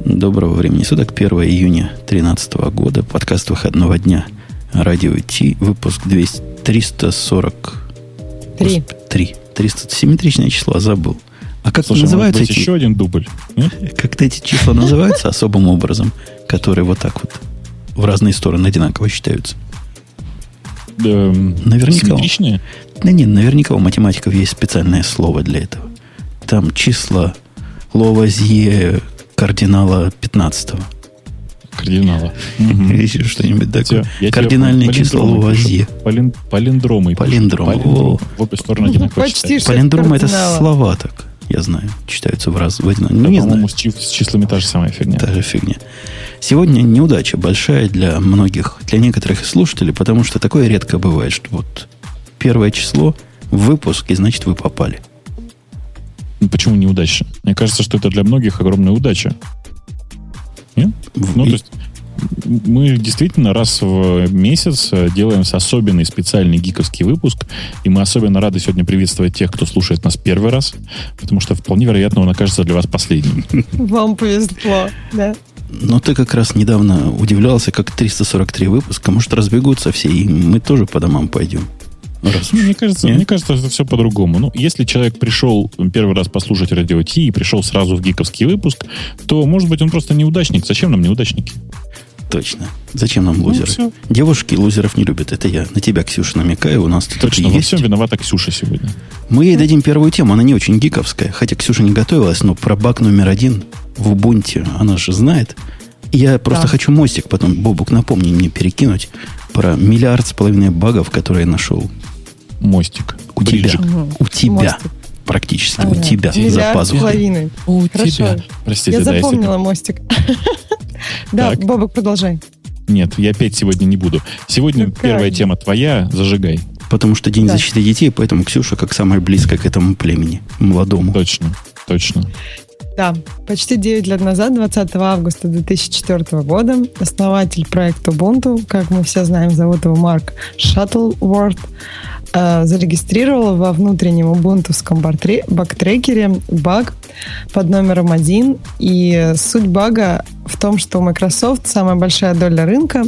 Доброго времени суток, 1 июня 2013 года, подкаст выходного дня, радио Ти, выпуск 343. 307-тричное число, забыл. А как называются эти... еще один дубль. Как-то эти числа называются особым образом, которые вот так вот в разные стороны одинаково считаются. Наверняка. Симметричные? Да нет, наверняка у математиков есть специальное слово для этого. Там числа Лавуазье кардинала 15-го. Кардинала. Или что-нибудь такое. Кардинальные числа Лавуазье. Палиндромы. Палиндром. В обе стороны одинаково читаются. Палиндром это слова так, я знаю, читаются в раз. Не знаю. С числами та же самая фигня. Та же фигня. Сегодня неудача большая для многих, для некоторых слушателей, потому что такое редко бывает, что вот первое число в выпуск, и значит вы попали. Почему неудача? Мне кажется, что это для многих огромная удача. Нет? То есть мы действительно раз в месяц делаем особенный специальный гиковский выпуск, и мы особенно рады сегодня приветствовать тех, кто слушает нас первый раз, потому что вполне вероятно он окажется для вас последним. Вам повезло, да. Но ты как раз недавно удивлялся, как 343 выпуска, может, разбегутся все, и мы тоже по домам пойдем. Мне кажется, это все по-другому. Если человек пришел первый раз послушать радио Ти и пришел сразу в гиковский выпуск, то, может быть, он просто неудачник. Зачем нам неудачники? Точно. Зачем нам лузеры? Девушки лузеров не любят. Это я на тебя, Ксюша, намекаю. У нас точно, во всем виновата Ксюша сегодня. Мы ей дадим первую тему. Она не очень гиковская. Хотя Ксюша не готовилась, но про баг номер 1 в Ubuntu она же знает. И я просто хочу мостик потом, Бобук, напомни мне перекинуть про 1,5 миллиарда багов, которые я нашел. Мостик. У тебя. Мостик. Практически. У тебя. За пазухой. У тебя. Простите, я запомнила мостик. Да, Бобук, продолжай. Нет, я петь сегодня не буду. Сегодня первая тема твоя. Зажигай. Потому что День защиты детей, поэтому Ксюша как самая близкая к этому племени, молодому. Точно. Да, почти 9 лет назад, 20 августа 2004 года, основатель проекта Ubuntu, как мы все знаем, зовут его Марк Шаттлворт, зарегистрировал во внутреннем убунтовском бактрекере баг под номером 1. И суть бага в том, что у Microsoft самая большая доля рынка,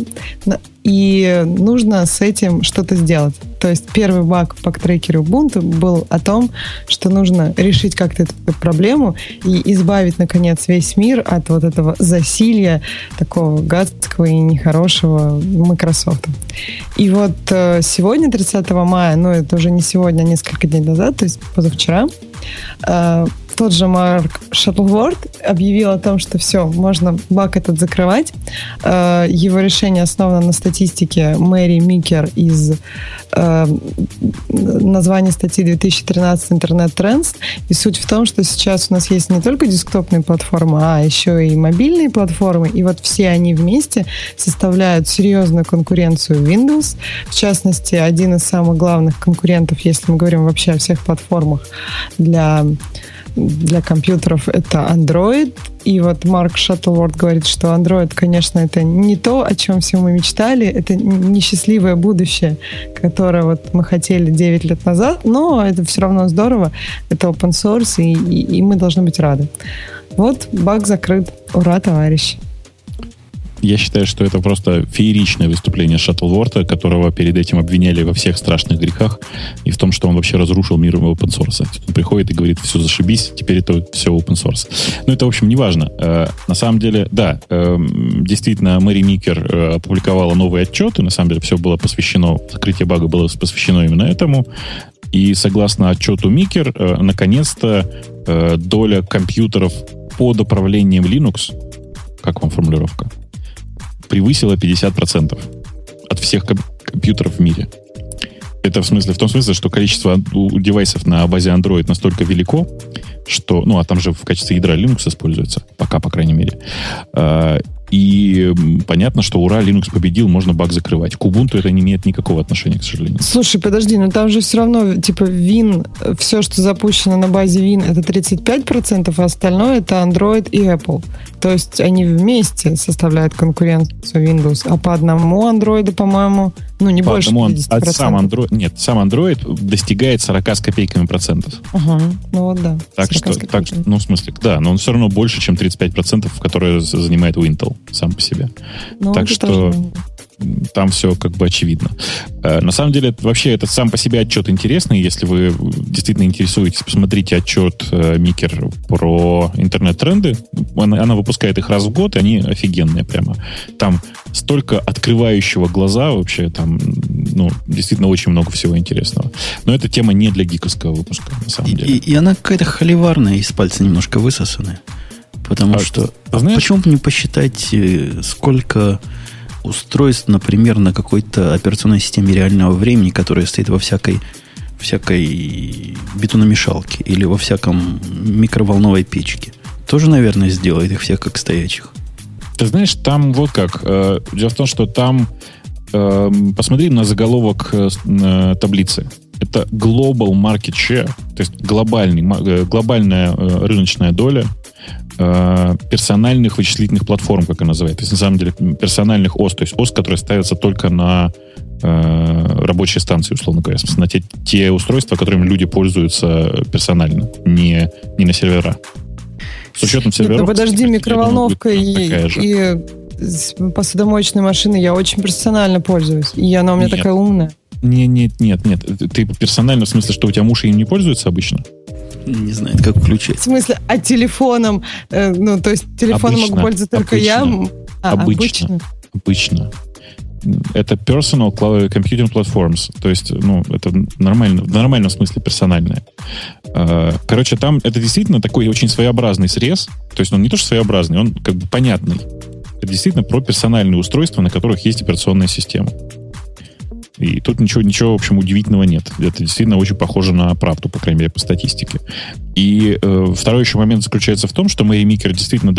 и нужно с этим что-то сделать. То есть первый баг в бактрекере Ubuntu был о том, что нужно решить как-то эту проблему и избавить, наконец, весь мир от вот этого засилья такого гадского и нехорошего Microsoft. И вот сегодня, 30 мая, это уже не сегодня, а несколько дней назад, то есть позавчера, тот же Марк Шаттлворт объявил о том, что все, можно баг этот закрывать. Его решение основано на статистике Мэри Микер из названия статьи 2013 Internet Trends. И суть в том, что сейчас у нас есть не только десктопные платформы, а еще и мобильные платформы. И вот все они вместе составляют серьезную конкуренцию Windows. В частности, один из самых главных конкурентов, если мы говорим вообще о всех платформах для компьютеров, это Android. И вот Марк Шаттлворт говорит, что Android, конечно, это не то, о чем все мы мечтали, это несчастливое будущее, которое вот мы хотели 9 лет назад, но это все равно здорово, это open source, и мы должны быть рады. Вот, баг закрыт. Ура, товарищи! Я считаю, что это просто фееричное выступление Шаттлворта, которого перед этим обвиняли во всех страшных грехах и в том, что он вообще разрушил мир open source. Он приходит и говорит, все, зашибись, теперь это все open source. Но это, в общем, не важно. На самом деле, да, действительно, Мэри Микер опубликовала новый отчет, и на самом деле все было посвящено, закрытие бага было посвящено именно этому. И согласно отчету Микер, наконец-то доля компьютеров под управлением Linux, как вам формулировка, превысила 50% от всех компьютеров в мире. Это в том смысле, что количество девайсов на базе Android настолько велико, что... а там же в качестве ядра Linux используется. Пока, по крайней мере. И понятно, что ура, Linux победил, можно баг закрывать. К Ubuntu это не имеет никакого отношения, к сожалению. Слушай, подожди, там же все равно, Win, все, что запущено на базе Win, это 35%, а остальное это Android и Apple. То есть они вместе составляют конкуренцию Windows, а по одному Android, по-моему, не по больше 50%. Сам Android достигает 40 с копейками процентов. Ага, да. Так что, в смысле, да, но он все равно больше, чем 35%, которые занимает Intel сам по себе. Так что там все как бы очевидно. На самом деле, вообще, этот сам по себе отчет интересный. Если вы действительно интересуетесь, посмотрите отчет Микер про интернет-тренды. Она выпускает их раз в год, и они офигенные прямо. Там столько открывающего глаза вообще, там, действительно очень много всего интересного. Но эта тема не для гиковского выпуска, на самом деле. И она какая-то холиварная, из пальца немножко высосанная. Потому что... Почему бы не посчитать, сколько устройств, например, на какой-то операционной системе реального времени, которая стоит во всякой бетономешалке или во всяком микроволновой печке. Тоже, наверное, сделает их всех как стоячих. Ты знаешь, там вот как. Дело в том, что там посмотри на заголовок таблицы. Это Global Market Share, то есть глобальная рыночная доля персональных вычислительных платформ, как она называется. То есть, на самом деле, персональных ОС, то есть ОС, которые ставятся только на рабочие станции, условно говоря. На те устройства, которыми люди пользуются персонально, не на сервера. С учетом серверов... Подожди, микроволновка и посудомоечной машиной я очень персонально пользуюсь. И она у меня такая умная. Нет. Ты персонально, в смысле, что у тебя муж им не пользуется обычно? Не знает, как включать. В смысле, а телефоном? То есть телефоном могу пользоваться только я? Обычно. Это personal computing platforms. То есть, это нормально, в нормальном смысле персональное. Короче, там это действительно такой очень своеобразный срез. То есть он не то, что своеобразный, он как бы понятный. Это действительно про персональные устройства, на которых есть операционная система. И тут ничего, в общем, удивительного нет. Это действительно очень похоже на правду, по крайней мере, по статистике. И второй еще момент заключается в том, что Мэри Микер действительно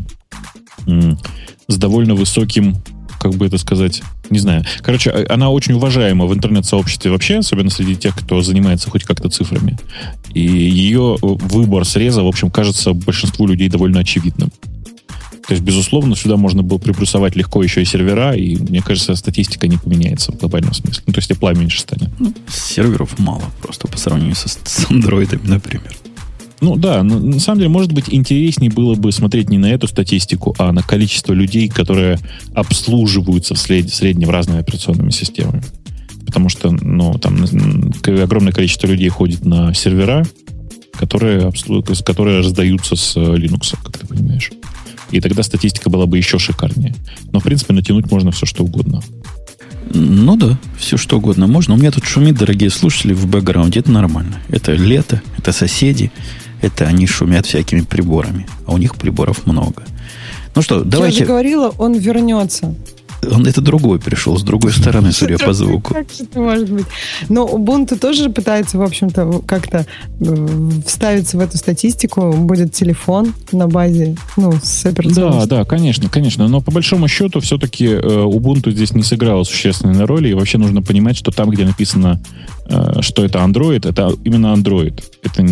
с довольно высоким, как бы это сказать, не знаю. Короче, она очень уважаема в интернет-сообществе вообще, особенно среди тех, кто занимается хоть как-то цифрами. И ее выбор среза, в общем, кажется большинству людей довольно очевидным. То есть, безусловно, сюда можно было приплюсовать легко еще и сервера, и, мне кажется, статистика не поменяется в глобальном смысле. То есть, тепла меньше станет. Серверов мало просто по сравнению с андроидами, например. Да, но на самом деле, может быть, интереснее было бы смотреть не на эту статистику, а на количество людей, которые обслуживаются в среднем разными операционными системами. Потому что, там огромное количество людей ходит на сервера, которые раздаются с Linux, как ты понимаешь. И тогда статистика была бы еще шикарнее. Но, в принципе, натянуть можно все, что угодно. Да, все, что угодно можно. У меня тут шумит, дорогие слушатели, в бэкграунде. Это нормально. Это лето, это соседи. Это они шумят всякими приборами. А у них приборов много. Давайте... Я же говорила, он вернется. Это другой пришел, с другой стороны, судя по звуку. Как же это может быть? Но Ubuntu тоже пытается, в общем-то, как-то вставиться в эту статистику. Будет телефон на базе, с операционной. Да, конечно. Но по большому счету все-таки Ubuntu здесь не сыграла существенной роли. И вообще нужно понимать, что там, где написано, что это Android, это именно Android. Это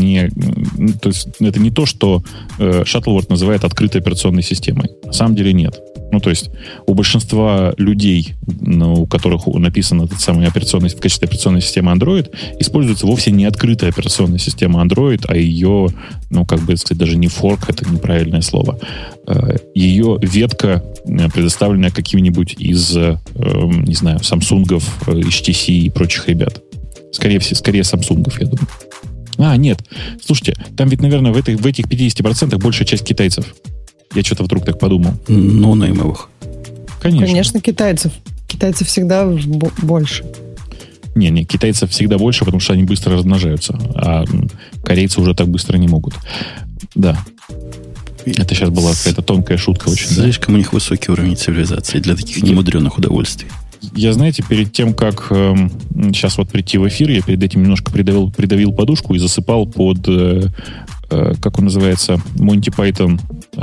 не то, что Shuttleworth называет открытой операционной системой. На самом деле нет. То есть у большинства людей, у которых написана эта самая операционная, в качестве операционной системы Android, используется вовсе не открытая операционная система Android, а ее, как бы сказать, даже не форк, это неправильное слово. Ее ветка, предоставленная каким-нибудь из, не знаю, Samsung'ов, HTC и прочих ребят. Скорее Samsung'ов, я думаю. Нет. Слушайте, там ведь, наверное, в этих 50% большая часть китайцев. Я что-то вдруг так подумал. Ноунеймовых. Конечно, китайцев. Китайцев всегда больше. Не, китайцев всегда больше, потому что они быстро размножаются. А корейцы уже так быстро не могут. Да. Это сейчас была какая-то тонкая шутка очень. Слишком у них высокий уровень цивилизации для таких немудренных удовольствий. Я, знаете, перед тем, как сейчас прийти в эфир, я перед этим немножко придавил подушку и засыпал под, как он называется, Монти Пайтон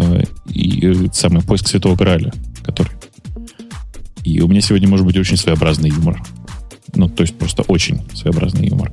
и самый поиск Святого Грааля, который. И у меня сегодня может быть очень своеобразный юмор. То есть просто очень своеобразный юмор.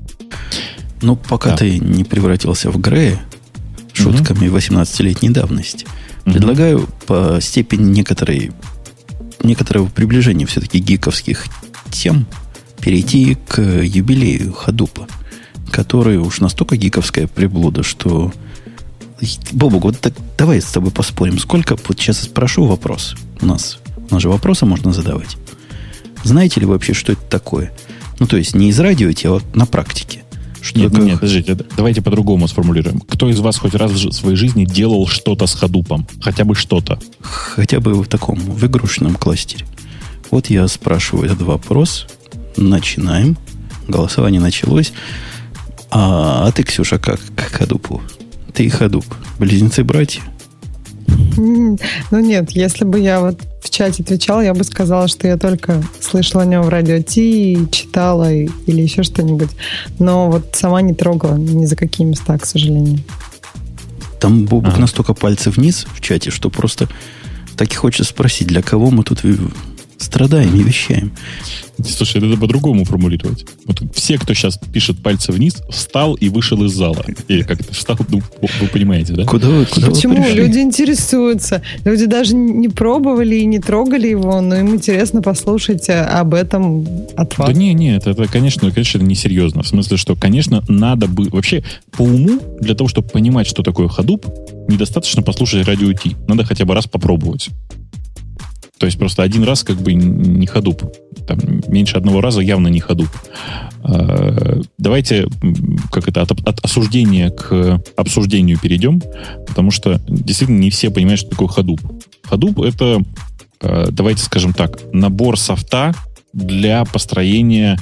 Пока ты не превратился в Грея шутками 18-летней давности, Предлагаю по степени некоторого приближения все-таки гиковских тем перейти к юбилею Хадупа, который уж настолько гиковская приблуда, что... Бобук, вот так, давай с тобой поспорим. Сколько... Вот сейчас спрошу вопрос. У нас же вопросы можно задавать. Знаете ли вы вообще, что это такое? Ну, то есть, не из радио идти, а вот на практике. Что нет, подождите, давайте по-другому сформулируем. Кто из вас хоть раз в своей жизни делал что-то с Хадупом? Хотя бы что-то. Хотя бы в таком, в игрушечном кластере. Вот я спрашиваю этот вопрос. Начинаем. Голосование началось. А ты, Ксюша, как к Хадупу? Ты и Хадуп. Близнецы-братья? Ну нет, если бы я вот в чате отвечала, я бы сказала, что я только слышала о нем в радио Ти, читала или еще что-нибудь. Но вот сама не трогала ни за какие места, к сожалению. Там, Бобук, настолько пальцы вниз в чате, что просто так и хочется спросить, для кого мы тут страдаем и вещаем. Слушай, надо по-другому формулировать. Вот все, кто сейчас пишет пальцы вниз, встал и вышел из зала. Или как это встал, ну, вы понимаете, да? Куда вы Почему? Люди интересуются. Люди даже не пробовали и не трогали его, но им интересно послушать об этом от вас. Да нет, это, конечно, несерьезно. В смысле, что, конечно, надо бы... Вообще, по уму, для того, чтобы понимать, что такое Hadoop, недостаточно послушать радио Ти. Надо хотя бы раз попробовать. То есть просто один раз как бы не Hadoop. Там меньше одного раза явно не Hadoop. Давайте от осуждения к обсуждению перейдем, потому что действительно не все понимают, что такое Hadoop. Hadoop — это, давайте скажем так, набор софта для построения...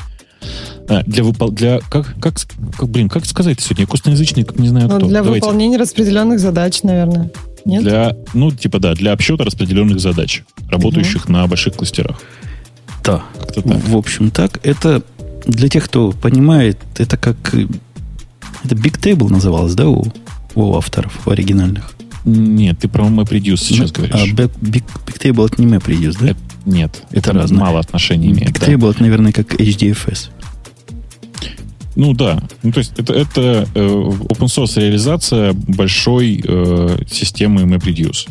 Как сказать сегодня? Я косноязычный, не знаю кто. Для выполнения распределенных задач, наверное. Нет? Для обсчета распределенных задач, работающих на больших кластерах. Да, в общем так. Это для тех, кто понимает, это как... Это Big Table называлось, да, у авторов оригинальных? Нет, ты про MapReduce сейчас говоришь. А Big Table это не MapReduce, да? Нет, это разное. Мало отношений имеет. Big Table это, наверное, как HDFS. Ну да, то есть это open source реализация большой системы MapReduce.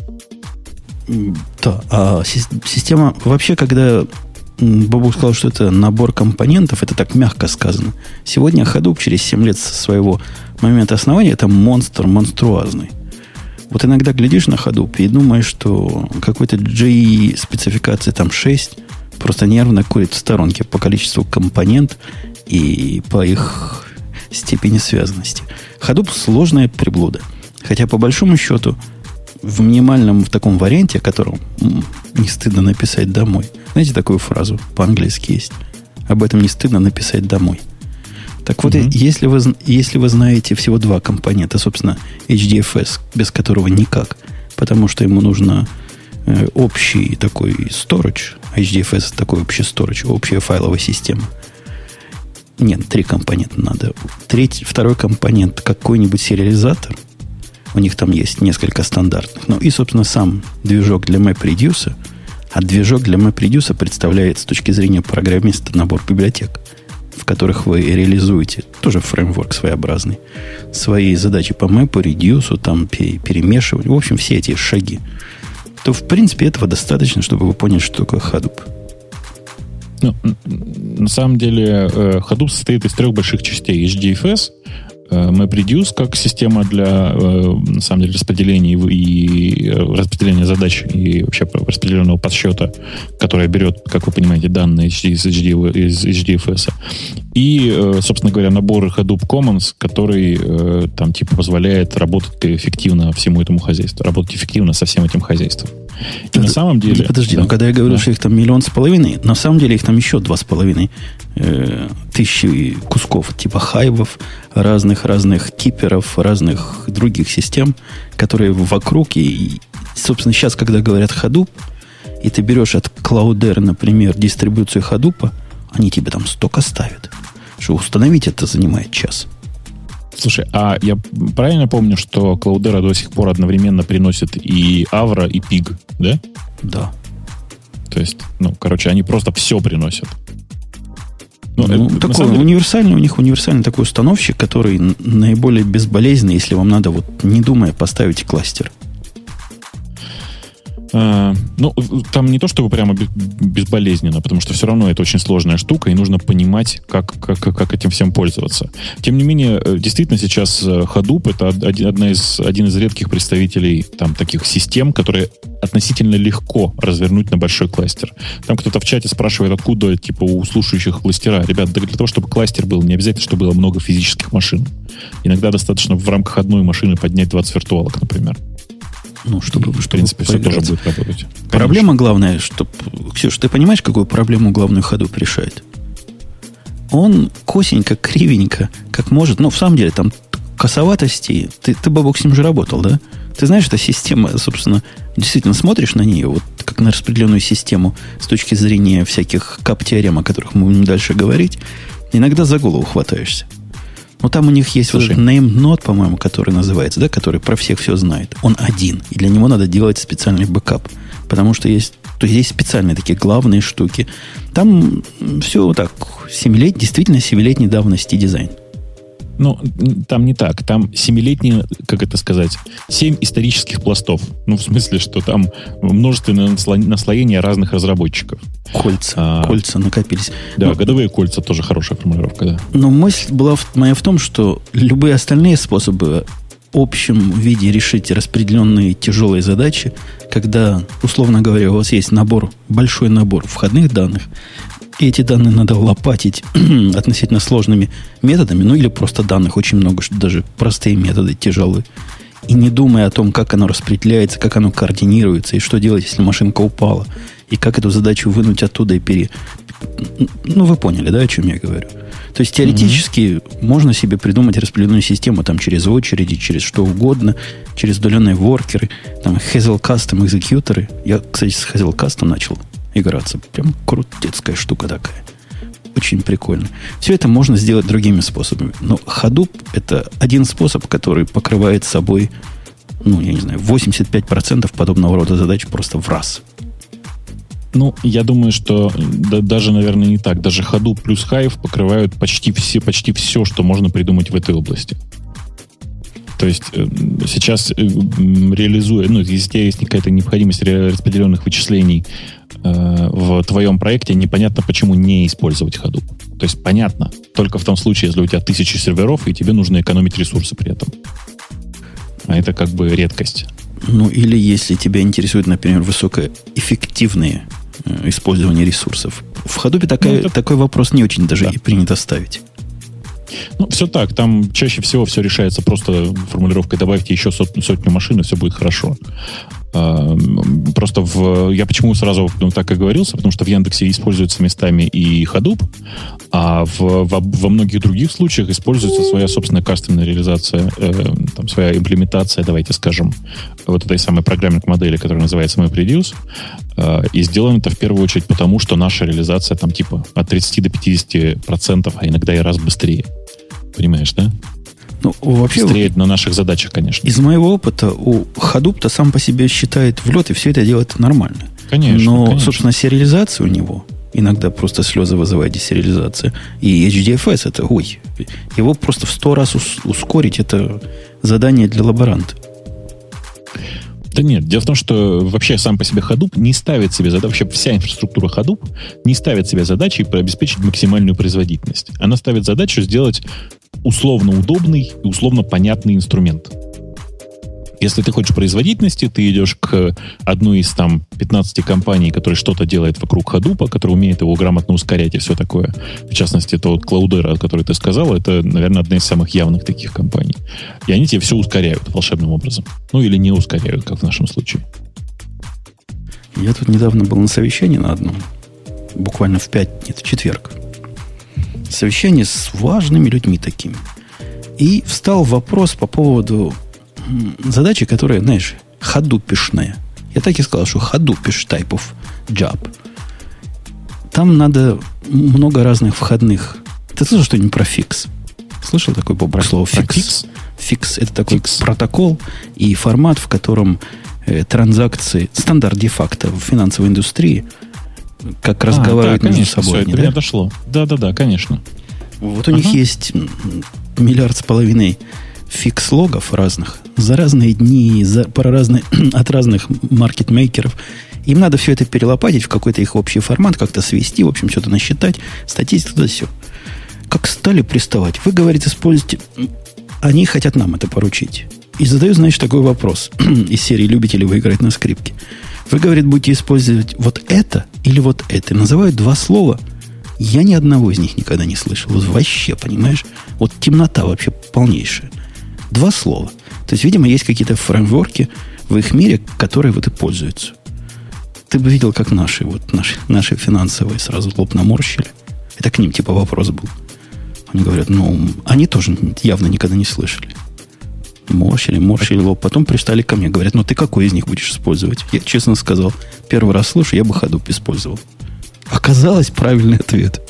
Да, а система вообще, когда Бобук сказал, что это набор компонентов, это так мягко сказано. Сегодня Hadoop через 7 лет со своего момента основания это монструозный. Вот иногда глядишь на Hadoop и думаешь, что какой-то JE спецификации там 6 просто нервно курит в сторонке по количеству компонент и по их степени связанности. Hadoop сложная приблуда. Хотя, по большому счету, в минимальном в таком варианте, о котором не стыдно написать домой. Знаете, такую фразу по-английски есть? Об этом не стыдно написать домой. Так вот, если вы знаете всего два компонента, собственно, HDFS, без которого никак, потому что ему нужно общий такой storage, HDFS такой общий storage, общая файловая система. Нет, 3 компонента надо. Второй компонент какой-нибудь сериализатор. У них там есть несколько стандартных. Ну и, собственно, сам движок для MapReduce. А движок для MapReduce представляет с точки зрения программиста набор библиотек, в которых вы реализуете, тоже фреймворк своеобразный, свои задачи по MapReduce, там перемешивать. В общем, все эти шаги. То, в принципе, этого достаточно, чтобы вы поняли, что такое Hadoop. Ну, на самом деле, Hadoop состоит из 3 больших частей. HDFS, MapReduce как система для, на самом деле, распределения и распределения задач и вообще распределенного подсчета, которая берет, как вы понимаете, данные из HDFS. И, собственно говоря, набор Hadoop Commons, который там типа позволяет работать эффективно всему этому хозяйству, работать эффективно со всем этим хозяйством. И на самом деле... Подожди, да, когда я говорю, что их там 1,5 миллиона, на самом деле их там еще 2,5 тысячи кусков, типа хайвов, разных киперов, разных других систем, которые вокруг. И, собственно, сейчас, когда говорят Hadoop, и ты берешь от Cloudera, например, дистрибуцию Hadoop, они тебе там столько ставят, что установить это занимает час. Слушай, а я правильно помню, что Cloudera до сих пор одновременно приносит и Avro, и Pig, да? Да. То есть, они просто все приносят. Такой универсальный, у них универсальный такой установщик, который наиболее безболезненный, если вам надо, вот не думая, поставить кластер. Ну, там не то, чтобы прямо безболезненно, потому что все равно это очень сложная штука, и нужно понимать, как этим всем пользоваться. Тем не менее, действительно, сейчас Hadoop — это один из редких представителей там, таких систем, которые относительно легко развернуть на большой кластер. Там кто-то в чате спрашивает, откуда типа у слушающих кластера. Ребят, для того, чтобы кластер был, не обязательно, чтобы было много физических машин. Иногда достаточно в рамках одной машины поднять 20 виртуалок, например. Ну, чтобы в принципе, все тоже будет работать. Проблема главная, что... Ксюш, ты понимаешь, какую проблему главную Hadoop решает? Он косенько, кривенько, как может... Ну, в самом деле, там косоватости... Ты, Бобок, с ним же работал, да? Ты знаешь, эта система, собственно, действительно смотришь на нее, вот как на распределенную систему с точки зрения всяких кап-теорем, о которых мы будем дальше говорить, иногда за голову хватаешься. Но там у них есть вот name node, по-моему, который называется, да, который про всех все знает. Он один, и для него надо делать специальный бэкап. Потому что есть специальные такие главные штуки. Там все так, действительно 7-летней давности дизайн. Ну, там не так. Там 7-летние, как это сказать, 7 исторических пластов. Ну, в смысле, что там множественное наслоение разных разработчиков. Кольца накопились. Да, годовые кольца тоже хорошая формулировка, да. Но мысль была моя в том, что любые остальные способы в общем виде решить распределенные тяжелые задачи, когда, условно говоря, у вас есть большой набор входных данных, и эти данные надо лопатить относительно сложными методами, ну или просто данных очень много, что даже простые методы тяжелые. И не думая о том, как оно распределяется, как оно координируется, и что делать, если машинка упала, и как эту задачу вынуть оттуда и Ну, вы поняли, да, о чем я говорю? То есть, теоретически можно себе придумать распределенную систему там через очереди, через что угодно, через удаленные воркеры, там Hazel Custom экзекьюторы. Я, кстати, с Hazel Custom начал играться. Прям крутецкая штука такая. Очень прикольно. Все это можно сделать другими способами. Но Hadoop — это один способ, который покрывает собой, ну, я не знаю, 85% подобного рода задач просто в раз. Ну, я думаю, что даже, наверное, не так. Даже Hadoop плюс Hive покрывают почти все, что можно придумать в этой области. То есть сейчас реализуя, ну, если у тебя есть какая-то необходимость распределенных вычислений в твоем проекте, непонятно, почему не использовать Hadoop. То есть понятно, только в том случае, если у тебя 1000 серверов, и тебе нужно экономить ресурсы при этом. А это как бы редкость. Ну, или если тебя интересует, например, высокоэффективное использование ресурсов. В Hadoop такой вопрос не очень даже и принято ставить. Ну, все так. Там чаще всего все решается просто формулировкой «добавьте еще сотню машин, и все будет хорошо». Просто я почему сразу так и говорился, потому что в Яндексе используется местами и Hadoop, а во многих других случаях используется своя собственная кастомная реализация, там, своя имплементация, давайте скажем, вот этой самой программной модели, которая называется MapReduce, и сделано это в первую очередь потому, что наша реализация там типа от 30 до 50%, а иногда и раз быстрее. Понимаешь, да? Ну, вообще, быстрее на наших задачах, конечно. Из моего опыта у Hadoop-то сам по себе считает влет, и все это делает нормально. Конечно. Но, собственно, сериализация у него иногда просто слезы вызывает десериализация. И HDFS это, его просто в 100 раз ускорить, это задание для лаборанта. Да нет, дело в том, что вообще сам по себе Hadoop не ставит себе задачу, вообще вся инфраструктура Hadoop не ставит себе задачей обеспечить максимальную производительность. Она ставит задачу сделать условно удобный и условно понятный инструмент. Если ты хочешь производительности, ты идешь к одной из там 15 компаний, которая что-то делает вокруг Hadoop, которая умеет его грамотно ускорять и все такое. В частности, это вот Cloudera, о которой ты сказал, это, наверное, одна из самых явных таких компаний. И они тебе все ускоряют волшебным образом. Ну, или не ускоряют, как в нашем случае. Я тут недавно был на совещании на одном. Буквально в четверг. Совещание с важными людьми такими. И встал вопрос по поводу задачи, которая, знаешь, хадупишная. Я так и сказал, что хадупиш type of job. Там надо много разных входных. Ты слышал что-нибудь про фикс? Слышал такое слово фикс? Фикс – это такой протокол и формат, в котором транзакции, стандарт де-факто в финансовой индустрии, как разговаривают между собой. Все, это до меня дошло. Да, конечно. Вот у них есть 1,5 миллиарда фикс-логов разных за разные дни, от разных маркетмейкеров. Им надо все это перелопатить в какой-то их общий формат, как-то свести, в общем, что-то насчитать, статистику, туда все. Как стали приставать. Вы, говорите, используйте... Они хотят нам это поручить. И задают, знаешь, такой вопрос из серии «Любите ли вы играть на скрипке?» Вы, говорит, будете использовать вот это или вот это. Называют два слова. Я ни одного из них никогда не слышал. Вот вообще, понимаешь? Вот темнота вообще полнейшая. Два слова. То есть, видимо, есть какие-то фреймворки в их мире, которые вот и пользуются. Ты бы видел, как наши финансовые сразу лоб наморщили. Это к ним типа вопрос был. Они говорят, они тоже явно никогда не слышали. Морщили лоб. Потом пристали ко мне. Говорят, ты какой из них будешь использовать? Я честно сказал, первый раз слушаю, я бы Hadoop использовал. Оказалось, правильный ответ.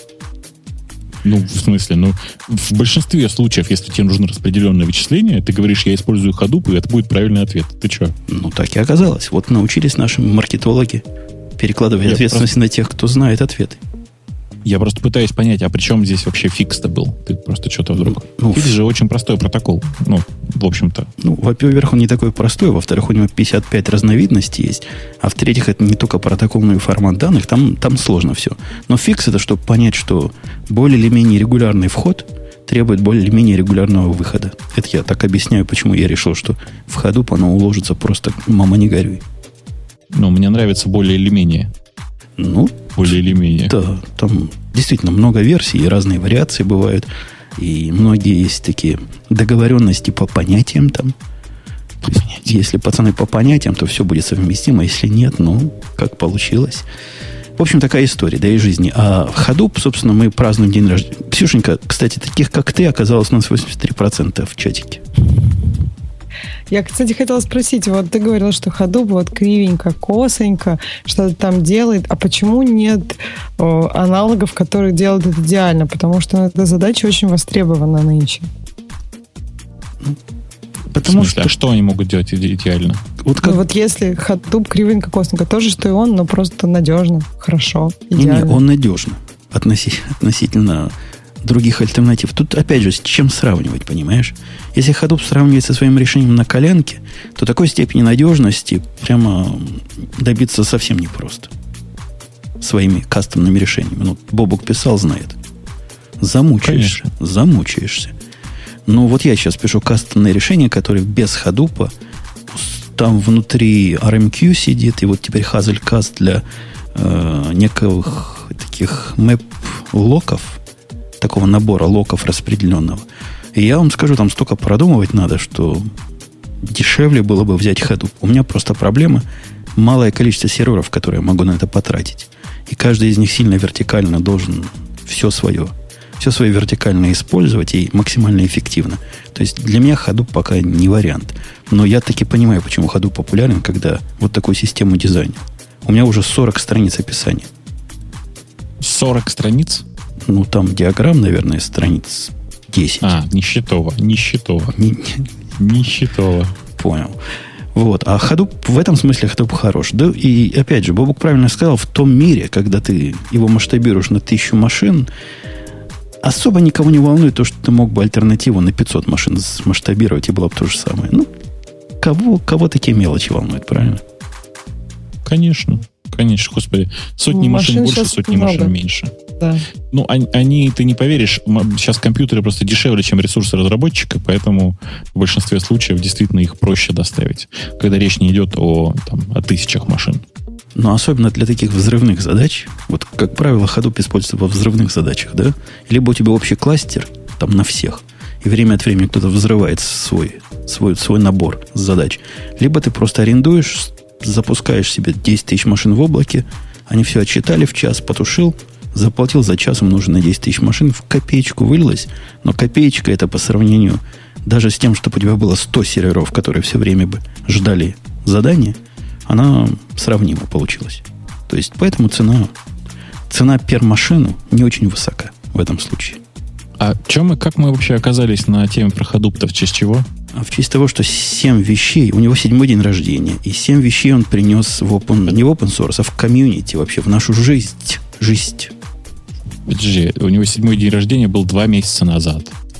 В смысле, в большинстве случаев, если тебе нужно распределенное вычисление, ты говоришь, я использую Hadoop, и это будет правильный ответ. Ты что? Так и оказалось. Вот научились наши маркетологи перекладывать ответственность на тех, кто знает ответы. Я просто пытаюсь понять, а при чем здесь вообще фикс-то был? Ты просто что-то вдруг... Фикс же очень простой протокол. В общем-то. Во-первых, он не такой простой. Во-вторых, у него 55 разновидностей есть. А в-третьих, это не только протокол, но и формат данных. Там сложно все. Но фикс это, чтобы понять, что более или менее регулярный вход требует более или менее регулярного выхода. Это я так объясняю, почему я решил, что в Hadoop оно уложится просто «мама, не горюй». Мне нравится более или менее. Более или менее. Да, там действительно много версий, и разные вариации бывают. И многие есть такие договоренности по понятиям там. Если пацаны по понятиям, то все будет совместимо. Если нет, как получилось. В общем, такая история, да и жизни. А Hadoop, собственно, мы празднуем день рождения. Ксюшенька, кстати, таких, как ты, оказалось у нас 83% в чатике. Я, кстати, хотела спросить, ты говорил, что Hadoop кривенько, косонько, что-то там делает, а почему нет аналогов, которые делают это идеально? Потому что эта задача очень востребована нынче. Потому что... А что они могут делать идеально? Если Hadoop кривенько, косонько, тоже, что и он, но просто надежно, хорошо, идеально. Не, он надежно относительно других альтернатив. Тут, опять же, с чем сравнивать, понимаешь? Если Hadoop сравнивать со своим решением на коленке, то такой степени надежности прямо добиться совсем непросто. Своими кастомными решениями. Бобук писал, знает. Замучаешься. Я сейчас пишу кастомное решение, которое без Hadoop. Там внутри RMQ сидит, и теперь Hazelcast для неких таких мэп-локов, такого набора локов распределенного. И я вам скажу, там столько продумывать надо, что дешевле было бы взять Hadoop. У меня просто проблема малое количество серверов, которые я могу на это потратить. И каждый из них сильно вертикально должен все свое вертикально использовать и максимально эффективно. То есть для меня Hadoop пока не вариант. Но я таки понимаю, почему Hadoop популярен, когда вот такую систему дизайнил. У меня уже 40 страниц описания. 40 страниц? Там диаграмм, наверное, страниц 10. Нищетово. Понял. А Hadoop, в этом смысле Hadoop хорош. Да, и опять же, Бобук правильно сказал, в том мире, когда ты его масштабируешь на 1000 машин, особо никого не волнует то, что ты мог бы альтернативу на 500 машин масштабировать, и было бы то же самое. Кого такие мелочи волнуют, правильно? Конечно, господи. Сотни машин больше, сотни машин меньше. Да. Ты не поверишь, сейчас компьютеры просто дешевле, чем ресурсы разработчика, поэтому в большинстве случаев действительно их проще доставить, когда речь не идет о тысячах машин. Но особенно для таких взрывных задач, как правило, Hadoop используется во взрывных задачах, да? Либо у тебя общий кластер, там на всех, и время от времени кто-то взрывает свой набор задач. Либо ты просто арендуешь, запускаешь себе 10 тысяч машин в облаке, они все отсчитали в час, потушил, заплатил за час, им нужно на 10 тысяч машин, в копеечку вылилось, но копеечка это по сравнению даже с тем, чтобы у тебя было 100 серверов, которые все время бы ждали задания, она сравнима получилась. То есть, поэтому цена per машину не очень высока в этом случае. А как мы вообще оказались на теме про Hadoop-то? В честь чего? В честь того, что 7 вещей, у него 7-й день рождения, и 7 вещей он принес не в open source, а в комьюнити, вообще в нашу жизнь. Подожди, у него 7-й день рождения был 2 месяца назад.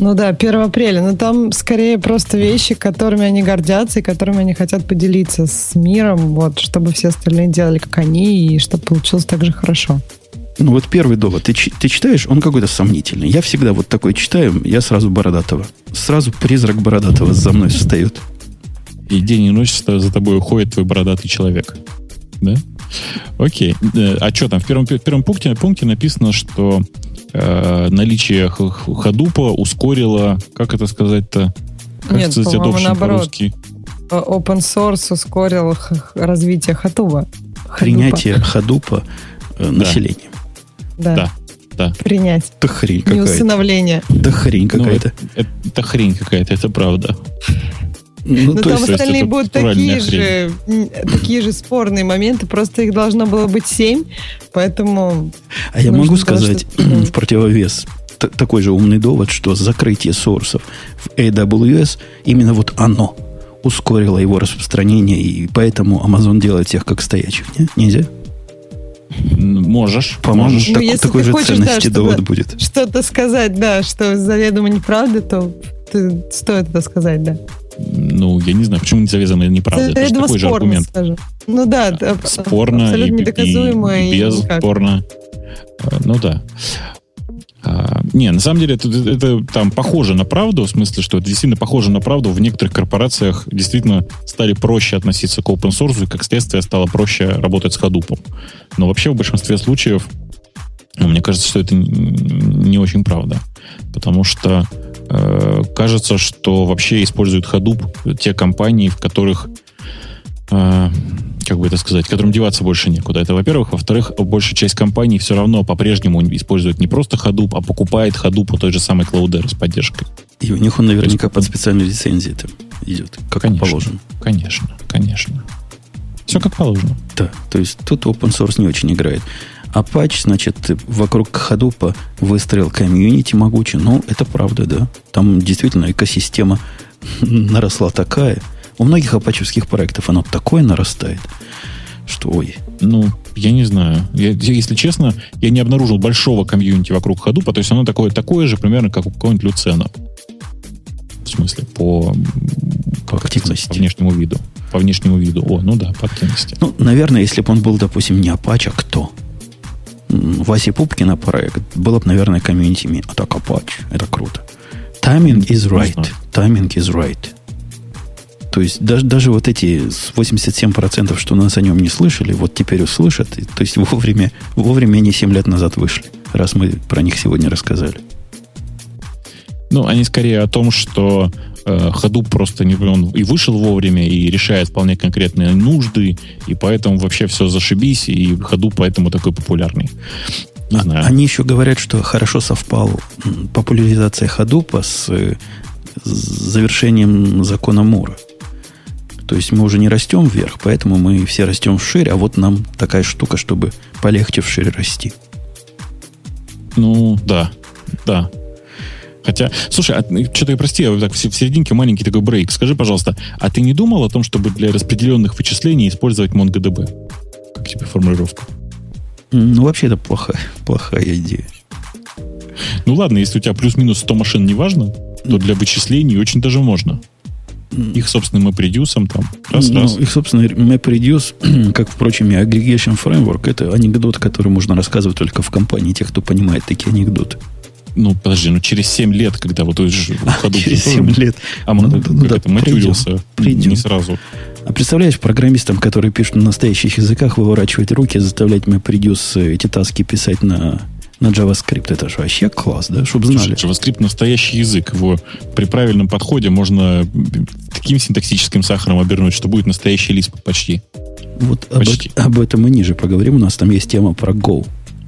Ну да, 1 апреля. Но там скорее просто вещи, которыми они гордятся и которыми они хотят поделиться с миром, вот, чтобы все остальные делали, как они, и чтобы получилось так же хорошо. Ну вот первый довод. Ты читаешь, он какой-то сомнительный. Я всегда вот такой читаю, я сразу Бородатого. Сразу призрак Бородатого за мной встает. И день и ночь за тобой уходит твой бородатый человек. Да? Окей. А что там? В первом пункте написано, что наличие Hadoop ускорило, как это сказать-то? Как Нет, сказать по-моему, наоборот. по-русски? Open source ускорил развитие Hadoop. Принятие Hadoop населением. Да. Да. Принять. Да хрень Не какая-то. усыновление. Да хрень какая-то. Это хрень какая-то, это правда. Ну, Но то там есть, остальные это будут натуральная такие же спорные моменты, просто их должно было быть 7, поэтому... А я нужно могу было сказать что-то в противовес такой же умный довод, что закрытие сорсов в AWS, именно вот оно ускорило его распространение, и поэтому Amazon делает всех как стоячих. Нет? Нельзя? Можешь. По-моему, можешь. если такой ты же хочешь, ценности да, довод будет. Что-то сказать, да, что заведомо неправда, то стоит это сказать, да. Ну, я не знаю, почему не завязано неправда. Это же Заведомо такой же спорно, аргумент. скажем. Ну да, Спорно абсолютно недоказуемо. и и бесспорно. Ну да. Не, на самом деле это там похоже на правду, в смысле, что это действительно похоже на правду. В некоторых корпорациях действительно стали проще относиться к open source, и как следствие стало проще работать с Hadoop. Но вообще в большинстве случаев мне кажется, что это не очень правда. Потому что кажется, что вообще используют Hadoop те компании, в которых как бы это сказать, которым деваться больше некуда. Это, во-первых. Во-вторых, большая часть компаний все равно по-прежнему использует не просто Hadoop, а покупает Hadoop у той же самой Cloudera с поддержкой. И у них он наверняка под специальной лицензией там идет, как положено. Конечно. Все как положено. Да, то есть тут open source не очень играет. Apache, значит, вокруг Hadoop выстроил комьюнити могучий. Ну, это правда, да. Там действительно экосистема наросла такая. У многих апачевских проектов оно такое нарастает, что ой. Ну, я не знаю. Если честно, я не обнаружил большого комьюнити вокруг Hadoop, то есть оно такое же примерно, как у какого-нибудь Lucena. В смысле, по активности. По внешнему виду. По внешнему виду. О, ну да, по активности. Ну, наверное, если бы он был, допустим, не Apache, а кто? Вася Пупкина проект, было бы, наверное, комьюнити. А так Apache, это круто. Timing is right. Timing is right. То есть даже вот эти 87%, что нас о нем не слышали, вот теперь услышат. То есть вовремя они 7 лет назад вышли, раз мы про них сегодня рассказали. Ну, они скорее о том, что Hadoop просто он и вышел вовремя, и решает вполне конкретные нужды, и поэтому вообще все зашибись, и Hadoop поэтому такой популярный. Не знаю. Они еще говорят, что хорошо совпал популяризация Hadoop с завершением закона Мура. То есть мы уже не растем вверх, поэтому мы все растем вширь, а вот нам такая штука, чтобы полегче вширь расти. Ну, да. Хотя, слушай, что-то, прости, я так в серединке маленький такой брейк. Скажи, пожалуйста, а ты не думал о том, чтобы для распределенных вычислений использовать MongoDB? Как тебе формулировка? Ну, вообще, это плохая идея. Ну, ладно, если у тебя плюс-минус 100 машин не важно, то для вычислений очень даже можно. Их собственным MapReduce там. Раз. Их собственный MapReduce, как, впрочем, и Aggregation Framework, это анекдот, который можно рассказывать только в компании тех, кто понимает такие анекдоты. Ну, подожди, через 7 лет, когда вот уже через 7 лет. Матюрился не сразу. А представляешь, программистам, которые пишут на настоящих языках, выворачивать руки, заставлять MapReduce эти таски писать на JavaScript. Это же вообще класс, да? Чтобы знали. JavaScript настоящий язык. Его при правильном подходе можно таким синтаксическим сахаром обернуть, что будет настоящий лист почти. Вот об этом мы ниже поговорим. У нас там есть тема про Go.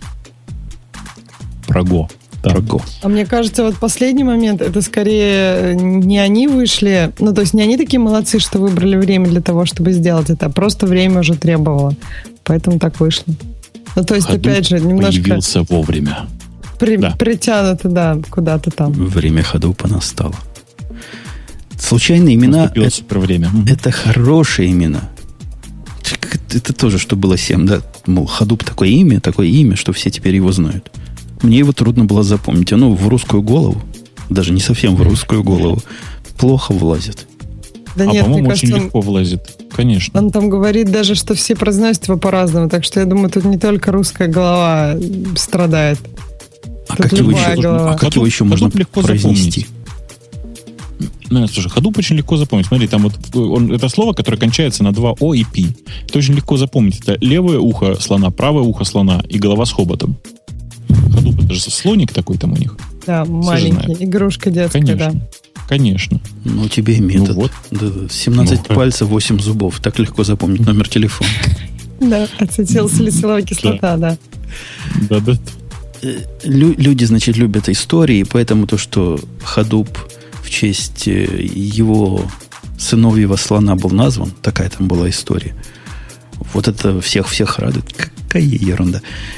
Про Go. Да. Про Go. А мне кажется, вот последний момент, это скорее не они вышли, ну, то есть не они такие молодцы, что выбрали время для того, чтобы сделать это, а просто время уже требовало. Поэтому так вышло. Ну, то есть, Hadoop опять же, немножко... появился вовремя. Притянуто, да, куда-то там. Время Hadoop настало. Случайные имена... Это хорошие имена. Это тоже, что было 7, да? Мол, Hadoop такое имя, что все теперь его знают. Мне его трудно было запомнить. Оно в русскую голову даже не совсем в русскую голову, плохо влазит. Да нет, по-моему, мне кажется, очень легко влазит. Конечно. Он там говорит даже, что все произносят его по-разному, так что я думаю, тут не только русская голова страдает. А как его еще можно легко произнести? Ну, слушай, Hadoop очень легко запомнить. Смотри, там вот это слово, которое кончается на 2 О и П. Это очень легко запомнить. Это левое ухо слона, правое ухо слона и голова с хоботом. Hadoop, это же слоник такой там у них. Да, маленький, игрушка детская, конечно, да. Конечно. Ну, тебе метод. Ну, вот. 17 пальцев, 8 зубов. Так легко запомнить номер телефона. Да, ацетилсалициловая кислота, да. Да. Люди, значит, любят истории, поэтому то, что Hadoop в честь его сыновьего слона был назван, такая там была история. Вот это всех радует. Какая ерунда.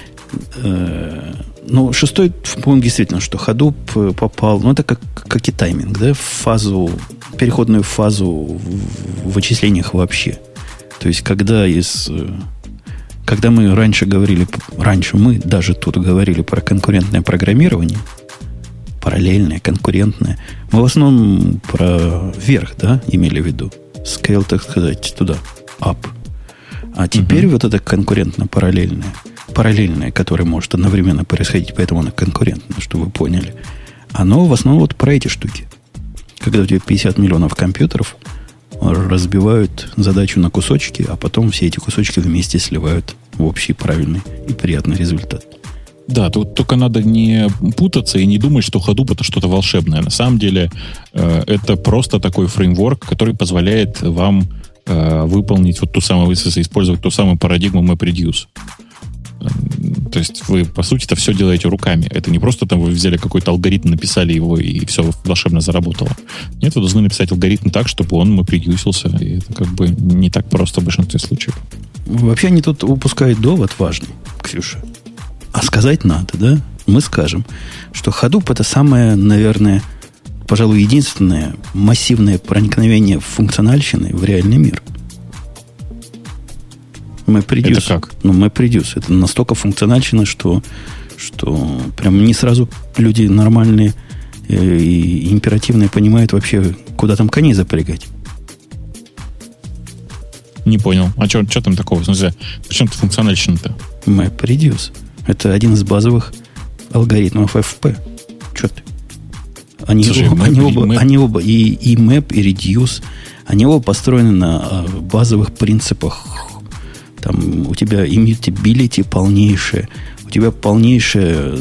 Ну, шестой пункт действительно, что Hadoop попал, ну, это как и тайминг, да, в переходную фазу в вычислениях вообще. То есть, когда мы мы даже тут говорили про конкурентное программирование, параллельное, конкурентное, мы в основном про вверх, да, имели в виду. Scale, так сказать, туда, up. А теперь вот это параллельное, которое может одновременно происходить, поэтому оно конкурентно, чтобы вы поняли, оно в основном вот про эти штуки. Когда у тебя 50 миллионов компьютеров разбивают задачу на кусочки, а потом все эти кусочки вместе сливают в общий правильный и приятный результат. Да, тут только надо не путаться и не думать, что Hadoop это что-то волшебное. На самом деле это просто такой фреймворк, который позволяет вам выполнить вот использовать ту самую парадигму MapReduce. То есть вы, по сути, это все делаете руками. Это не просто там вы взяли какой-то алгоритм, написали его, и все волшебно заработало. Нет, вы должны написать алгоритм так, чтобы он MapReduce'ился. И это как бы не так просто в большинстве случаев. Вообще они тут упускают довод важный, Ксюша. А сказать надо, да? Мы скажем, что Hadoop это самое, наверное, пожалуй, единственное массивное проникновение функциональщины в реальный мир. MapReduce. Это как? Ну, MapReduce. Это настолько функциональщина, что прям не сразу люди нормальные и императивные понимают вообще, куда там коней запрягать. Не понял. А что там такого? В смысле, почему это функциональщина-то? MapReduce. Это один из базовых алгоритмов FP. Что ты? Они оба, и Map, и Reduce, они оба построены на базовых принципах. Там у тебя immutability полнейшее, у тебя полнейшее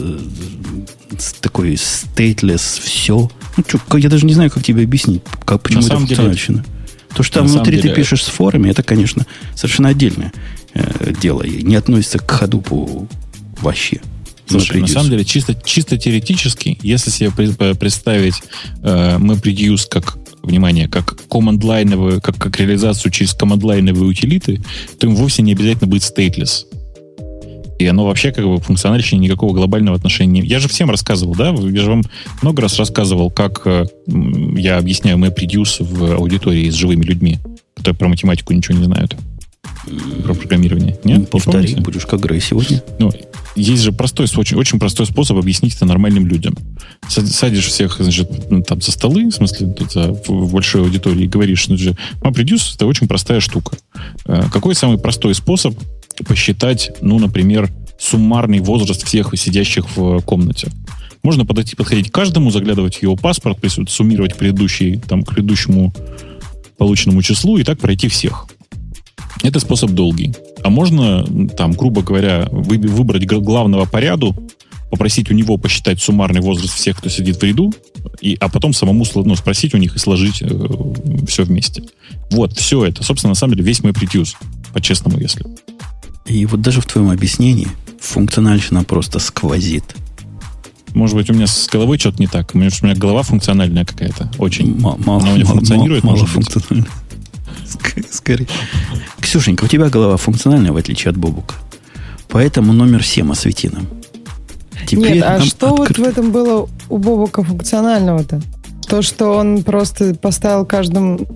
такой stateless все. Ну, я даже не знаю, как тебе объяснить, почему это функциональщина. То, что там внутри ты пишешь с форами, это, конечно, совершенно отдельное дело. И не относится к Hadoop вообще. Слушай, на самом деле, чисто теоретически, если себе представить MapReduce как команд-лайновую, как реализацию через команд-лайновые утилиты, то им вовсе не обязательно быть stateless. И оно вообще как бы функциональщине никакого глобального отношения не... Я же всем рассказывал, да? Я же вам много раз рассказывал, как я объясняю MapReduce в аудитории с живыми людьми, которые про математику ничего не знают. Про программирование. Нет? Повтори, будешь как Грей сегодня. Ну, есть же очень простой способ объяснить это нормальным людям. Садишь всех, значит, там за столы, в смысле, в большой аудитории, и говоришь, что MapReduce — это очень простая штука. Какой самый простой способ посчитать, например, суммарный возраст всех сидящих в комнате? Можно подходить к каждому, заглядывать в его паспорт, суммировать к предыдущему полученному числу и так пройти всех. Это способ долгий. А можно, грубо говоря, выбрать главного по ряду, попросить у него посчитать суммарный возраст всех, кто сидит в ряду, а потом самому спросить у них и сложить все вместе. Вот, все это, собственно, на самом деле, весь MapReduce, по-честному, если. И вот даже в твоем объяснении функциональщина просто сквозит. Может быть, у меня с головой что-то не так. У меня голова функциональная какая-то. Очень. Она у меня функционирует, мало функциональная. Скорее. Ксюшенька, у тебя голова функциональная, в отличие от Бобука. Поэтому номер 7 освети нам. Теперь нет, что вот в этом было у Бобука функционального-то? То, что он просто поставил каждому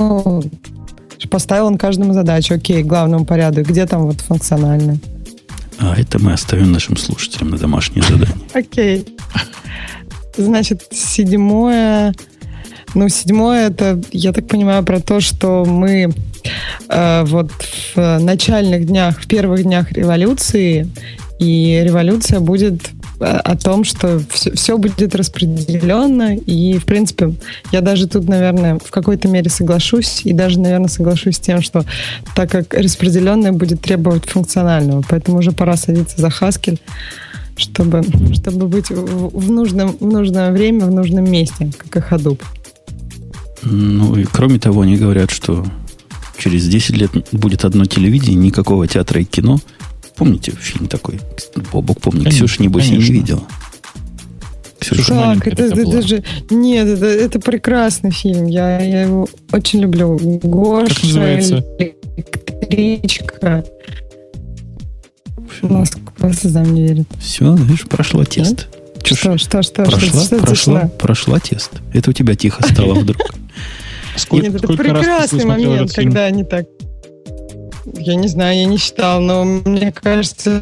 задачу, окей, главному по ряду. Где там вот функциональное? А это мы оставим нашим слушателям на домашнее задание. Окей. Значит, седьмое это, я так понимаю, про то, что мы вот в начальных днях, в первых днях революции, и революция будет о том, что все будет распределенно, и, в принципе, я даже тут, наверное, в какой-то мере соглашусь, и даже, наверное, соглашусь с тем, что так как распределенное будет требовать функционального, поэтому уже пора садиться за Haskell, чтобы быть в нужное время, в нужном месте, как и Hadoop. Ну, и кроме того, они говорят, что через 10 лет будет одно телевидение, никакого театра и кино. Помните фильм такой? Бобок помнит. Ксюша, небось, и не видела. Ксюша, как? Это же... Нет, это прекрасный фильм. Я его очень люблю. Гоша, как называется? Электричка. Москва слезам не верит. Все, видишь, прошла тест. Прошла тест. Это у тебя тихо стало вдруг. Нет, это прекрасный момент, когда они так... Я не знаю, я не считал, но мне кажется,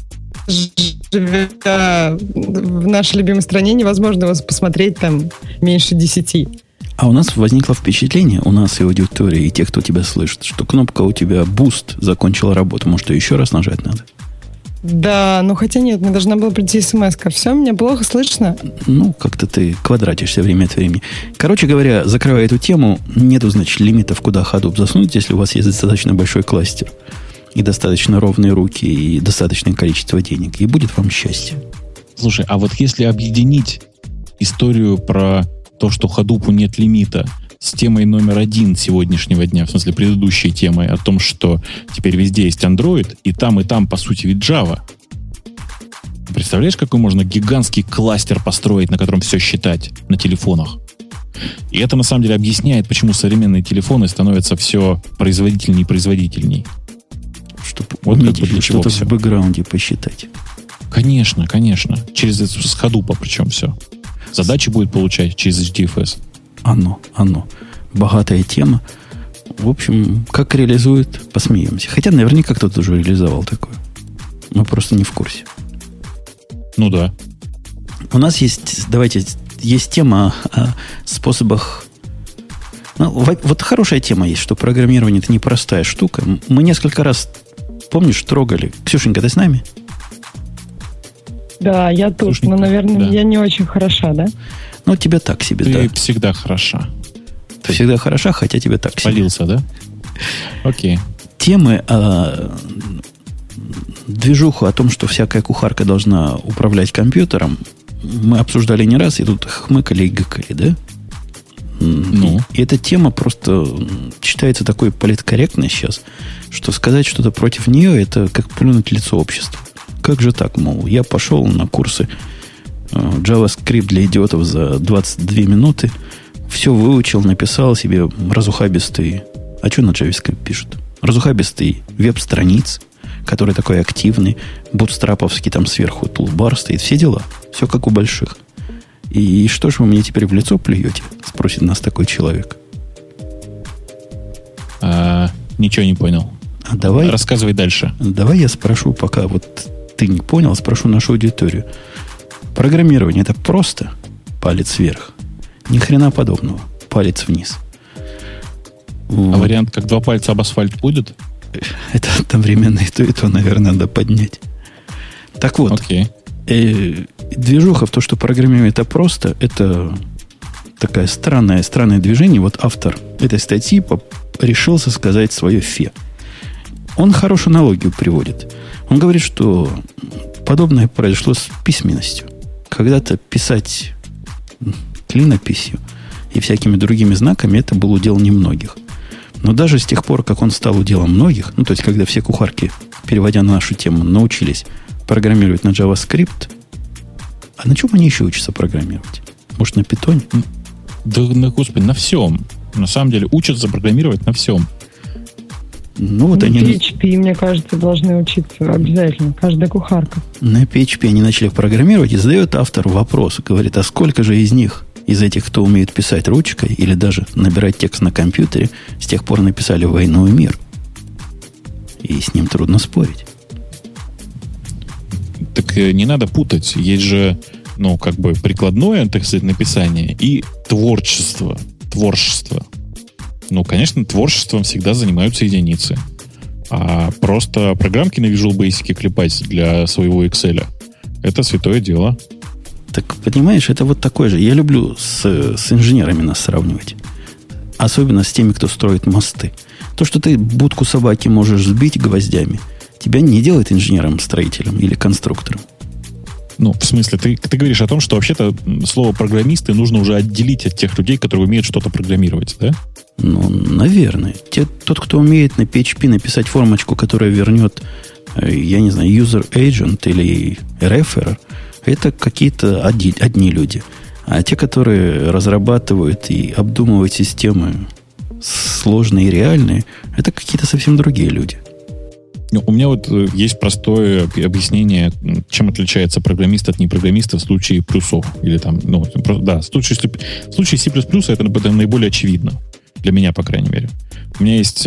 живя в нашей любимой стране, невозможно его посмотреть там меньше 10. А у нас возникло впечатление, у нас и аудитории, и тех, кто тебя слышит, что кнопка у тебя Boost закончила работу. Может, ее еще раз нажать надо? Да, ну хотя нет, мне должна была прийти смс-ка. Все, меня плохо слышно? Ну, как-то ты квадратишься время от времени. Короче говоря, закрывая эту тему, нету, значит, лимитов, куда Hadoop засунуть, если у вас есть достаточно большой кластер, и достаточно ровные руки, и достаточное количество денег. И будет вам счастье. Слушай, а вот если объединить историю про то, что Hadoop нет лимита, с темой номер 1 сегодняшнего дня, в смысле предыдущей темой, о том, что теперь везде есть Android, и там, по сути, ведь Java. Представляешь, какой можно гигантский кластер построить, на котором все считать на телефонах? И это, на самом деле, объясняет, почему современные телефоны становятся все производительнее и производительней. Чтобы вот уметь еще что-то в бэкграунде посчитать. Конечно. С Hadoop причем все. Задачи будет получать через HDFS. Оно. Богатая тема. В общем, как реализует, посмеемся. Хотя наверняка кто-то уже реализовал такое. Мы просто не в курсе. Ну да. У нас есть тема о способах... Ну, вот хорошая тема есть, что программирование — это непростая штука. Мы несколько раз, помнишь, трогали. Ксюшенька, ты с нами? Да, я тут, Ксюшенька, но, наверное, да. Я не очень хороша, да? Ну, тебе так себе, ты да. Ты всегда хороша. Ты всегда хороша, хотя тебе так себе. Спалился, да? Окей. Темы движуху о том, что всякая кухарка должна управлять компьютером, мы обсуждали не раз, и тут хмыкали и гыкали, да? Ну. И эта тема просто считается такой политкорректной сейчас, что сказать что-то против нее — это как плюнуть в лицо обществу. Как же так, мол, я пошел на курсы JavaScript для идиотов за 22 минуты, все выучил, написал себе разухабистый... А что на JavaScript пишут? Разухабистый веб-страниц, который такой активный, бутстраповский, там сверху тулбар стоит, все дела. Все как у больших. И что же вы мне теперь в лицо плюете? Спросит нас такой человек. Ничего не понял. Давай, рассказывай дальше. Давай я спрошу, пока вот ты не понял, спрошу нашу аудиторию. Программирование — это просто палец вверх. Ни хрена подобного. Палец вниз. А вариант, как 2 пальца об асфальт, будет? Это одновременно и то, наверное, надо поднять. Так вот, движуха в то, что программирование — это просто, это такое странное движение. Вот автор этой статьи решился сказать свое фе. Он хорошую аналогию приводит. Он говорит, что подобное произошло с письменностью. Когда-то писать клинописью и всякими другими знаками — это был удел немногих. Но даже с тех пор, как он стал уделом многих, ну, то есть, когда все кухарки, переводя на нашу тему, научились программировать на JavaScript, а на чем они еще учатся программировать? Может, на Python? Да, господи, на всем. На самом деле, учатся программировать на всем. Ну, вот они... PHP, мне кажется, должны учиться обязательно. Каждая кухарка. На PHP они начали программировать, и задает автор вопрос. Говорит, а сколько же из них, из этих, кто умеет писать ручкой или даже набирать текст на компьютере, с тех пор написали «Войну и мир»? И с ним трудно спорить. Так не надо путать. Есть же прикладное, так сказать, написание и творчество. Конечно, творчеством всегда занимаются единицы. А просто программки на Visual Basic клепать для своего Excel — это святое дело. Так, понимаешь, это вот такое же. Я люблю с инженерами нас сравнивать. Особенно с теми, кто строит мосты. То, что ты будку собаки можешь сбить гвоздями, тебя не делает инженером-строителем или конструктором. В смысле, ты говоришь о том, что вообще-то слово «программисты» нужно уже отделить от тех людей, которые умеют что-то программировать, да? Наверное. Тот, кто умеет на PHP написать формочку, которая вернет, я не знаю, user agent или referer, это какие-то одни люди. А те, которые разрабатывают и обдумывают системы сложные и реальные, это какие-то совсем другие люди. У меня есть простое объяснение, чем отличается программист от непрограммиста в случае плюсов. Или в случае C++ это наиболее очевидно. Для меня, по крайней мере. У меня есть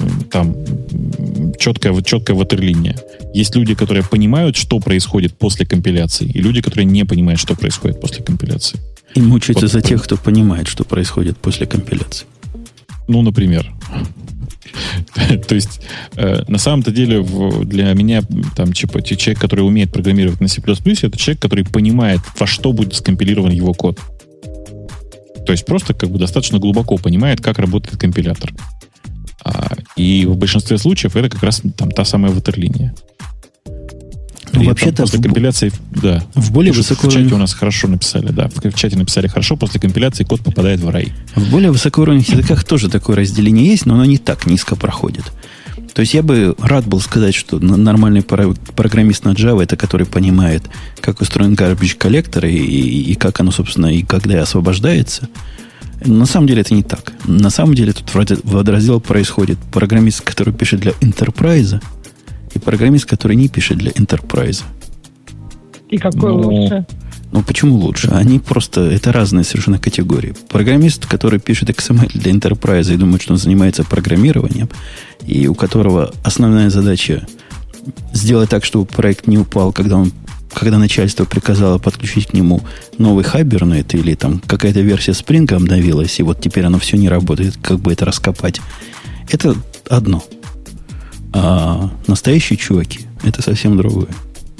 четкая ватерлиния. Есть люди, которые понимают, что происходит после компиляции, и люди, которые не понимают, что происходит после компиляции. И мучаются за тех, кто понимает, что происходит после компиляции. Например. То есть, на самом-то деле, для меня человек, который умеет программировать на C++, это человек, который понимает, во что будет скомпилирован его код. То есть, просто достаточно глубоко понимает, как работает компилятор. И в большинстве случаев это как раз та самая ватерлиния. Вообще-то после компиляции, да. В более высокоуровневых... В чате у нас хорошо написали, да. В чате написали хорошо, после компиляции код попадает в рай. В более высокоуровневых языках тоже такое разделение есть, но оно не так низко проходит. То есть я бы рад был сказать, что нормальный программист на Java — это который понимает, как устроен garbage collector и как оно, собственно, и когда освобождается. Но на самом деле это не так. На самом деле тут водораздел происходит программист, который пишет для Enterprise, и программист, который не пишет для Enterprise. И какой лучше? Почему лучше? Они просто... Это разные совершенно категории. Программист, который пишет XML для Enterprise и думает, что он занимается программированием, и у которого основная задача сделать так, чтобы проект не упал, когда начальство приказало подключить к нему новый Hibernate или какая-то версия Spring обновилась, и вот теперь оно все не работает, как бы это раскопать. Это одно. А настоящие чуваки — это совсем другое.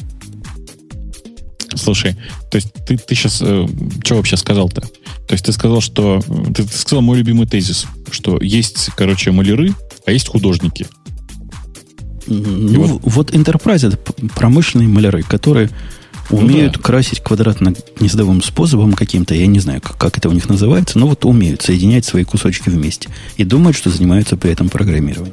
Слушай, то есть ты сейчас что вообще сказал-то? То есть ты сказал, что... Ты сказал мой любимый тезис, что есть, маляры, а есть художники. Вот Enterprise — это промышленные маляры, которые умеют красить квадратно-гнездовым способом каким-то, я не знаю, как это у них называется, но умеют соединять свои кусочки вместе и думают, что занимаются при этом программированием.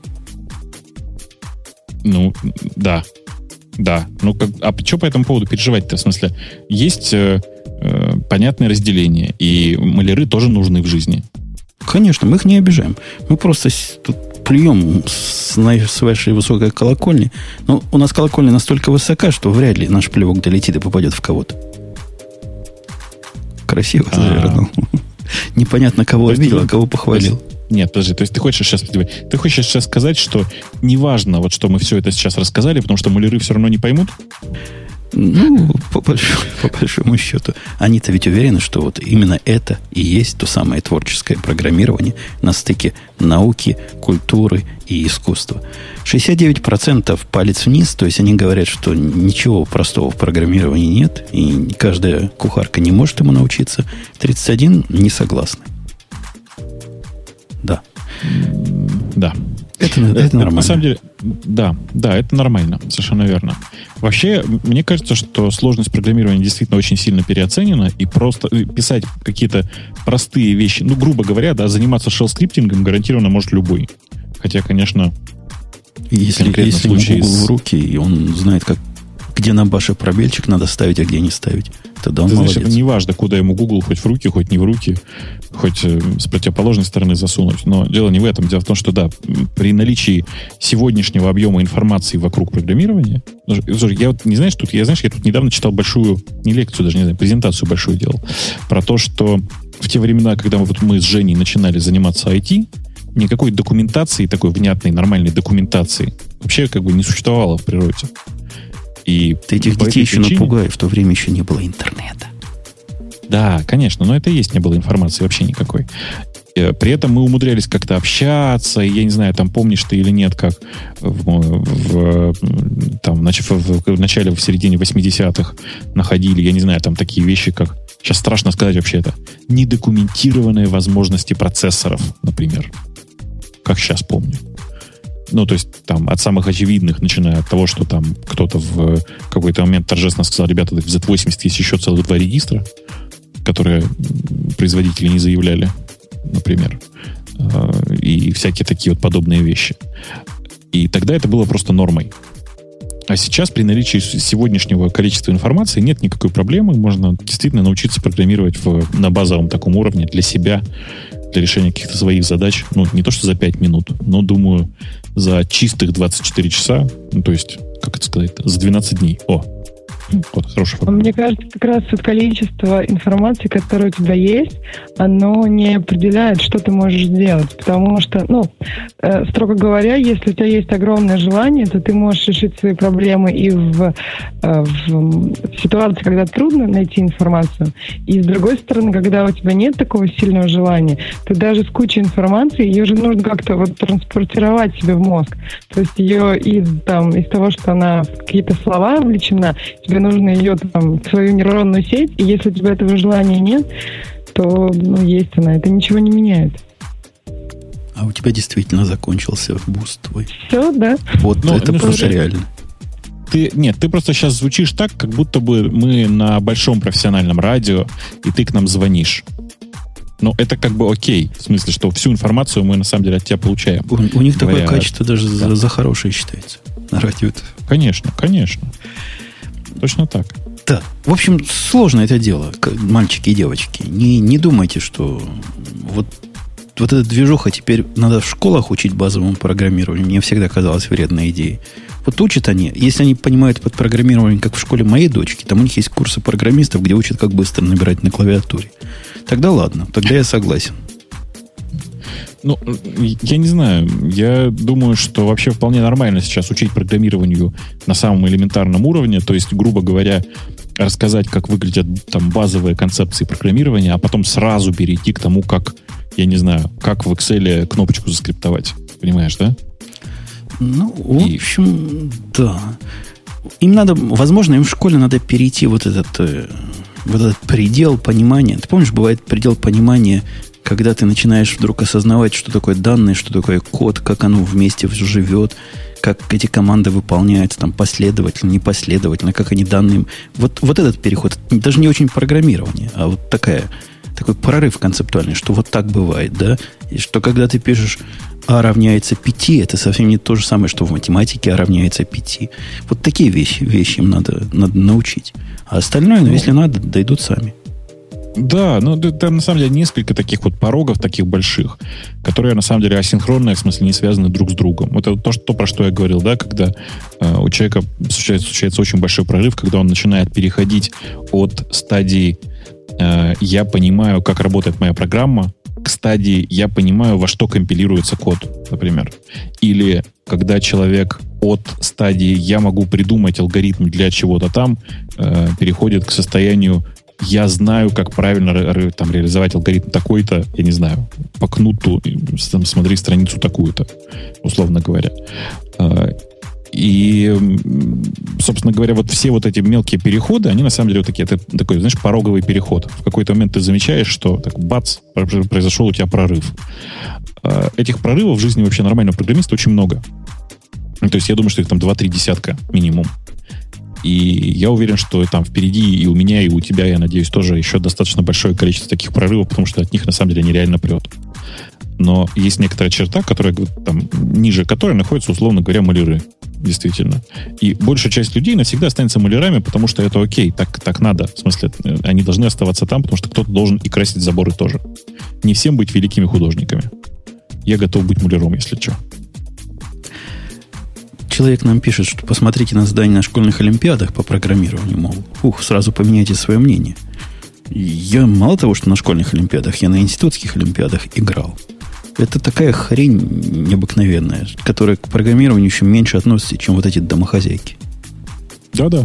Да. Да. А что по этому поводу переживать-то? В смысле, есть понятное разделение, и маляры тоже нужны в жизни. Конечно, мы их не обижаем. Мы просто тут плюем с вашей высокой колокольни. Но у нас колокольня настолько высока, что вряд ли наш плевок долетит и попадет в кого-то. Красиво завернул. Непонятно, кого обидел, а кого похвалил. Нет, подожди, то есть ты хочешь сейчас сказать, что неважно, что мы все это сейчас рассказали, потому что маляры все равно не поймут? По большому счету. Они-то ведь уверены, что именно это и есть то самое творческое программирование на стыке науки, культуры и искусства. 69% палец вниз, то есть они говорят, что ничего простого в программировании нет, и каждая кухарка не может ему научиться. 31% не согласны. Да. Да. Это нормально. На самом деле, да, это нормально, совершенно верно. Вообще, мне кажется, что сложность программирования действительно очень сильно переоценена, и просто писать какие-то простые вещи, грубо говоря, заниматься shell-скриптингом гарантированно может любой. Хотя, конечно, если ему Google в руки, и он знает, где на баше пробельчик надо ставить, а где не ставить, тогда он молодец. Знаешь, неважно, куда ему Google, хоть в руки, хоть не в руки, хоть с противоположной стороны засунуть. Но дело не в этом. Дело в том, что при наличии сегодняшнего объема информации вокруг программирования, я не знаю, что я тут недавно читал большую, не лекцию, даже не знаю, презентацию большую делал, про то, что в те времена, когда мы с Женей начинали заниматься IT, никакой документации, такой внятной, нормальной документации вообще не существовало в природе. И ты этих детей еще напугай, в то время еще не было интернета. Да, конечно, но это и есть, не было информации вообще никакой. При этом мы умудрялись как-то общаться, и я не знаю, там помнишь ты или нет, как в начале, в середине 80-х находили, я не знаю, там такие вещи, как, сейчас страшно сказать вообще это, недокументированные возможности процессоров, например. Как сейчас помню. Ну, то есть, там, от самых очевидных, начиная от того, что там кто-то в какой-то момент торжественно сказал, ребята, в Z80 есть еще целых 2 регистра, которые производители не заявляли, например. И всякие такие вот подобные вещи. И тогда это было просто нормой. А сейчас при наличии сегодняшнего количества информации нет никакой проблемы. Можно действительно научиться программировать на базовом таком уровне для себя, для решения каких-то своих задач. Ну, не то, что за 5 минут, но, думаю, за чистых 24 часа, ну, то есть, как это сказать, за 12 дней. Вот, хороший факт. Мне кажется, как раз вот количество информации, которое у тебя есть, оно не определяет, что ты можешь сделать. Потому что, строго говоря, если у тебя есть огромное желание, то ты можешь решить свои проблемы и в ситуации, когда трудно найти информацию. И с другой стороны, когда у тебя нет такого сильного желания, то даже с кучей информации ее же нужно как-то вот транспортировать себе в мозг. То есть ее из того, что она в какие-то слова влечена, тебе нужно ее в свою нейронную сеть, и если у тебя этого желания нет, то есть она. Это ничего не меняет. А у тебя действительно закончился буст твой. Все, да. Вот это просто реально. Ты просто сейчас звучишь так, как будто бы мы на большом профессиональном радио, и ты к нам звонишь. Но это как бы окей. В смысле, что всю информацию мы на самом деле от тебя получаем. У них такое качество даже за хорошее считается. На радио. Конечно. Точно так. Да. В общем, сложно это дело, мальчики и девочки. Не думайте, что вот эта движуха теперь надо в школах учить базовому программированию. Мне всегда казалось вредной идеей. Вот учат они, если они понимают под программированием, как в школе моей дочки, там у них есть курсы программистов, где учат, как быстро набирать на клавиатуре. Тогда ладно, тогда я согласен. Я не знаю. Я думаю, что вообще вполне нормально сейчас учить программированию на самом элементарном уровне. То есть, грубо говоря, рассказать, как выглядят там базовые концепции программирования, а потом сразу перейти к тому, как, я не знаю, как в Excel кнопочку заскриптовать. Понимаешь, да? В общем, да. Возможно, им в школе надо перейти вот этот предел понимания. Ты помнишь, бывает предел понимания, когда ты начинаешь вдруг осознавать, что такое данные, что такое код, как оно вместе живет, как эти команды выполняются там последовательно, непоследовательно, как они данные... Вот этот переход, даже не очень программирование, а вот такой прорыв концептуальный, что вот так бывает, да? И что когда ты пишешь А равняется 5, это совсем не то же самое, что в математике А равняется 5. Вот такие вещи им надо научить. А остальное, если надо, дойдут сами. Да, там на самом деле несколько таких вот порогов, таких больших, которые на самом деле асинхронные, в смысле не связаны друг с другом. Это то, про что я говорил, да, когда у человека случается очень большой прорыв, когда он начинает переходить от стадии «я понимаю, как работает моя программа», к стадии «я понимаю, во что компилируется код», например. Или когда человек от стадии «я могу придумать алгоритм для чего-то там» переходит к состоянию «я знаю, как правильно реализовать алгоритм такой-то, я не знаю, по кнуту, смотри страницу такую-то», условно говоря. И, собственно говоря, вот все вот эти мелкие переходы, они на самом деле вот такие, это такой, знаешь, пороговый переход. В какой-то момент ты замечаешь, что так бац, произошел у тебя прорыв. Этих прорывов в жизни вообще нормального программиста очень много. То есть я думаю, что их там 2-3 десятка минимум. И я уверен, что там впереди и у меня, и у тебя, я надеюсь, тоже еще достаточно большое количество таких прорывов, потому что от них на самом деле нереально прет. Но есть некоторая черта, которая там, ниже которой находятся, условно говоря, маляры. Действительно. И большая часть людей навсегда останется малярами, потому что это окей, так надо. В смысле, они должны оставаться там, потому что кто-то должен и красить заборы тоже. Не всем быть великими художниками. Я готов быть маляром, если что. Человек нам пишет, что посмотрите на задания на школьных олимпиадах по программированию, мол, сразу поменяйте свое мнение. Я мало того, что на школьных олимпиадах, я на институтских олимпиадах играл. Это такая хрень необыкновенная, которая к программированию еще меньше относится, чем вот эти домохозяйки. Да.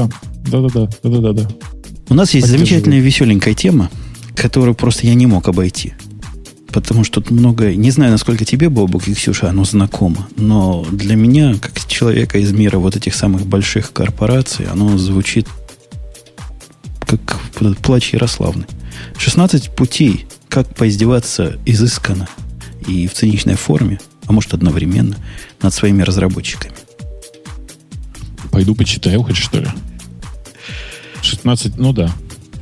У нас есть замечательная веселенькая тема, которую просто я не мог обойти. Потому что тут много... Не знаю, насколько тебе, Бобук и Ксюша, оно знакомо. Но для меня, как человека из мира вот этих самых больших корпораций, оно звучит как плач Ярославны. 16 путей, как поиздеваться изысканно и в циничной форме, а может одновременно, над своими разработчиками. Пойду почитаю хоть, что ли? 16, ну да.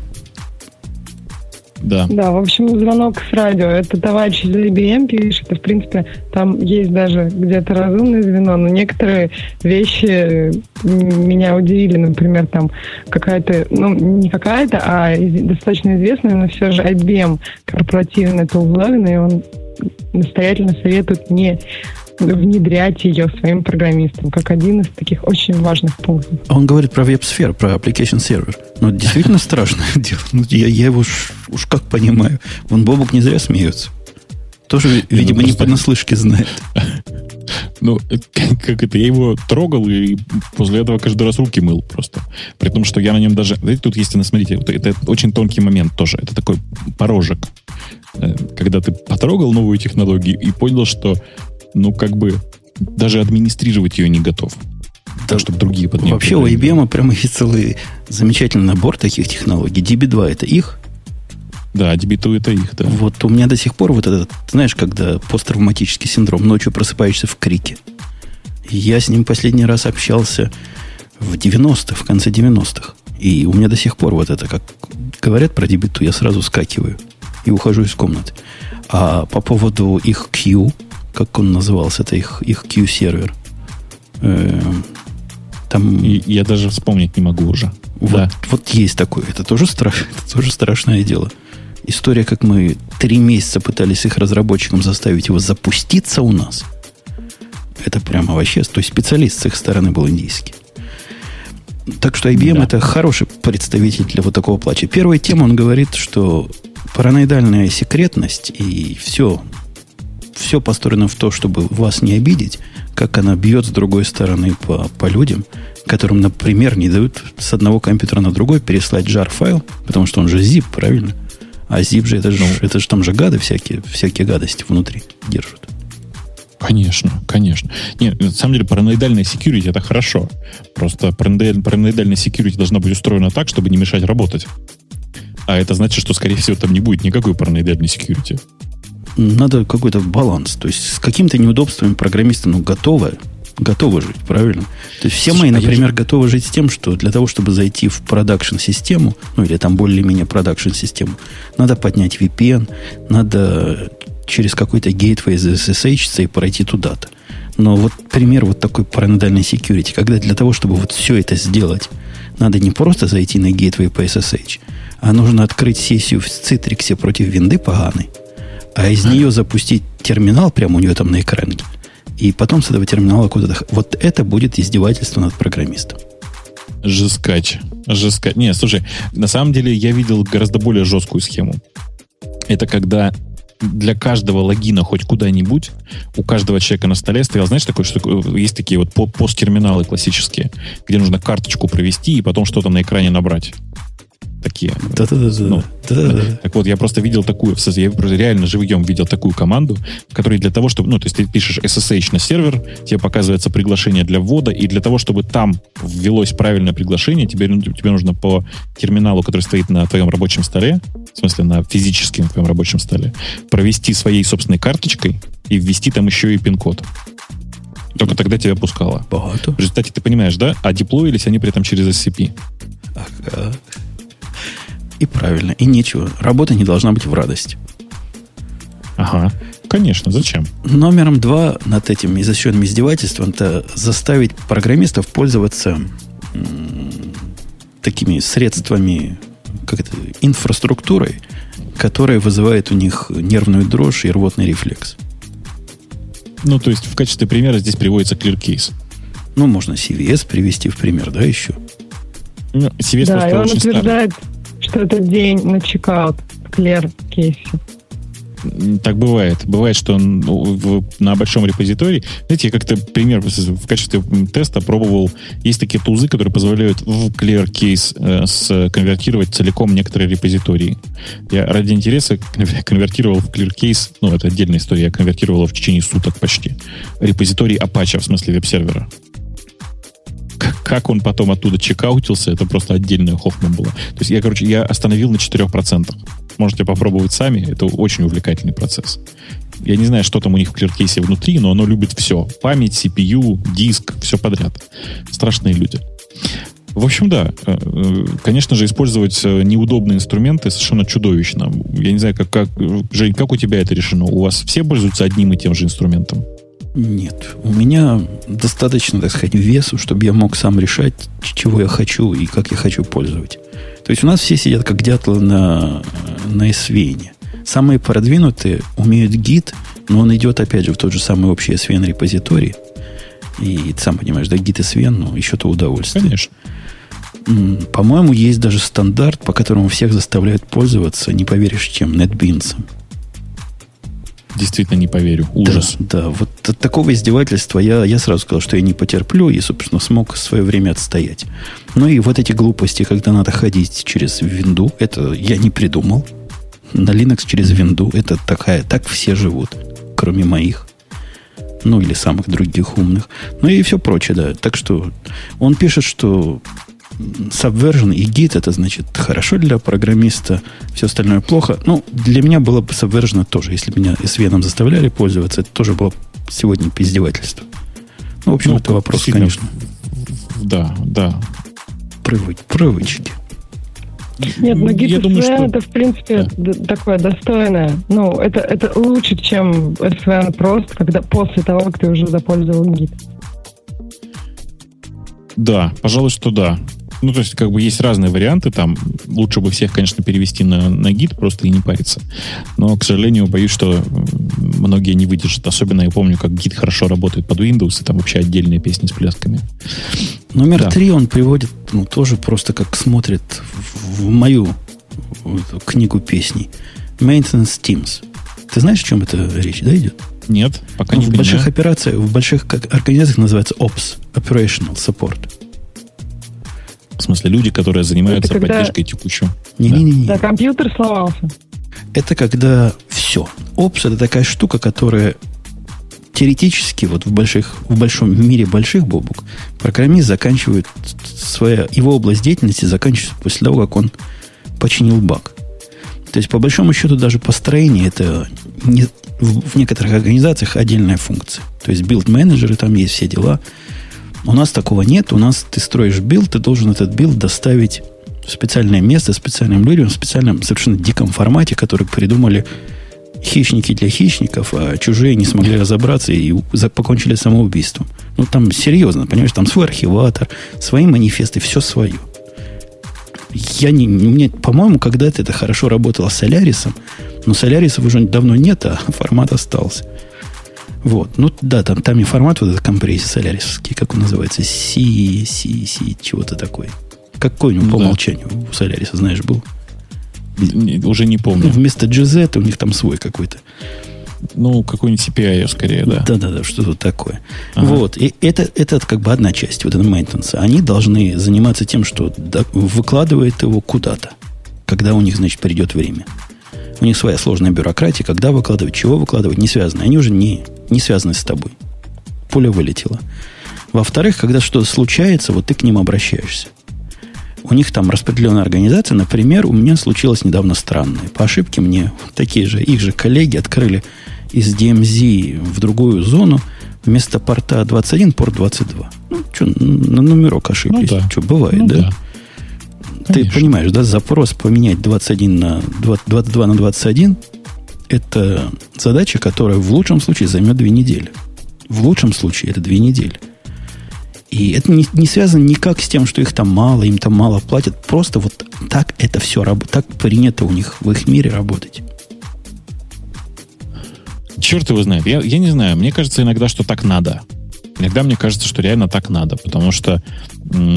Да, в общем, звонок с радио. Это товарищ из IBM пишет, и, в принципе, там есть даже где-то разумное звено, но некоторые вещи меня удивили. Например, там какая-то, не какая-то, а достаточно известная, но все же IBM корпоративная тулзавина, и он настоятельно советует не внедрять ее своим программистам, как один из таких очень важных пунктов. Он говорит про веб-сферу, про application server. Ну, действительно страшное дело. Я его уж как понимаю. Вон Бобук не зря смеется. Тоже, видимо, не понаслышке знает. Ну, как это? Я его трогал и после этого каждый раз руки мыл просто. При том, что я на нем даже... Знаете, тут есть, смотрите, это очень тонкий момент тоже. Это такой порожек. Когда ты потрогал новую технологию и понял, что даже администрировать ее не готов. Так, чтобы другие под нее... Вообще у IBM прямо есть целый замечательный набор таких технологий. DB2 это их? Да, DB2 это их, да. Вот у меня до сих пор вот этот, знаешь, когда посттравматический синдром, ночью просыпаешься в крике. Я с ним последний раз общался в 90-х, в конце 90-х. И у меня до сих пор вот это, как говорят про DB2, я сразу вскакиваю и ухожу из комнаты. А по поводу их Q, как он назывался, это их Q-сервер. Там... Я даже вспомнить не могу уже. Вот есть такое. Это тоже страшное дело. История, как мы 3 месяца пытались их разработчикам заставить его запуститься у нас. Это прямо вообще... То есть специалист с их стороны был индийский. Так что IBM это хороший представитель для вот такого плача. Первая тема, он говорит, что параноидальная секретность и все построено в то, чтобы вас не обидеть, как она бьет с другой стороны по людям, которым, например, не дают с одного компьютера на другой переслать jar-файл, потому что он же zip, правильно? А zip же, это же там же гады всякие гадости внутри держат. Конечно. Нет, на самом деле параноидальная security это хорошо. Просто параноидальная security должна быть устроена так, чтобы не мешать работать. А это значит, что, скорее всего, там не будет никакой параноидальной security. Надо какой-то баланс. То есть с какими-то неудобствами программисты готовы жить, правильно? То есть все мои, например, готовы жить с тем, что для того, чтобы зайти в продакшн-систему, или там более-менее продакшн-систему, надо поднять VPN, надо через какой-то гейтвей из SSH и пройти туда-то. Но вот пример вот такой параноидальной security, когда для того, чтобы вот все это сделать, надо не просто зайти на гейтвей по SSH, а нужно открыть сессию в Citrix против винды поганой, а из нее запустить терминал прямо у нее там на экране, и потом с этого терминала куда-то... Вот это будет издевательство над программистом. Жескач. Не, слушай, на самом деле я видел гораздо более жесткую схему. Это когда для каждого логина хоть куда-нибудь у каждого человека на столе стоял, знаешь, такое, что есть такие вот посттерминалы классические, где нужно карточку провести и потом что-то на экране набрать. Такие. Да. Так вот, я просто видел такую, я просто реально живьем видел такую команду, в которой для того, чтобы, то есть ты пишешь SSH на сервер, тебе показывается приглашение для ввода, и для того, чтобы там ввелось правильное приглашение, тебе нужно по терминалу, который стоит на твоем рабочем столе, в смысле на физическом твоем рабочем столе, провести своей собственной карточкой и ввести там еще и пин-код. Только тогда тебя пускало. Богато. В результате ты понимаешь, да? А деплоились они при этом через SCP. Ага. И правильно, и нечего. Работа не должна быть в радость. Ага, конечно, зачем? Номером 2 над этим изощренным издевательством это заставить программистов пользоваться такими средствами, инфраструктурой, которая вызывает у них нервную дрожь и рвотный рефлекс. То есть в качестве примера здесь приводится ClearCase. Можно CVS привести в пример, да, еще? CVS да, и он утверждает, что это день на чекаут в ClearCase. Так бывает. Бывает, что на большом репозитории... Знаете, я как-то пример в качестве теста пробовал. Есть такие тулзы, которые позволяют в ClearCase конвертировать целиком некоторые репозитории. Я ради интереса конвертировал в ClearCase, это отдельная история, я конвертировал его в течение суток почти. Репозиторий Apache, в смысле веб-сервера. Как он потом оттуда чекаутился, это просто отдельная хохма была. То есть я остановил на 4%. Можете попробовать сами. Это очень увлекательный процесс. Я не знаю, что там у них в ClearCase внутри, но оно любит все. Память, CPU, диск, все подряд. Страшные люди. В общем, да. Конечно же, использовать неудобные инструменты совершенно чудовищно. Я не знаю, Жень, как у тебя это решено? У вас все пользуются одним и тем же инструментом? Нет. У меня достаточно, так сказать, весу, чтобы я мог сам решать, чего я хочу и как я хочу пользовать. То есть у нас все сидят как дятлы на SVN. Самые продвинутые умеют Git, но он идет, опять же, в тот же самый общий SVN репозиторий. И ты сам понимаешь, да, Git SVN, еще то удовольствие. Конечно. По-моему, есть даже стандарт, по которому всех заставляют пользоваться, не поверишь, чем, NetBeans. Действительно не поверю. Ужас. Да, вот от такого издевательства я сразу сказал, что я не потерплю и, собственно, смог в свое время отстоять. Ну и вот эти глупости, когда надо ходить через винду, это я не придумал. На Linux через винду это так все живут, кроме моих. Ну или самых других умных. Ну и все прочее, да. Так что он пишет, что Subversion и Git это значит хорошо для программиста, все остальное плохо. Ну, для меня было бы Subversion тоже. Если меня SVN заставляли пользоваться, это тоже было сегодня издевательство. Ну, в общем, это вопрос, конечно. Да. Привычки. Нет, но Git SVN это, в принципе, такое достойное. Ну, это лучше, чем SVN просто, когда после того, как ты уже запользовал Git. Да, пожалуй, что да. Ну, то есть, есть разные варианты. Там лучше бы всех, конечно, перевести на Git просто и не париться. Но, к сожалению, боюсь, что многие не выдержат. Особенно я помню, как Git хорошо работает под Windows, и там вообще отдельные песни с плясками. Номер 3 он приводит, тоже просто как смотрит в мою книгу песней. Maintenance Teams. Ты знаешь, о чем это речь, да, идет? Нет, пока не понимаю. В больших операциях, в больших организациях называется OPS, Operational Support. В смысле, люди, которые занимаются поддержкой текущего. Не-не-не. Да, компьютер сломался. Это когда все. OPS это такая штука, которая теоретически в большом мире больших бобук программист заканчивает его область деятельности заканчивается после того, как он починил баг. То есть, по большому счету, даже построение это в некоторых организациях отдельная функция. То есть, билд-менеджеры, там есть все дела. У нас такого нет. У нас ты строишь билд, ты должен этот билд доставить в специальное место, специальным людям, в специальном совершенно диком формате, который придумали хищники для хищников, а чужие не смогли разобраться и покончили самоубийством. Ну, там серьезно, понимаешь, там свой архиватор, свои манифесты, все свое. По-моему, когда-то это хорошо работало с Солярисом, но Солярисов уже давно нет, а формат остался. Вот. Ну, да, там и формат вот этот компрессии солярисовский, как он называется, чего-то такое. Какой у него по умолчанию у Соляриса, знаешь, был? Уже не помню. Вместо GZ у них там свой какой-то. Ну, какой-нибудь CPI скорее, да. Да, что-то такое. Ага. Вот. И это как бы одна часть вот этого maintenance. Они должны заниматься тем, что выкладывает его куда-то, когда у них, значит, придет время. У них своя сложная бюрократия, когда выкладывать, чего выкладывать, не связано. Они уже не связаны с тобой. Пуля вылетела. Во-вторых, когда что-то случается, вот ты к ним обращаешься. У них там распределенная организация. Например, у меня случилось недавно странное. По ошибке мне такие же, их же коллеги открыли из DMZ в другую зону вместо порта 21 порт 22. Ну, что, на номерок ошиблись. Ну, да. Что, бывает, да? Ты Конечно. Понимаешь, да, запрос поменять 21 на 22 на 21 это задача, которая в лучшем случае займет 2 недели. В лучшем случае это 2 недели. И это не связано никак с тем, что их там мало, им там мало платят. Просто вот так это все работает. Так принято у них в их мире работать. Черт его знает. Я не знаю. Мне кажется иногда, что так надо. Иногда мне кажется, что реально так надо. Потому что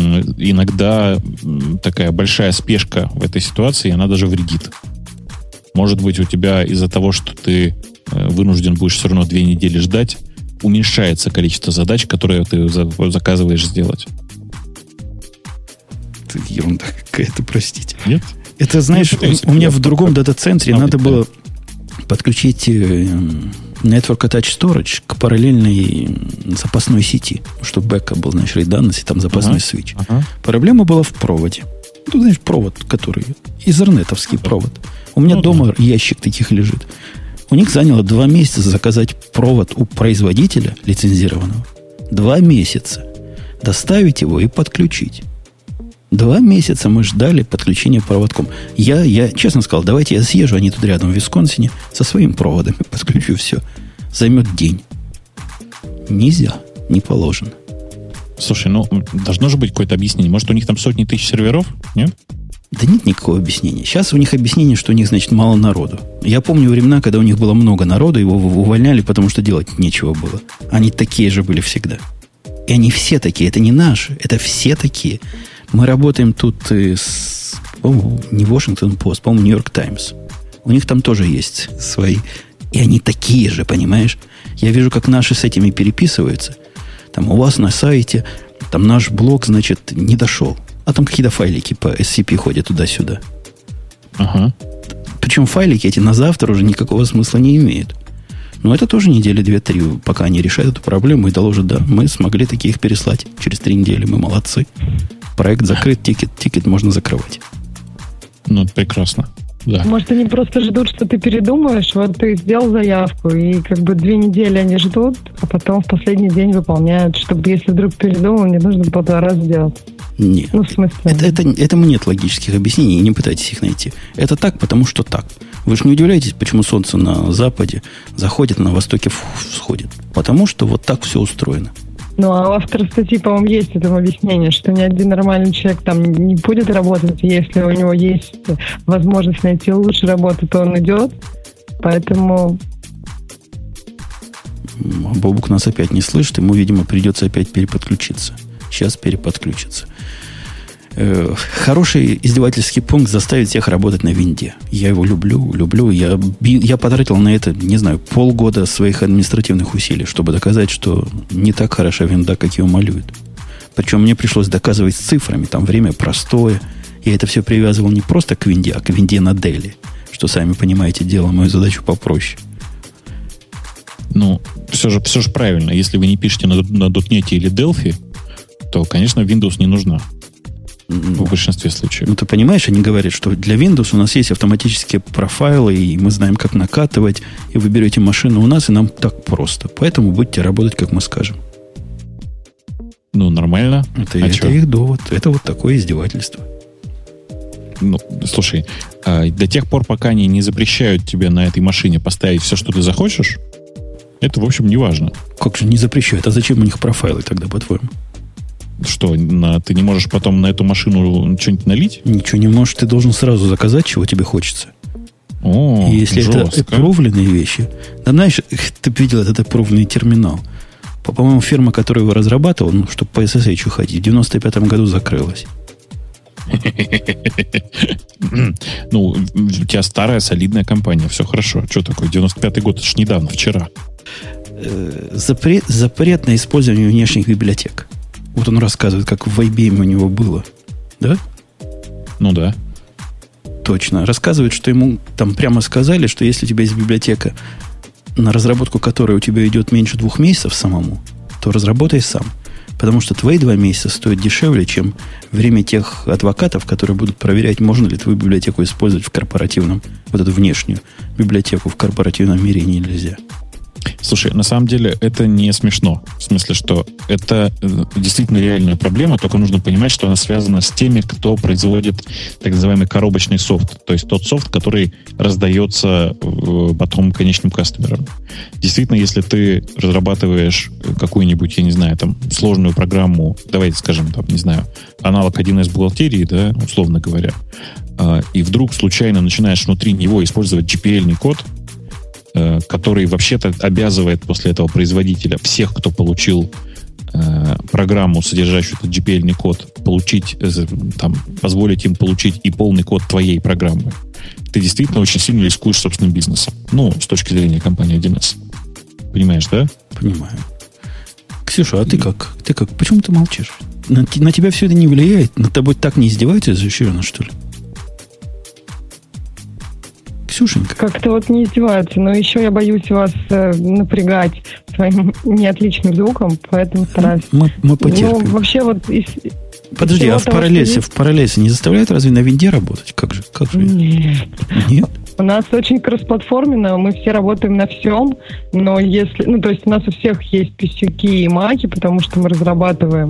иногда такая большая спешка в этой ситуации, она даже вредит. Может быть, у тебя из-за того, что ты вынужден будешь все равно 2 недели ждать, уменьшается количество задач, которые ты заказываешь сделать. Это ерунда какая-то, простите. Нет? Это, знаешь, у меня в другом дата-центре надо было подключить Network Attached Storage к параллельной запасной сети, чтобы бэкап был, знаешь, редданность, и там запасной свитч. Проблема была в проводе. Тут, знаешь, провод, который изернетовский провод. У меня дома ящик таких лежит. У них заняло 2 месяца заказать провод у производителя лицензированного. 2 месяца. Доставить его и подключить. 2 месяца мы ждали подключения проводком. Я честно сказал, давайте я съезжу, они тут рядом в Висконсине, со своим проводом и подключу все. Займет день. Нельзя, не положено. Слушай, должно же быть какое-то объяснение. Может, у них там сотни тысяч серверов? Нет? Да нет никакого объяснения. Сейчас у них объяснение, что у них, значит, мало народу. Я помню времена, когда у них было много народу, его увольняли, потому что делать нечего было. Они такие же были всегда. И они все такие. Это не наши, это все такие. Мы работаем тут с, по-моему, не Washington-Post, по-моему, New York Times. У них там тоже есть свои. И они такие же, понимаешь? Я вижу, как наши с этими переписываются. Там у вас на сайте, там наш блог, значит, не дошел. А там какие-то файлики по SCP ходят туда-сюда. Ага. Причем файлики эти на завтра уже никакого смысла не имеют. Но это тоже недели 2-3, пока они решают эту проблему и доложат, да, мы смогли таких переслать через 3 недели, мы молодцы. Проект закрыт, тикет можно закрывать. Ну, это прекрасно. Да. Может, они просто ждут, что ты передумаешь, вот ты сделал заявку, и как бы 2 недели они ждут, а потом в последний день выполняют, чтобы если вдруг передумал, не нужно было 2 раза делать. Нет. Ну, в смысле? Этому нет логических объяснений, не пытайтесь их найти. Это так, потому что так. Вы же не удивляетесь, почему солнце на западе заходит, а на востоке всходит. Потому что вот так все устроено. Ну, а у автора статьи, по-моему, есть этому объяснение, что ни один нормальный человек там не будет работать, если у него есть возможность найти лучше работу, то он идет. Поэтому... Бобук нас опять не слышит, ему, видимо, придется опять переподключиться. Сейчас переподключится. Хороший издевательский пункт заставить всех работать на винде. Я его люблю. Я потратил на это, не знаю, полгода своих административных усилий, чтобы доказать, что не так хороша винда, как ее малюют. Причем мне пришлось доказывать с цифрами. Там время простое. Я это все привязывал не просто к винде, а к винде на Dell. Что, сами понимаете, делало мою задачу попроще. Ну, все же правильно. Если вы не пишете на .NET или Delphi, то, конечно, Windows не нужна. В большинстве случаев. Ну, ты понимаешь, они говорят, что для Windows у нас есть автоматические профайлы, и мы знаем, как накатывать, и вы берете машину у нас, и нам так просто. Поэтому будете работать, как мы скажем. Ну, нормально. Это их довод. Это вот такое издевательство. Ну, слушай, до тех пор, пока они не запрещают тебе на этой машине поставить все, что ты захочешь, это, в общем, не важно. Как же не запрещают? А зачем у них профайлы тогда, по-твоему? Что, ты не можешь потом на эту машину что-нибудь налить? Ничего не можешь. Ты должен сразу заказать, чего тебе хочется. О, и если жестко. это approvленные вещи... Да, знаешь, ты видел этот approvленный терминал. По-моему, фирма, которая его разрабатывала, чтобы по SSH ходить, в 95-м году закрылась. Ну, у тебя старая, солидная компания. Все хорошо. Что такое? 95-й год, это ж недавно, вчера. Запрет на использование внешних библиотек. Вот он рассказывает, как в IBM у него было. Да? Ну да. Точно. Рассказывает, что ему там прямо сказали, что если у тебя есть библиотека, на разработку которой у тебя идет меньше 2 месяцев самому, то разработай сам. Потому что твои 2 месяца стоят дешевле, чем время тех адвокатов, которые будут проверять, можно ли твою библиотеку использовать в корпоративном, вот эту внешнюю библиотеку в корпоративном мире нельзя. Слушай, на самом деле это не смешно. В смысле, что это действительно реальная проблема, только нужно понимать, что она связана с теми, кто производит так называемый коробочный софт. То есть тот софт, который раздается потом конечным кастомерам. Действительно, если ты разрабатываешь какую-нибудь, я не знаю, там, сложную программу, давайте скажем, там, не знаю, аналог 1С бухгалтерии, да, условно говоря, и вдруг случайно начинаешь внутри него использовать GPL-ный код, который вообще-то обязывает после этого производителя всех, кто получил программу, содержащую этот GPL-ный код, позволить им получить и полный код твоей программы, ты действительно очень сильно рискуешь собственным бизнесом. Ну, с точки зрения компании 1С. Понимаешь, да? Понимаю. Ксюша, а ты как? Почему ты молчишь? На тебя все это не влияет? Над тобой так не издеваются изощренно, что ли? Ксюшенька. Как-то вот не издеваются, но еще я боюсь вас напрягать своим неотличным звуком, поэтому стараюсь. Мы потерпим. Ну, вообще вот... Подожди, а в параллельсе не заставляют разве на винде работать? Как же? Нет. Нет? У нас очень кроссплатформенно, мы все работаем на всем, но если... Ну, то есть у нас у всех есть писюки и маки, потому что мы разрабатываем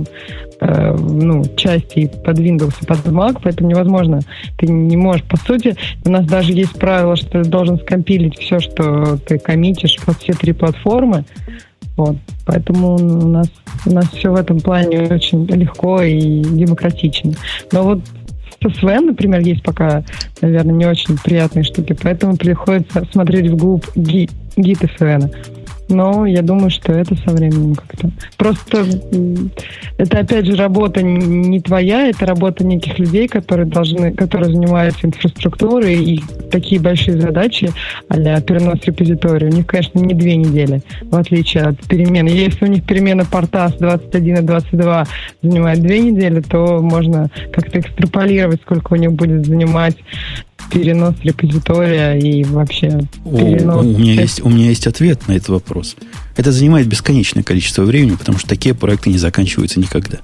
части под Windows и под Mac, поэтому невозможно. Ты не можешь... По сути, у нас даже есть правило, что ты должен скомпилить все, что ты коммитишь под все 3 платформы. Вот. Поэтому у нас все в этом плане очень легко и демократично. Но вот с SVN, например, есть пока, наверное, не очень приятные штуки, поэтому приходится смотреть вглубь гид SVN. Но я думаю, что это со временем как-то. Просто это, опять же, работа не твоя, это работа неких людей, которые занимаются инфраструктурой, и такие большие задачи а-ля перенос репозитория. У них, конечно, не 2 недели, в отличие от перемен. Если у них перемена порта с 21 и 22 занимает 2 недели, то можно как-то экстраполировать, сколько у них будет занимать перенос репозитория и вообще перенос... У меня есть ответ на этот вопрос. Это занимает бесконечное количество времени, потому что такие проекты не заканчиваются никогда.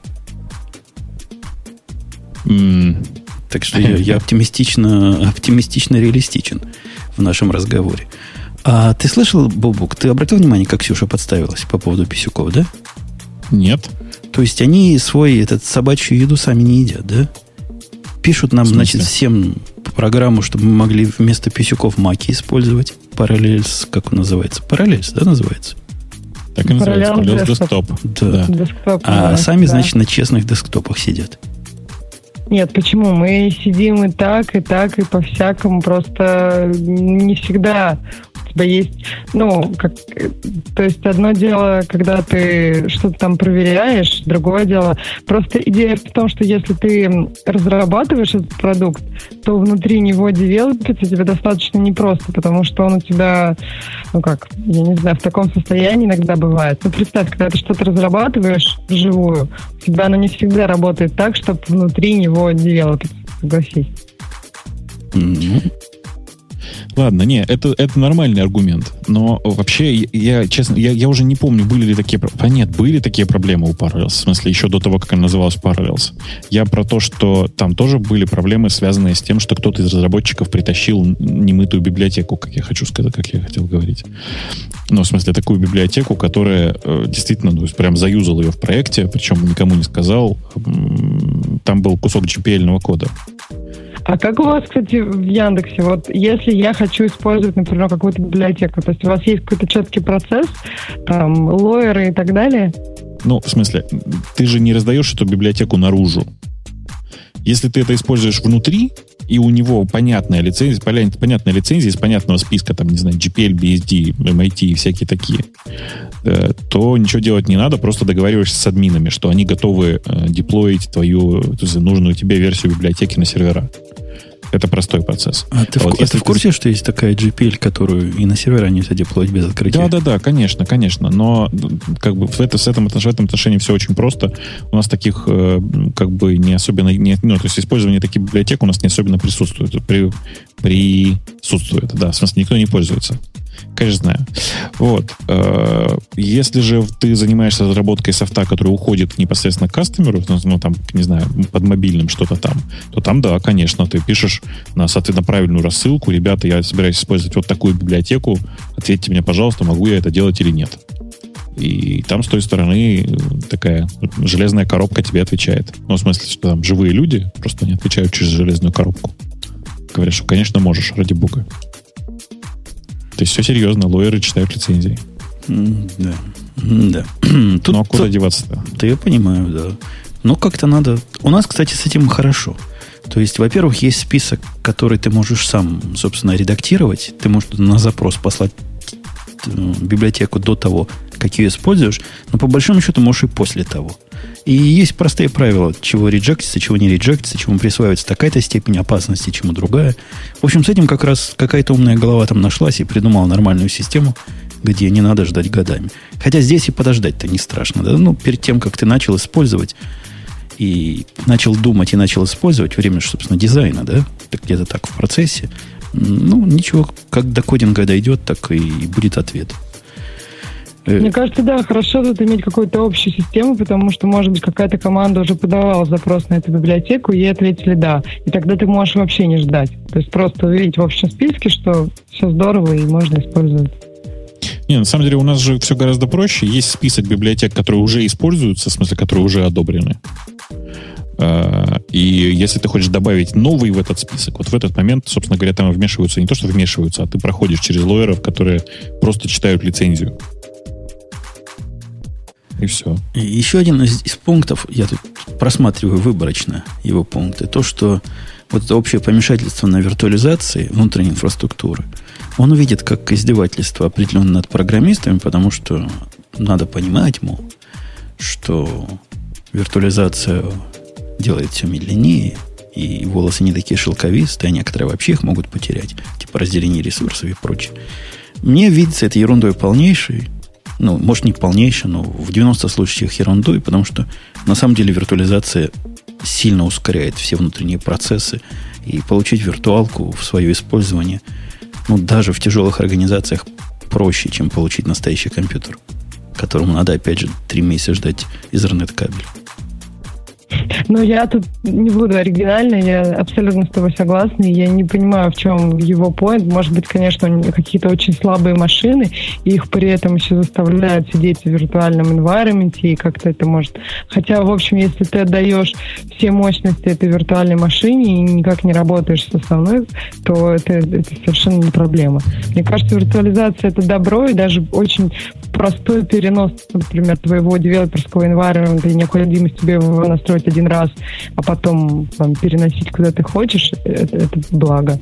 Так что я оптимистично реалистичен в нашем разговоре. А ты слышал, Бобук, ты обратил внимание, как Ксюша подставилась по поводу писюков, да? Нет. То есть они собачью еду сами не едят, да? Пишут нам, значит, всем программу, чтобы мы могли вместо писюков маки использовать. Parallels, как он называется? Parallels, да, называется? Так и называется. Parallels Desktop. Да. Desktop, а сами, значит, на честных десктопах сидят. Нет, почему? Мы сидим и так, и по-всякому. Просто не всегда у тебя есть... То есть одно дело, когда ты что-то там проверяешь, другое дело... Просто идея в том, что если ты разрабатываешь этот продукт, то внутри него девелопиться тебе достаточно непросто, потому что он у тебя, я не знаю, в таком состоянии иногда бывает. Ну, представь, когда ты что-то разрабатываешь вживую, у тебя оно не всегда работает так, чтобы внутри него девелопиться, согласись. Ладно, это нормальный аргумент. Но вообще, честно, я уже не помню, были ли такие проблемы. Нет, были такие проблемы у Parallels. В смысле, еще до того, как она называлась Parallels. Я про то, что там тоже были проблемы, связанные с тем, что кто-то из разработчиков притащил немытую библиотеку, как я хотел говорить. Ну, в смысле, такую библиотеку, которая действительно, прям заюзал ее в проекте, причем никому не сказал. Там был кусок GPL-ного кода. А как у вас, кстати, в Яндексе, вот если я хочу использовать, например, какую-то библиотеку, то есть у вас есть какой-то четкий процесс, там, лоеры и так далее? Ну, в смысле, ты же не раздаешь эту библиотеку наружу. Если ты это используешь внутри, и у него понятная лицензия из понятного списка, там, не знаю, GPL, BSD, MIT и всякие такие, то ничего делать не надо, просто договариваешься с админами, что они готовы деплоить твою нужную тебе версию библиотеки на сервера. Это простой процесс. А ты в курсе, что есть такая GPL, которую и на сервера нельзя деплоить без открытия? Да, конечно. Но как бы в этом отношении все очень просто. У нас таких как бы не особенно... то есть использование таких библиотек у нас не особенно присутствует. Присутствует, да. В смысле, никто не пользуется. Конечно, знаю. Вот. Если же ты занимаешься разработкой софта, который уходит непосредственно к кастомеру, там, не знаю, под мобильным что-то там, то там, да, конечно, ты пишешь на, соответственно, правильную рассылку: ребята, я собираюсь использовать вот такую библиотеку, ответьте мне, пожалуйста, могу я это делать или нет. И там с той стороны такая железная коробка тебе отвечает. Ну, в смысле, что там живые люди просто не отвечают через железную коробку. Говорят, что, конечно, можешь, ради бога. То есть все серьезно, лоеры читают лицензии. Да. Ну, а куда деваться-то? Да, я понимаю, да. Но как-то надо... У нас, кстати, с этим хорошо. То есть, во-первых, есть список, который ты можешь сам, собственно, редактировать. Ты можешь на запрос послать библиотеку до того, как ее используешь, но по большому счету можешь и после того. И есть простые правила, чего реджектится, чего не реджектится, чему присваивается такая-то степень опасности, чему другая. В общем, с этим как раз какая-то умная голова там нашлась и придумала нормальную систему, где не надо ждать годами. Хотя здесь и подождать-то не страшно. Да? Ну, перед тем, как ты начал использовать и начал думать и начал использовать, время, собственно, дизайна, да, где-то так в процессе, ну, ничего, как до кодинга дойдет, так и будет ответ. Мне кажется, да, хорошо тут иметь какую-то общую систему, потому что, может быть, какая-то команда уже подавала запрос на эту библиотеку, и ей ответили «да». И тогда ты можешь вообще не ждать. То есть просто увидеть в общем списке, что все здорово и можно использовать. Не, на самом деле у нас же все гораздо проще. Есть список библиотек, которые уже используются, в смысле, которые уже одобрены. И если ты хочешь добавить новый в этот список, вот в этот момент, собственно говоря, там вмешиваются, не то что вмешиваются, а ты проходишь через лоеров, которые просто читают лицензию. И все. Еще один из пунктов, я тут просматриваю выборочно его пункты, то, что вот это общее помешательство на виртуализации внутренней инфраструктуры, он увидит как издевательство определенно над программистами, потому что надо понимать, мол, что виртуализация делает все медленнее, и волосы не такие шелковистые, а некоторые вообще их могут потерять, типа разделение ресурсов и прочее. Мне видится это ерундой полнейшей, ну, может, не полнейшей, но в 90 случаях ерундой, потому что на самом деле виртуализация сильно ускоряет все внутренние процессы, и получить виртуалку в свое использование, ну, даже в тяжелых организациях проще, чем получить настоящий компьютер, которому надо, опять же, 3 месяца ждать Ethernet-кабель. Ну, я тут не буду оригинальной, я абсолютно с тобой согласна, я не понимаю, в чем его поинт. Может быть, конечно, у него какие-то очень слабые машины, и их при этом еще заставляют сидеть в виртуальном environment, и как-то это может... Хотя, в общем, если ты отдаешь все мощности этой виртуальной машине и никак не работаешь с основной, то это совершенно не проблема. Мне кажется, виртуализация — это добро, и даже очень простой перенос, например, твоего девелоперского environment и необходимость тебе его настроить один раз, а потом там, переносить куда ты хочешь, это благо.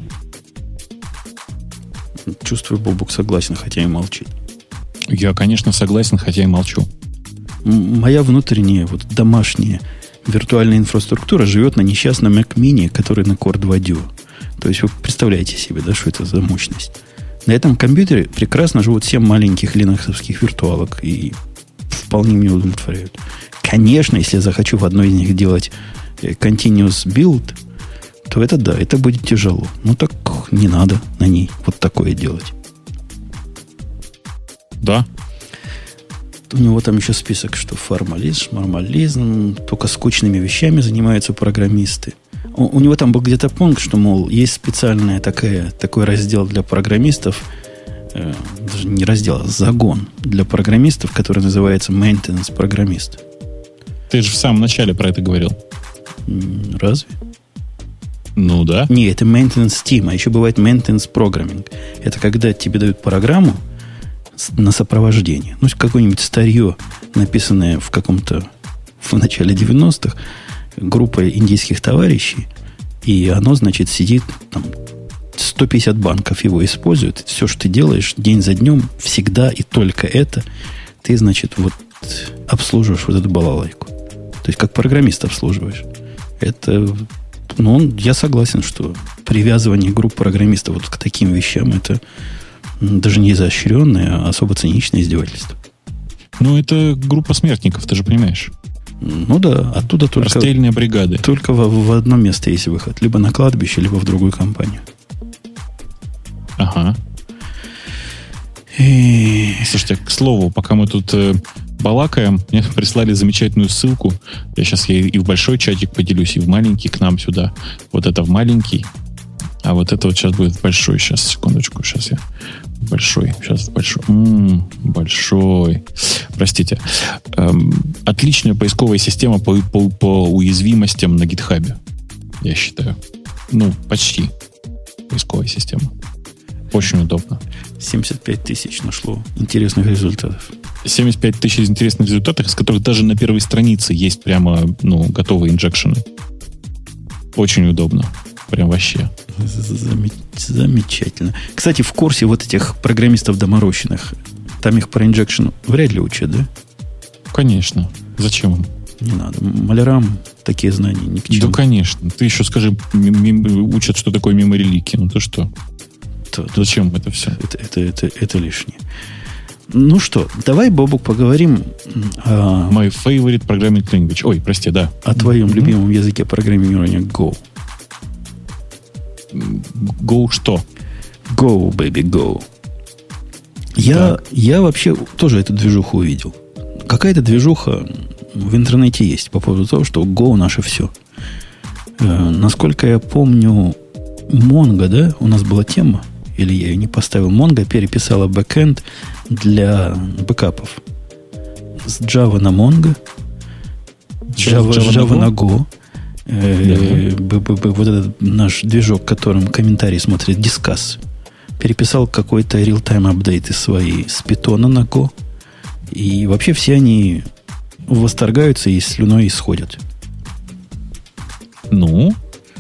Чувствую, Бобук согласен, хотя и молчит. Я, конечно, согласен, хотя и молчу. Моя внутренняя, вот домашняя виртуальная инфраструктура живет на несчастном Mac Mini, который на Core 2 Duo. То есть вы представляете себе, да, что это за мощность. На этом компьютере прекрасно живут 7 маленьких линоксовских виртуалок и вполне меня удовлетворяют. Конечно, если я захочу в одной из них делать continuous build, то это да, это будет тяжело. Ну так не надо на ней вот такое делать. Да. У него там еще список, что формализм, только скучными вещами занимаются программисты. У него там был где-то пункт, что, мол, есть специальный такой раздел для программистов, даже не раздел, а загон для программистов, который называется Maintenance программист. Ты же в самом начале про это говорил. Разве? Ну да. Не, это Maintenance Team, а еще бывает Maintenance Programming. Это когда тебе дают программу на сопровождение. Ну, какое-нибудь старье, написанное в начале 90-х, группой индийских товарищей, и оно, значит, сидит, там, 150 банков его используют. Все, что ты делаешь день за днем, всегда и только это, ты, значит, вот обслуживаешь вот эту балалайку. То есть, как программист обслуживаешь. Это, ну, я согласен, что привязывание групп программистов вот к таким вещам, это даже не изощренное, а особо циничное издевательство. Ну, это группа смертников, ты же понимаешь. Ну да, оттуда только... Расстрельные бригады. Только в одно место есть выход. Либо на кладбище, либо в другую компанию. Ага. Слушайте, к слову, пока мы тут балакаем, мне прислали замечательную ссылку. Я сейчас и в большой чатик поделюсь, и в маленький к нам сюда. Вот это в маленький. А вот это вот сейчас будет в большой. Сейчас, секундочку, сейчас я... Большой. Сейчас большой. Большой. Простите. Отличная поисковая система по уязвимостям на GitHub, я считаю. Ну, почти поисковая система. Очень удобно. 75 тысяч нашло интересных результатов. 75 тысяч интересных результатов, из которых даже на первой странице есть прямо, ну, готовые инжекшены. Очень удобно. Прям вообще. Замечательно. Кстати, в курсе вот этих программистов доморощенных Там их про инжекшн вряд ли учат, да? Конечно. Зачем им? Не надо. Малярам такие знания ни к чему. Да, конечно. Ты еще скажи, учат, что такое меморилики. Ну ты что? Зачем это все? Это лишнее. Ну что, давай, Бобук, поговорим о... My favorite programming language. Ой, прости, да. О твоем любимом языке программирования Go. Go что? Go, baby, go. Я вообще тоже эту движуху увидел. Какая-то движуха в интернете есть по поводу того, что Go наше все. Насколько я помню, Mongo, да, у нас была тема, или я ее не поставил, Mongo переписала бэкэнд для бэкапов. С Java на Mongo, Java на Go. Вот этот наш движок, которым комментарий смотрит Discuss, переписал какой-то real-time апдейт из своей с питона на Go. И вообще все они восторгаются и слюной исходят. Ну,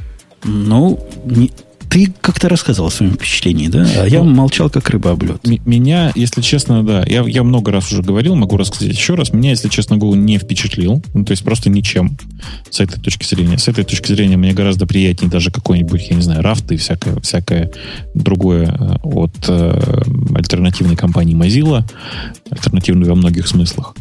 ты как-то рассказал о своем впечатлении, да? А я молчал, как рыба об лед. Меня, если честно, да, я много раз уже говорил, могу рассказать еще раз. Меня, если честно, Go не впечатлил. Ну, то есть просто ничем с этой точки зрения. С этой точки зрения мне гораздо приятнее даже какой-нибудь, я не знаю, Raft и всякое другое от альтернативной компании Mozilla. Альтернативной во многих смыслах.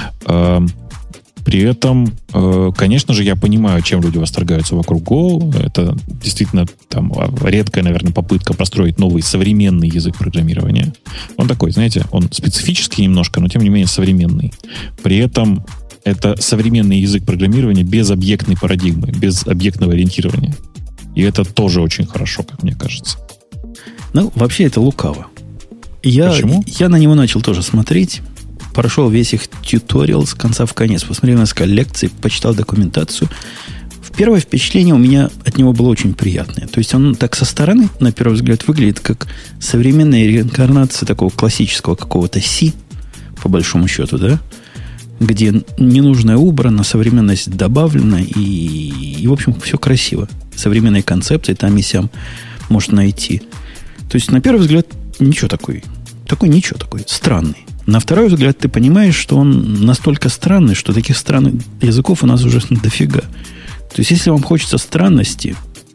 При этом, конечно же, я понимаю, чем люди восторгаются вокруг Go. Это действительно там редкая, наверное, попытка построить новый современный язык программирования. Он такой, знаете, он специфический немножко, но тем не менее современный. При этом это современный язык программирования без объектной парадигмы, без объектного ориентирования. И это тоже очень хорошо, как мне кажется. Ну, вообще это лукаво. Почему? Я на него начал тоже смотреть. Прошел весь их тьюториал с конца в конец. Посмотрел несколько лекций, почитал документацию. Первое впечатление у меня от него было очень приятное. То есть он так со стороны, на первый взгляд, выглядит как современная реинкарнация такого классического какого-то C, по большому счету, да? Где ненужное убрано, современность добавлена, и в общем, все красиво. Современные концепции там и сям можно найти. То есть, на первый взгляд, ничего такой. Ничего такой. Странный. На второй взгляд, ты понимаешь, что он настолько странный, что таких странных языков у нас уже дофига. То есть, если вам хочется странности,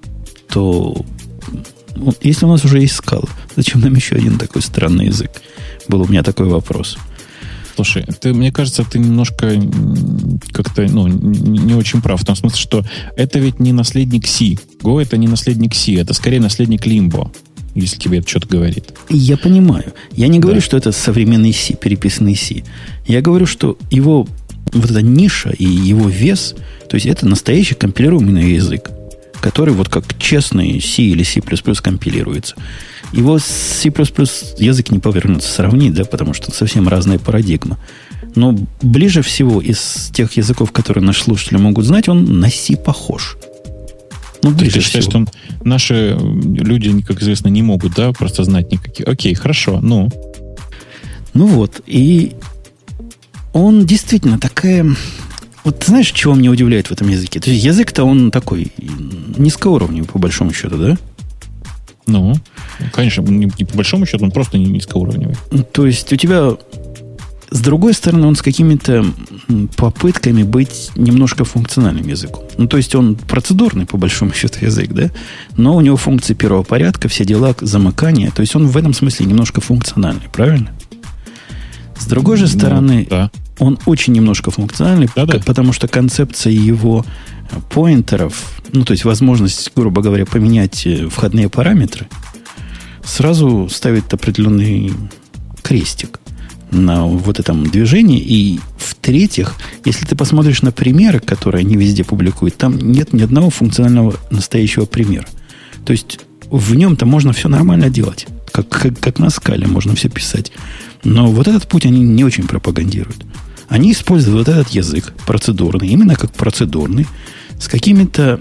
то если у нас уже есть скалы, зачем нам еще один такой странный язык? Был у меня такой вопрос. Слушай, мне кажется, ты немножко как-то не очень прав. В том смысле, что это ведь не наследник C. Go это не наследник C, это скорее наследник Limbo, если тебе это что-то говорит. Я понимаю. Я не говорю, что это современный C, переписанный C. Я говорю, что его вот эта ниша и его вес, то есть это настоящий компилируемый язык, который вот как честный C или C++ компилируется. Его с C++ язык не повернуться сравнить, да, потому что совсем разная парадигма. Но ближе всего из тех языков, которые наши слушатели могут знать, он на C похож. Ты считаешь, что наши люди, как известно, не могут, да, просто знать никаких. Окей, хорошо, Ну вот, и он действительно такая... Вот ты знаешь, чего меня удивляет в этом языке? То есть язык-то он такой низкоуровневый, по большому счету, да? Ну, конечно, не по большому счету, он просто низкоуровневый. То есть у тебя, с другой стороны, он с какими-то попытками быть немножко функциональным языком. Ну, то есть он процедурный, по большому счету, язык, да? Но у него функции первого порядка, все дела, замыкания. То есть он в этом смысле немножко функциональный, правильно? С другой же стороны, да. Он очень немножко функциональный, потому что концепция его поинтеров, ну, то есть возможность, грубо говоря, поменять входные параметры, сразу ставит определенный крестик на вот этом движении. И в-третьих, если ты посмотришь на примеры, которые они везде публикуют, там нет ни одного функционального настоящего примера. То есть в нем-то можно все нормально делать. Как на скале можно все писать. Но вот этот путь они не очень пропагандируют. Они используют вот этот язык процедурный, именно как процедурный, с какими-то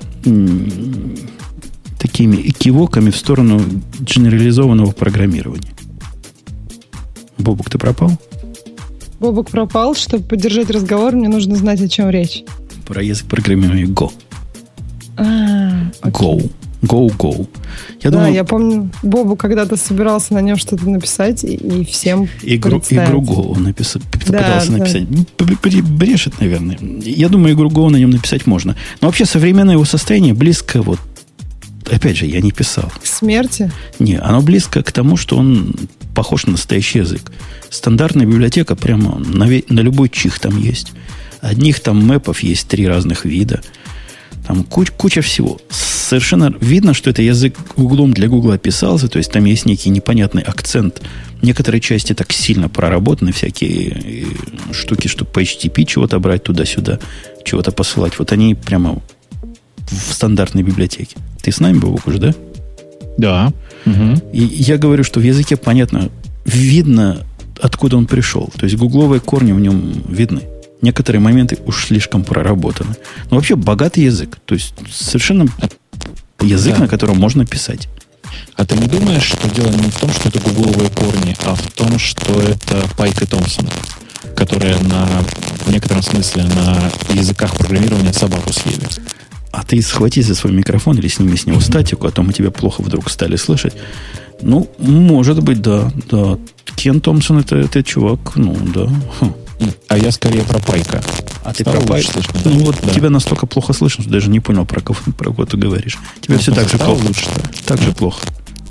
такими экивоками в сторону генерализованного программирования. Бобук, ты пропал? Бобук пропал. Чтобы поддержать разговор, мне нужно знать, о чем речь. Про язык программирования Go. Go. Я помню, Бобу когда-то собирался на нем что-то написать и всем игру Go пытался написать. Брешет, наверное. Я думаю, игру Go на нем написать можно. Но вообще современное его состояние близко, вот, опять же, я не писал. К смерти? Не, оно близко к тому, что он похож на настоящий язык. Стандартная библиотека прямо на любой чих там есть. Одних там мэпов есть 3 разных вида. Там куча всего. Совершенно видно, что это язык Гуглом для Гугла писался, то есть там есть некий непонятный акцент. Некоторые части так сильно проработаны, всякие штуки, чтобы по HTTP чего-то брать туда-сюда, чего-то посылать. Вот они прямо в стандартной библиотеке. Ты с нами, Бобок, уже, да? Да. Угу. И я говорю, что в языке понятно, видно, откуда он пришел. То есть гугловые корни в нем видны. Некоторые моменты уж слишком проработаны. Но вообще богатый язык. То есть совершенно язык, на котором можно писать. А ты не думаешь, что дело не в том, что это гугловые корни, а в том, что это Пайк и Томпсон, которые в некотором смысле на языках программирования собаку съели? А ты схвати за свой микрофон или сними с него статику, а то мы тебя плохо вдруг стали слышать. Ну, может быть, да. Кен Томпсон это чувак, да. А я скорее про Пайка. А ты про Пайка? Слышно, да? Вот тебя настолько плохо слышно, что даже не понял, про кого ты говоришь. Тебя все так же плохо. Лучше, так же плохо.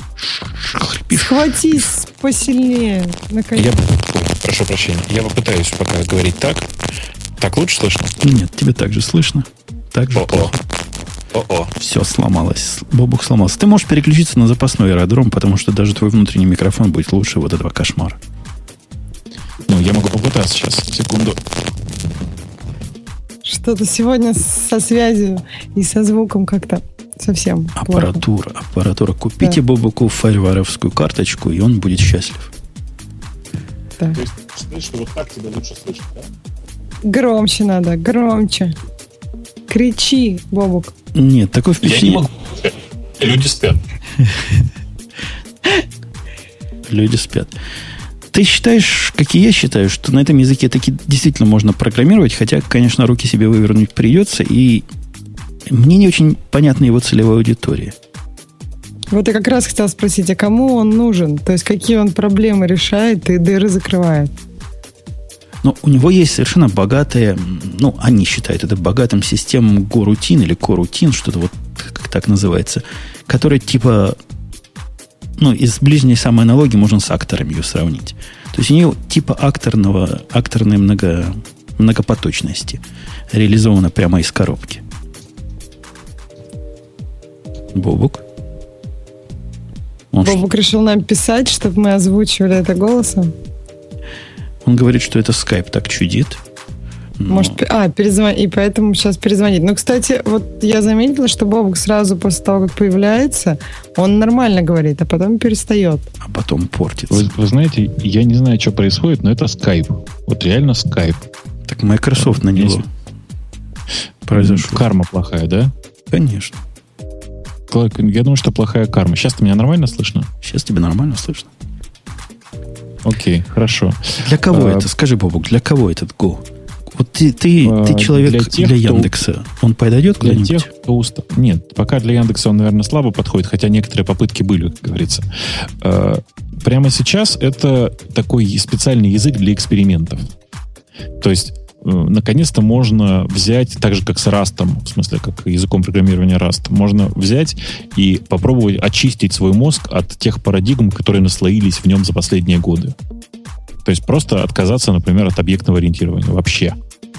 Схватись посильнее. Прошу прощения. Я попытаюсь пока говорить так. Так лучше слышно? Нет, тебе так же слышно. Так же плохо. Все сломалось. Бобук сломался. Ты можешь переключиться на запасной аэродром, потому что даже твой внутренний микрофон будет лучше вот этого кошмара. Я могу попытаться сейчас. Секунду. Что-то сегодня со связью и со звуком как-то совсем Аппаратура. Купите Бобуку фаерваровскую карточку, и он будет счастлив. Да. То есть, сказать, что вот так тебя лучше слышно, да? Громче надо, громче. Кричи, Бобук. Нет, такое впечатление... Я не могу. Люди спят. Люди спят. Ты считаешь, как и я считаю, что на этом языке таки действительно можно программировать, хотя, конечно, руки себе вывернуть придется, и мне не очень понятна его целевая аудитория. Вот я как раз хотел спросить, а кому он нужен? То есть, какие он проблемы решает и дыры закрывает? Но у него есть совершенно богатая, они считают это богатым системам Go-рутин или Core-рутин, что-то вот как так называется, которая типа, из ближней самой аналогии можно с акторами ее сравнить. То есть у нее типа акторной многопоточности реализована прямо из коробки. Бобук? Бобук решил нам писать, чтобы мы озвучивали это голосом? Он говорит, что это Skype так чудит. Может, перезвонить, и поэтому сейчас перезвонить. Кстати, вот я заметила, что Бобук сразу после того, как появляется, он нормально говорит, а потом перестает. А потом портится. Вы знаете, я не знаю, что происходит, но это Skype. Вот реально Skype. Так Microsoft на него произошел. Карма плохая, да? Конечно. Я думаю, что плохая карма. Сейчас меня нормально слышно? Сейчас тебя нормально слышно. Окей, хорошо. Для кого это? Скажи, Бобук, для кого этот Go? Вот ты человек для Яндекса. Он подойдет куда-нибудь? Для тех, кто Нет, пока для Яндекса он, наверное, слабо подходит, хотя некоторые попытки были, как говорится. Прямо сейчас это такой специальный язык для экспериментов. То есть, наконец-то можно взять, так же, как с Rust, в смысле, как языком программирования Rust, можно взять и попробовать очистить свой мозг от тех парадигм, которые наслоились в нем за последние годы. То есть просто отказаться, например, от объектного ориентирования вообще.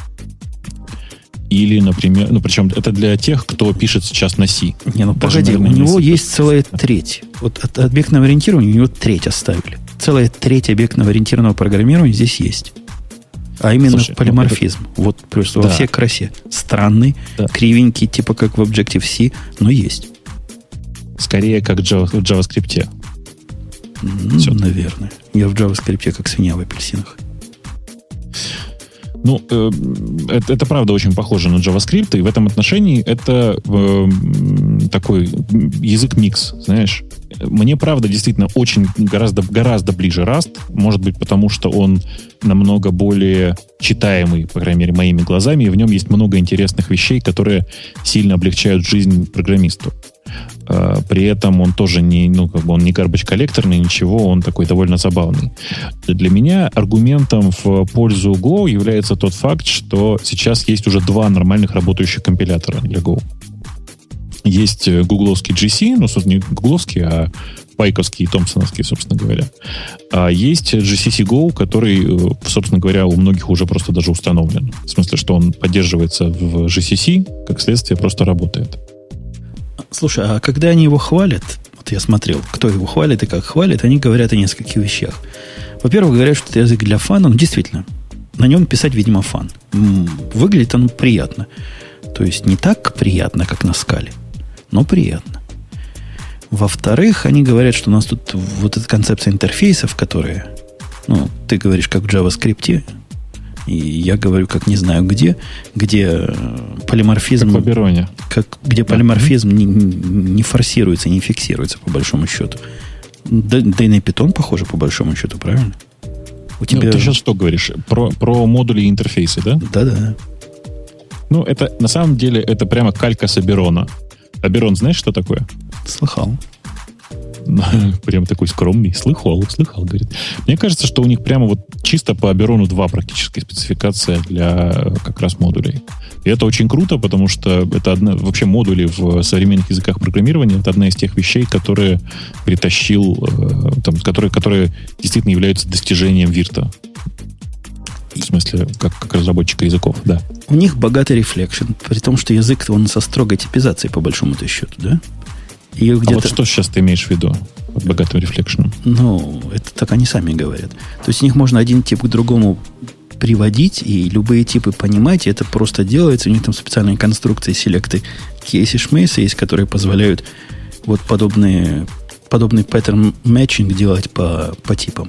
Или, например, причем это для тех, кто пишет сейчас на C. Погоди, у него есть целая треть. Вот от объектного ориентирования у него треть оставили. Целая треть объектного ориентированного программирования здесь есть. А именно полиморфизм. Вот просто во всей красе. Странный, кривенький, типа как в Objective-C, но есть. Скорее, как в JavaScript. Наверное. Я в JavaScript как свинья в апельсинах. Это правда очень похоже на JavaScript, и в этом отношении это такой язык-микс, знаешь. Мне, правда, действительно очень гораздо ближе Rust, может быть, потому что он намного более читаемый, по крайней мере, моими глазами, и в нем есть много интересных вещей, которые сильно облегчают жизнь программисту. При этом он тоже не, он не garbage-коллекторный, ничего, он такой довольно забавный. Для меня аргументом в пользу Go является тот факт, что сейчас есть уже 2 нормальных работающих компилятора для Go. Есть гугловский GC, не гугловский, а пайковский и томпсоновский, собственно говоря. А есть GCC Go, который, собственно говоря, у многих уже просто даже установлен. В смысле, что он поддерживается в GCC, как следствие, просто работает. Слушай, а когда они его хвалят, вот я смотрел, кто его хвалит и как хвалит, они говорят о нескольких вещах. Во-первых, говорят, что это язык для фана, действительно, на нем писать, видимо, фан. Выглядит он приятно. То есть не так приятно, как на скале, но приятно. Во-вторых, они говорят, что у нас тут вот эта концепция интерфейсов, которые, ты говоришь, как в JavaScript, и я говорю, как не знаю где полиморфизм... Как в Абероне. Где полиморфизм не форсируется, не фиксируется, по большому счету. Да и на Python похоже, по большому счету, правильно? У тебя... Ты сейчас что говоришь? Про модули и интерфейсы, да? Да-да. Это на самом деле это прямо калька с Аберона. Аберон, знаешь, что такое? Слыхал. Прям такой скромный. Слыхал, говорит. Мне кажется, что у них прямо вот чисто по Аберону 2 практически спецификация для как раз модулей. И это очень круто, потому что это вообще модули в современных языках программирования, это одна из тех вещей, которые притащил, которые действительно являются достижением Вирта. В смысле, как разработчика языков, да. У них богатый рефлекшн, при том, что язык он со строгой типизацией, по большому-то счету, да? И где-то... А вот что сейчас ты имеешь в виду под богатым рефлекшеном? Это так они сами говорят. То есть у них можно один тип к другому приводить, и любые типы понимать, и это просто делается. У них там специальные конструкции, селекты кейси шмейса есть, которые позволяют вот подобный паттерн матчинг делать по типам.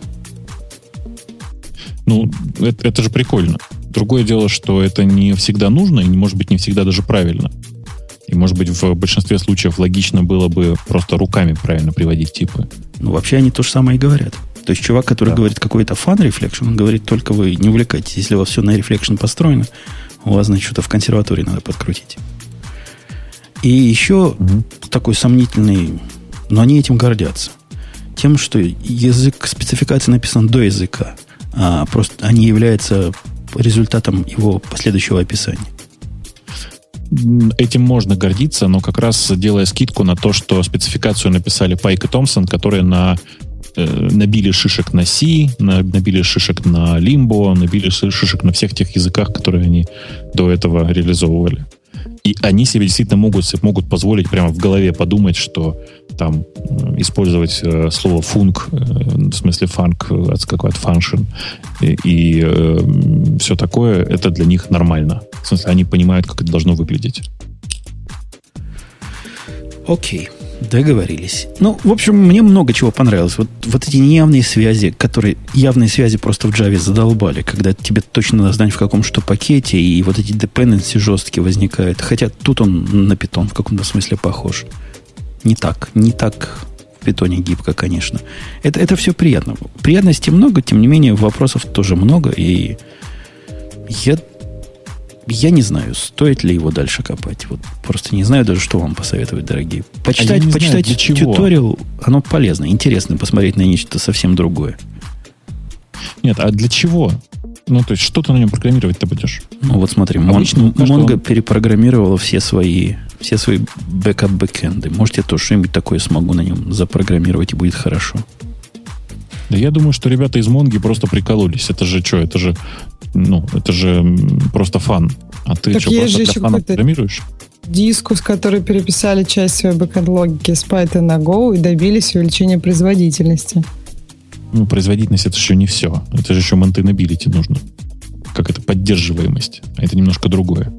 Это же прикольно. Другое дело, что это не всегда нужно, и, может быть, не всегда даже правильно. И, может быть, в большинстве случаев логично было бы просто руками правильно приводить типы. Вообще они то же самое и говорят. То есть чувак, который говорит какой-то фан рефлекшн, он говорит, только вы не увлекайтесь. Если у вас все на рефлекшн построено, у вас, значит, что-то в консерватории надо подкрутить. И еще такой сомнительный, но они этим гордятся. Тем, что язык спецификации написан до языка, а просто они являются результатом его последующего описания. Этим можно гордиться, но как раз делая скидку на то, что спецификацию написали Пайк и Томпсон, которые набили шишек на C, набили шишек на Limbo, набили шишек на всех тех языках, которые они до этого реализовывали. И они себе действительно могут позволить прямо в голове подумать, что там использовать слово функ, в смысле фанк от function и все такое, это для них нормально. В смысле, они понимают, как это должно выглядеть. Окей, договорились. В общем, мне много чего понравилось. Вот эти неявные связи, явные связи просто в Java задолбали, когда тебе точно надо знать, в каком что пакете, и вот эти dependency жесткие возникают. Хотя тут он на Python в каком-то смысле похож. Не так в Python гибко, конечно. Это все приятно. Приятностей много, тем не менее, вопросов тоже много, и я не знаю, стоит ли его дальше копать. Просто не знаю даже, что вам посоветовать, дорогие. Почитать тьюториал, оно полезно, интересно посмотреть на нечто совсем другое. Нет, а для чего? То есть, что ты на нем программировать-то будешь? Смотри, Mongo перепрограммировала все свои бэкап-бэкэнды. Может, я тоже что-нибудь такое смогу на нем запрограммировать, и будет хорошо. Да я думаю, что ребята из Монги просто прикололись. Это же что? Это же просто фан. А ты что, просто для фана программируешь? Дискус, который переписали часть своей бэкэнд-логики с Python на Go и добились увеличения производительности. Производительность — это еще не все. Это же еще maintainability нужно. Как это поддерживаемость. А это немножко другое.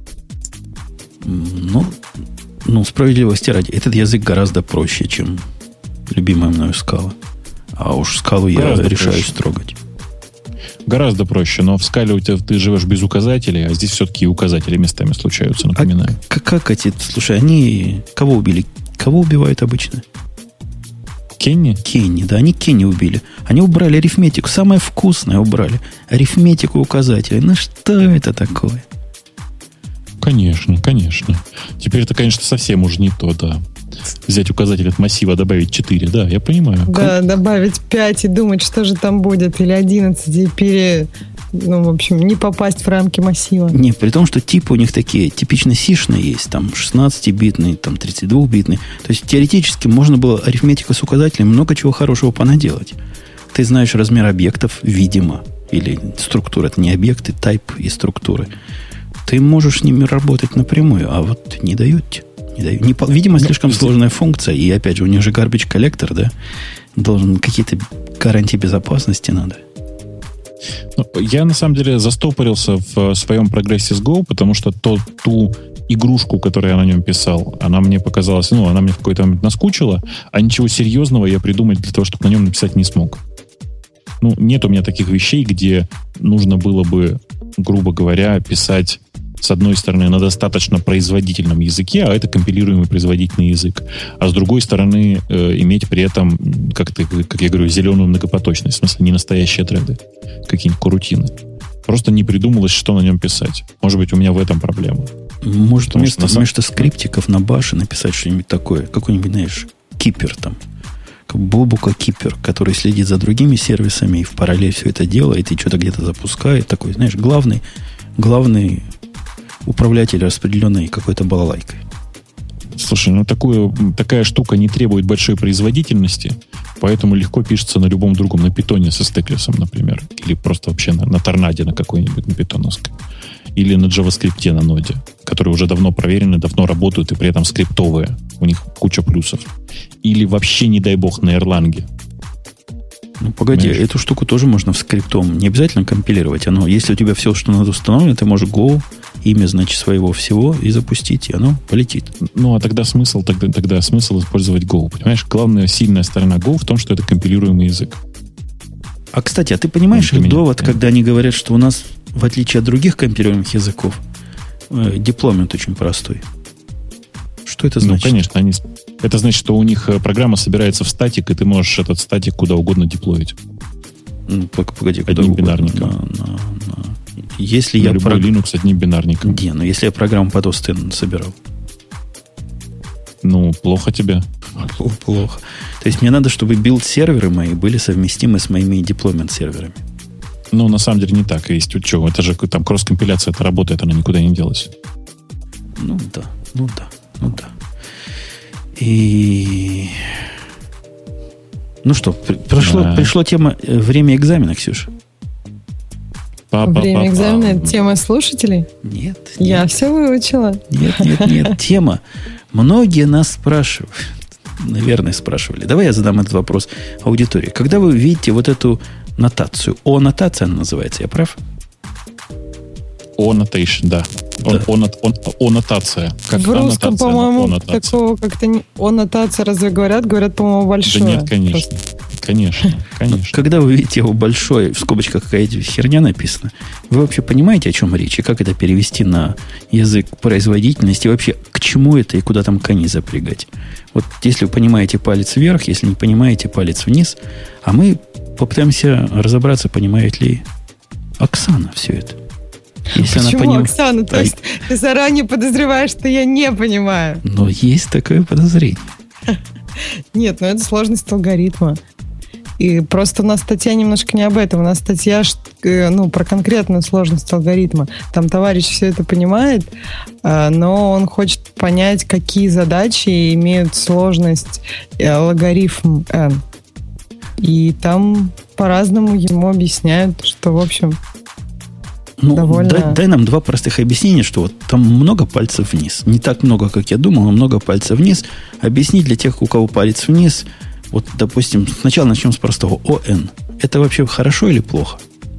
Справедливости ради. Этот язык гораздо проще, чем любимая мною скала. А уж скалу я решаюсь трогать. Гораздо проще, но в скале у тебя ты живешь без указателей, а здесь все-таки указатели местами случаются, напоминаю. Как эти... Слушай, они кого убили? Кого убивают обычно? Кенни? Кенни, да, они Кенни убили. Они убрали арифметику, самое вкусное убрали. Арифметику указателей. Что это такое? Конечно. Теперь это, конечно, совсем уже не то, да. Взять указатель от массива, добавить 4, да, я понимаю. Да, добавить 5 и думать, что же там будет, или 11, и в общем, не попасть в рамки массива. Не, при том, что типы у них такие типично сишные есть, там 16-битный, там 32-битный. То есть теоретически можно было арифметика с указателем много чего хорошего понаделать. Ты знаешь размер объектов, видимо, или структура, это не объекты, type и структуры. Ты можешь с ними работать напрямую, а вот не дают. Видимо, слишком сложная функция, и опять же, у них же garbage collector, да, должен какие-то гарантии безопасности надо. Я, на самом деле, застопорился в своем прогрессе с Go, потому что ту игрушку, которую я на нем писал, она мне показалась, она мне в какой-то момент наскучила, а ничего серьезного я придумать для того, чтобы на нем написать, не смог. Нет у меня таких вещей, где нужно было бы, грубо говоря, писать, с одной стороны, на достаточно производительном языке, а это компилируемый производительный язык, а с другой стороны, иметь при этом, как я говорю, зеленую многопоточность, в смысле, не настоящие треды, какие-нибудь корутины. Просто не придумалось, что на нем писать. Может быть, у меня в этом проблема. Может, вместо скриптиков на баше написать что-нибудь такое, какой-нибудь, знаешь, кипер там, Бобука Кипер, который следит за другими сервисами и в параллель все это делает, и что-то где-то запускает. Такой, знаешь, главный управлятель распределенной какой-то балалайкой. Слушай, такая штука не требует большой производительности, поэтому легко пишется на любом другом, на питоне со стеклесом, например, или просто вообще на торнаде на какой-нибудь, на питоновской, или на JavaScript на ноде, которые уже давно проверены, давно работают и при этом скриптовые. У них куча плюсов. Или вообще, не дай бог, на Erlang. Погоди, понимаешь? Эту штуку тоже можно в скриптом. Не обязательно компилировать. Если у тебя все, что надо, установлено, ты можешь Go, имя, значит, своего всего и запустить, и оно полетит. А тогда смысл использовать Go. Понимаешь, главная сильная сторона Go в том, что это компилируемый язык. А, кстати, а ты понимаешь их довод, когда они говорят, что у нас, в отличие от других компилируемых языков, деплоймент очень простой? Что это значит? Конечно, это значит, что у них программа собирается в статик, и ты можешь этот статик куда угодно деплоить. Погоди, куда одним бинарником. Если я любой Linux одним бинарником. Если я программу под OST собирал. Плохо тебе. Плохо. То есть мне надо, чтобы билд-серверы мои были совместимы с моими деплоймент-серверами. На самом деле не так. Есть это же там кросс-компиляция, это работает, она никуда не делась. Да. И... пришло тема время экзамена, Ксюша. Время экзамена – это тема слушателей? Нет. Я все выучила. Нет. Тема. Многие нас спрашивают. Наверное, спрашивали. Давай я задам этот вопрос аудитории. Когда вы видите вот эту нотацию, нотация она называется, я прав? Annotation, да. Аннотация. В русском, по-моему, такого как-то не... Аннотация разве говорят, по-моему, большое. Да нет, конечно. Конечно. Когда вы видите его большой, в скобочках какая-то херня написана, вы вообще понимаете, о чем речь, и как это перевести на язык производительности, и вообще к чему это, и куда там кони запрягать? Вот если вы понимаете, палец вверх, если не понимаете, палец вниз, а мы попытаемся разобраться, понимает ли Оксана все это. Если почему, Оксана? То есть ты заранее подозреваешь, что я не понимаю? Но есть такое подозрение. Нет, это сложность алгоритма. И просто у нас статья немножко не об этом. У нас статья про конкретную сложность алгоритма. Там товарищ все это понимает, но он хочет понять, какие задачи имеют сложность логарифм n. И там по-разному ему объясняют, что, в общем... довольно... дай нам два простых объяснения, что вот там много пальцев вниз. Не так много, как я думал, но много пальцев вниз. Объяснить для тех, у кого палец вниз. Вот, допустим, сначала начнем с простого. ОН. Это вообще хорошо или плохо?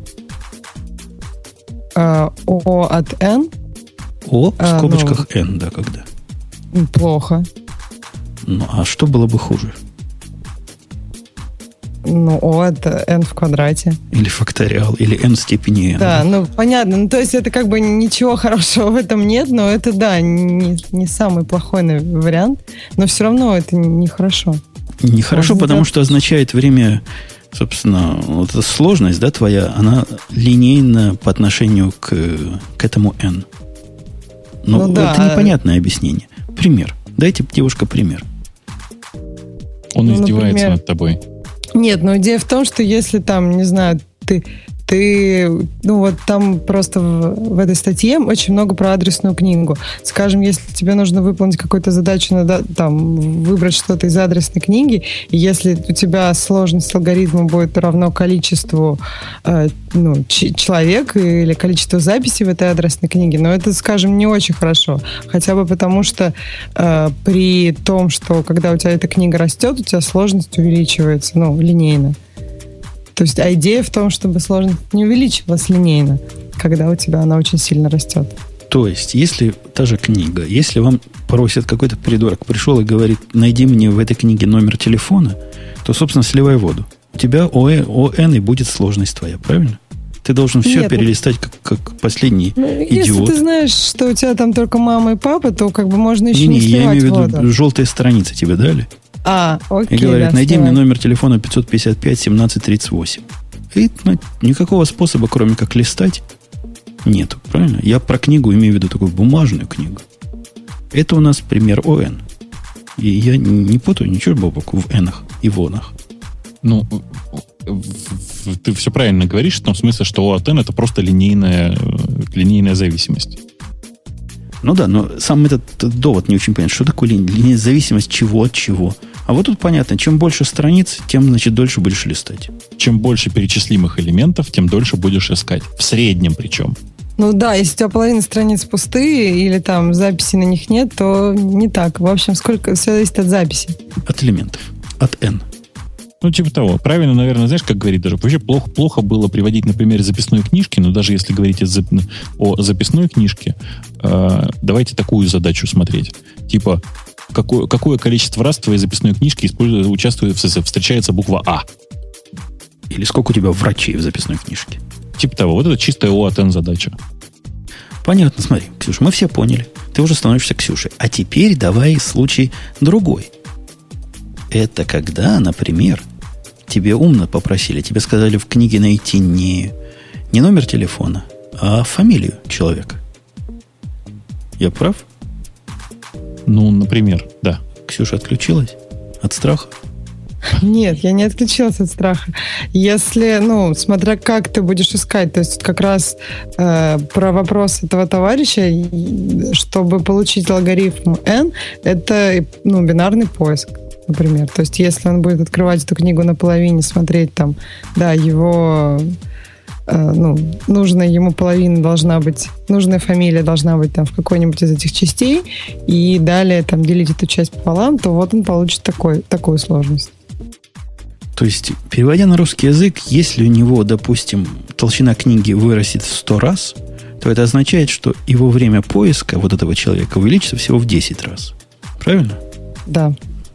О от N? О в скобочках N, да, когда? Плохо. А что было бы хуже? О это n в квадрате. Или факториал, или n в степени n. Да, понятно. То есть это как бы ничего хорошего в этом нет, но это, да, не самый плохой вариант, но все равно это нехорошо. Нехорошо, потому что означает время, собственно, вот эта сложность, да, твоя, она линейна по отношению к этому n. Но это непонятное объяснение. Пример. Дайте, девушка, пример. Он издевается над тобой. Нет, но идея в том, что если там, не знаю, ты, ну вот там просто в этой статье очень много про адресную книгу. Скажем, если тебе нужно выполнить какую-то задачу, надо там выбрать что-то из адресной книги, и если у тебя сложность алгоритма будет равно количеству человек или количеству записей в этой адресной книге, но это, скажем, не очень хорошо. Хотя бы потому, что при том, что когда у тебя эта книга растет, у тебя сложность увеличивается, линейно. То есть идея в том, чтобы сложность не увеличивалась линейно, когда у тебя она очень сильно растет. То есть, если та же книга, если вам просит какой-то придурок, пришел и говорит, найди мне в этой книге номер телефона, то, собственно, сливай воду. У тебя ОН и будет сложность твоя, правильно? Ты должен все перелистать, как последний идиот. Если ты знаешь, что у тебя там только мама и папа, то как бы можно еще не сливать воду. Я имею в виду, желтые страницы тебе дали. Окей, и говорят, найди мне номер телефона 555-1738. И никакого способа, кроме как листать, нету, правильно? Я про книгу имею в виду такую бумажную книгу. Это у нас пример ОН. И я не путаю ничего, Бобок, в N-ах и в Он-ах. Ты все правильно говоришь, в том смысле, что O от N это просто линейная зависимость. Ну да, но сам этот довод не очень понятен. Что такое линейная зависимость чего от чего? А вот тут понятно, чем больше страниц, тем, значит, дольше будешь листать. Чем больше перечислимых элементов, тем дольше будешь искать. В среднем причем. Ну да, если у тебя половина страниц пустые или там записей на них нет, то не так. В общем, все зависит от записи. От элементов. От N. Типа того. Правильно, наверное, знаешь, как говорить даже. Вообще плохо было приводить на примере записной книжки, но даже если говорить о записной книжке, давайте такую задачу смотреть. Типа, какое количество раз в твоей записной книжке встречается буква А? Или сколько у тебя врачей в записной книжке? Типа того. Вот это чистая O от N задача. Понятно, смотри, Ксюша, мы все поняли. Ты уже становишься Ксюшей. А теперь давай случай другой. Это когда, например, тебе умно попросили, тебе сказали в книге найти не номер телефона, а фамилию человека. Я прав? Например, да. Ксюша отключилась от страха? Нет, я не отключилась от страха. Если, смотря как ты будешь искать, то есть как раз про вопрос этого товарища, чтобы получить алгоритм N, это бинарный поиск, например. То есть если он будет открывать эту книгу наполовине, смотреть там, да, его нужная ему половина должна быть, нужная фамилия должна быть там в какой-нибудь из этих частей, и далее там делить эту часть пополам, то вот он получит такую сложность. То есть, переводя на русский язык, если у него, допустим, толщина книги вырастет в 100 раз, то это означает, что его время поиска вот этого человека увеличится всего в 10 раз. Правильно? Да.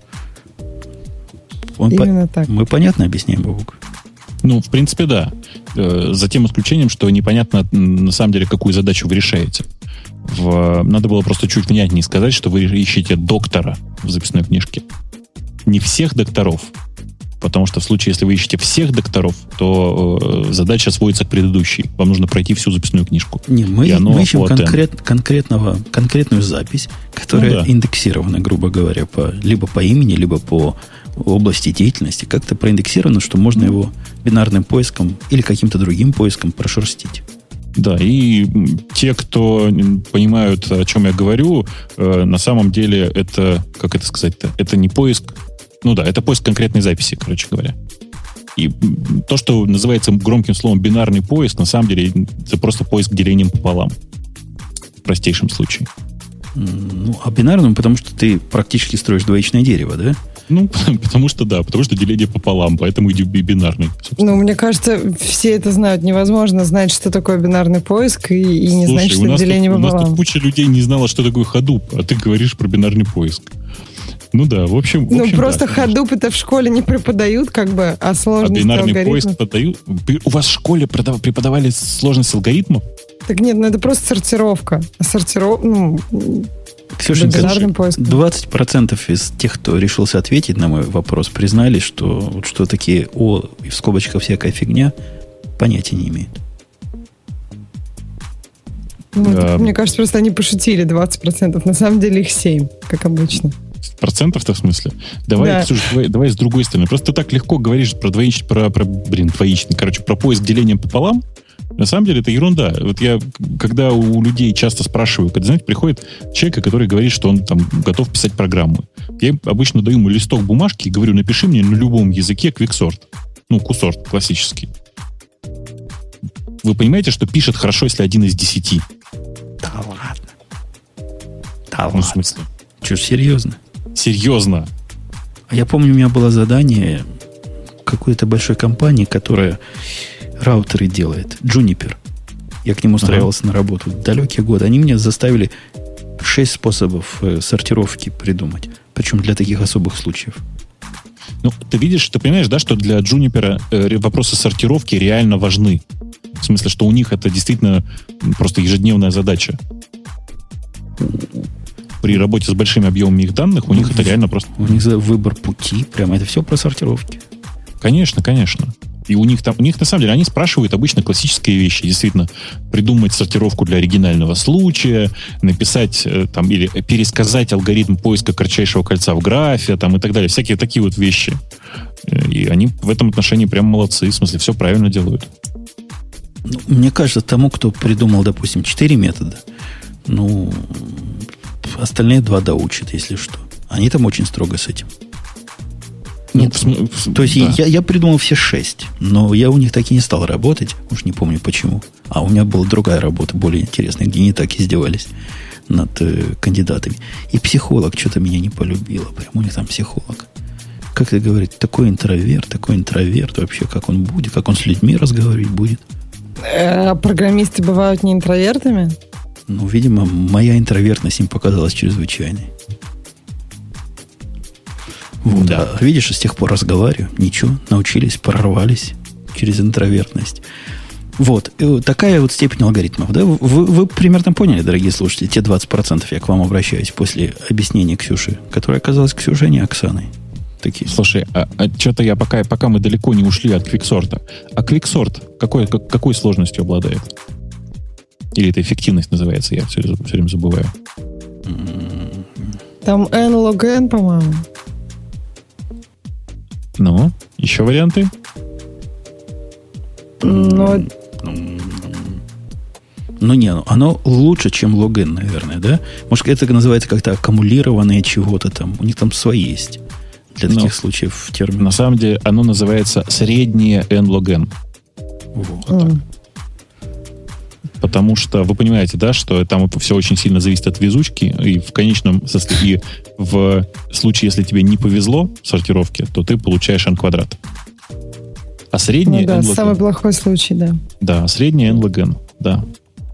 Именно так. Мы понятно объясняем, Бобук? В принципе, да. За тем исключением, что непонятно, на самом деле, какую задачу вы решаете. Надо было просто чуть внятнее сказать, что вы ищете доктора в записной книжке. Не всех докторов. Потому что в случае, если вы ищете всех докторов, то задача сводится к предыдущей. Вам нужно пройти всю записную книжку. Не, мы ищем конкретную запись, которая индексирована, грубо говоря, либо по имени, либо по области деятельности. Как-то проиндексировано, что можно его бинарным поиском или каким-то другим поиском прошерстить. Да, и те, кто понимают, о чем я говорю, на самом деле это, как это сказать-то, это не поиск. Это поиск конкретной записи, короче говоря. И то, что называется громким словом бинарный поиск, на самом деле это просто поиск делением пополам. В простейшем случае. А бинарным, потому что ты практически строишь двоичное дерево, да? Потому что деление пополам, поэтому и бинарный. Мне кажется, все это знают. Невозможно знать, что такое бинарный поиск и не знать, что это деление пополам. У нас тут куча людей не знала, что такое Hadoop, а ты говоришь про бинарный поиск. В общем просто да, Hadoop это в школе не преподают, а сложность бинарный алгоритмов. поиск подают? У вас в школе преподавали сложность алгоритмов? Так нет, это просто сортировка. Ксюша, 20% из тех, кто решился ответить на мой вопрос, признались, что такие О и в скобочках всякая фигня, понятия не имеют. Мне кажется, просто они пошутили 20%. На самом деле их 7%, как обычно. процентов-то в смысле? Давай, Да. Ксюш, давай с другой стороны. Просто ты так легко говоришь про двоичный, про поиск делением пополам. На самом деле это ерунда. Вот я, когда у людей часто спрашиваю, когда, знаете, приходит человек, который говорит, что он там готов писать программу. Я им обычно даю ему листок бумажки и говорю, напиши мне на любом языке квиксорт. Кусорт классический. Вы понимаете, что пишет хорошо, если 1 из 10? Да ладно. Да ладно. В смысле? Че, серьезно? Серьезно? Я помню, у меня было задание какой-то большой компании, которая раутеры делает. Juniper. Я к ним устраивался на работу. Далекие годы. Они меня заставили 6 способов сортировки придумать. Причем для таких особых случаев. Ты видишь, ты понимаешь, да, что для Juniper вопросы сортировки реально важны. В смысле, что у них это действительно просто ежедневная задача. При работе с большими объемами их данных у них это реально просто... У них выбор пути, прямо это все про сортировки. Конечно, конечно. И у них на самом деле, они спрашивают обычно классические вещи. Действительно, придумать сортировку для оригинального случая, написать там или пересказать алгоритм поиска кратчайшего кольца в графе там, и так далее. Всякие такие вот вещи. И они в этом отношении прям молодцы. В смысле, все правильно делают. Мне кажется, тому, кто придумал, допустим, 4 метода, остальные 2 доучат, если что. Они там очень строго с этим. То есть да. я придумал все 6, но я у них так и не стал работать, уж не помню почему. А у меня была другая работа, более интересная, где не так издевались над кандидатами. И психолог что-то меня не полюбила. Прям у них там психолог. Как ты говоришь, такой интроверт вообще, как он будет, как он с людьми разговаривать будет. А программисты бывают не интровертами? Видимо, моя интровертность им показалась чрезвычайной. Вот, да. А видишь, с тех пор разговариваю. Ничего, научились, прорвались через интровертность. Вот, такая вот степень алгоритмов. Да? Вы примерно поняли, дорогие слушатели, те 20% я к вам обращаюсь после объяснения Ксюши, которая оказалась Ксюшей, а не Оксаной. Такие. Слушай, что-то я пока мы далеко не ушли от квиксорта. А квиксорт какой сложностью обладает? Или это эффективность называется? Я все время забываю. Там n log n, по-моему. Еще варианты? Оно лучше, чем log-n, наверное, да? Может, это называется как-то аккумулированное чего-то там. У них там свои есть для таких случаев термин. На самом деле, оно называется среднее n log n. Вот так. Потому что вы понимаете, да, что там все очень сильно зависит от везучки, и в конечном состоянии, в случае, если тебе не повезло в сортировке, то ты получаешь n квадрат. А средний n log n... самый плохой случай, да. Да, средний n log n, да.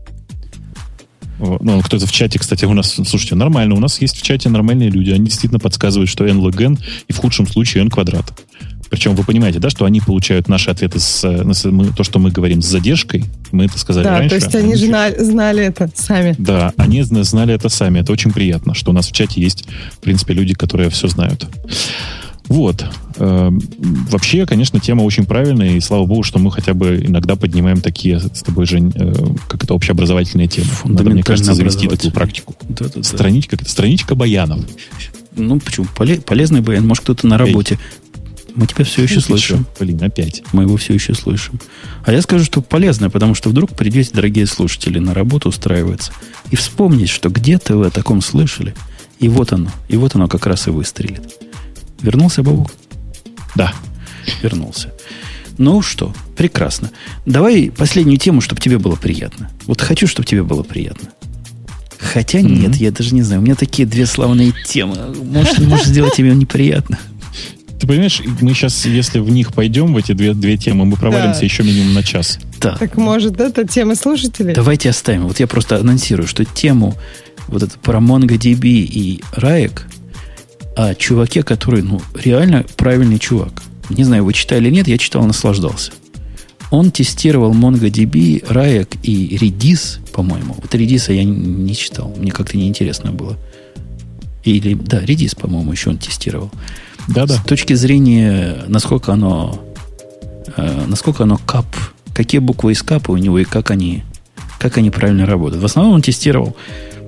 Кто-то в чате, кстати, у нас, слушайте, нормально, у нас есть в чате нормальные люди, они действительно подсказывают, что n log n и в худшем случае n квадрат. Причем вы понимаете, да, что они получают наши ответы то, что мы говорим, с задержкой. Мы это сказали раньше. Да, то есть они же знали это сами. Да, они знали это сами. Это очень приятно, что у нас в чате есть, в принципе, люди, которые все знают. Вот. Вообще, конечно, тема очень правильная, и слава богу, что мы хотя бы иногда поднимаем такие с тобой, Жень, как это общеобразовательные темы. Надо, мне кажется, завести такую практику. Да. Страничка баянов. Почему? Полезный баян. Может, кто-то на работе... Мы тебя все еще слышим. Опять. Мы его все еще слышим. А я скажу, что полезно, потому что вдруг придете, дорогие слушатели, на работу устраиваться и вспомнить, что где-то вы о таком слышали, и вот оно как раз и выстрелит. Вернулся, Бобук? Да. Вернулся. Ну что, прекрасно. Давай последнюю тему, чтобы тебе было приятно. Вот хочу, чтобы тебе было приятно. Хотя нет, я даже не знаю. У меня такие 2 славные темы. Может сделать тебе неприятно. Ты понимаешь, мы сейчас, если в них пойдем, в эти две темы, мы провалимся еще минимум на час. Да. Так может, это тема слушателей? Давайте оставим. Вот я просто анонсирую, что тему вот это про MongoDB и RAEC о чуваке, который, реально правильный чувак. Не знаю, вы читали или нет, я читал, наслаждался. Он тестировал MongoDB, RAEC и Redis, по-моему. Вот Redis я не читал, мне как-то неинтересно было. Redis, по-моему, еще он тестировал. Да. С точки зрения, насколько оно кап, какие буквы из капа у него и как они правильно работают. В основном он тестировал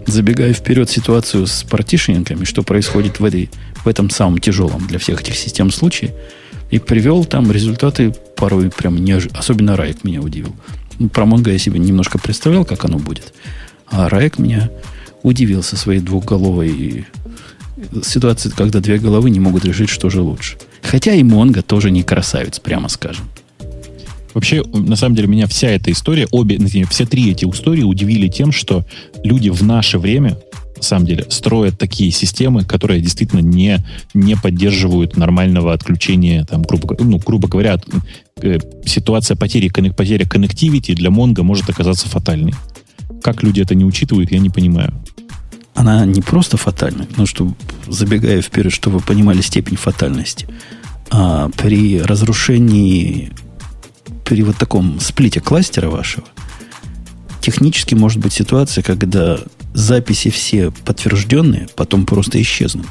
забегая вперед ситуацию с партишенингами, что происходит в этом самом тяжелом для всех этих систем случае, и привел там результаты порой прям неожиданно. Особенно Раек меня удивил. Про Mongo я себе немножко представлял, как оно будет. А Раек меня удивил со своей двухголовой ситуацией, когда две головы не могут решить, что же лучше. Хотя и Mongo тоже не красавец, прямо скажем. Вообще, на самом деле, меня вся эта история, все три эти истории удивили тем, что люди в наше время, на самом деле, строят такие системы, которые действительно не поддерживают нормального отключения, там, грубо говоря, ситуация потери коннективити для Mongo может оказаться фатальной. Как люди это не учитывают, я не понимаю. Она не просто фатальна, но что, забегая вперед, чтобы вы понимали степень фатальности, а при разрушении, при вот таком сплите кластера вашего, технически может быть ситуация, когда записи все подтвержденные потом просто исчезнут.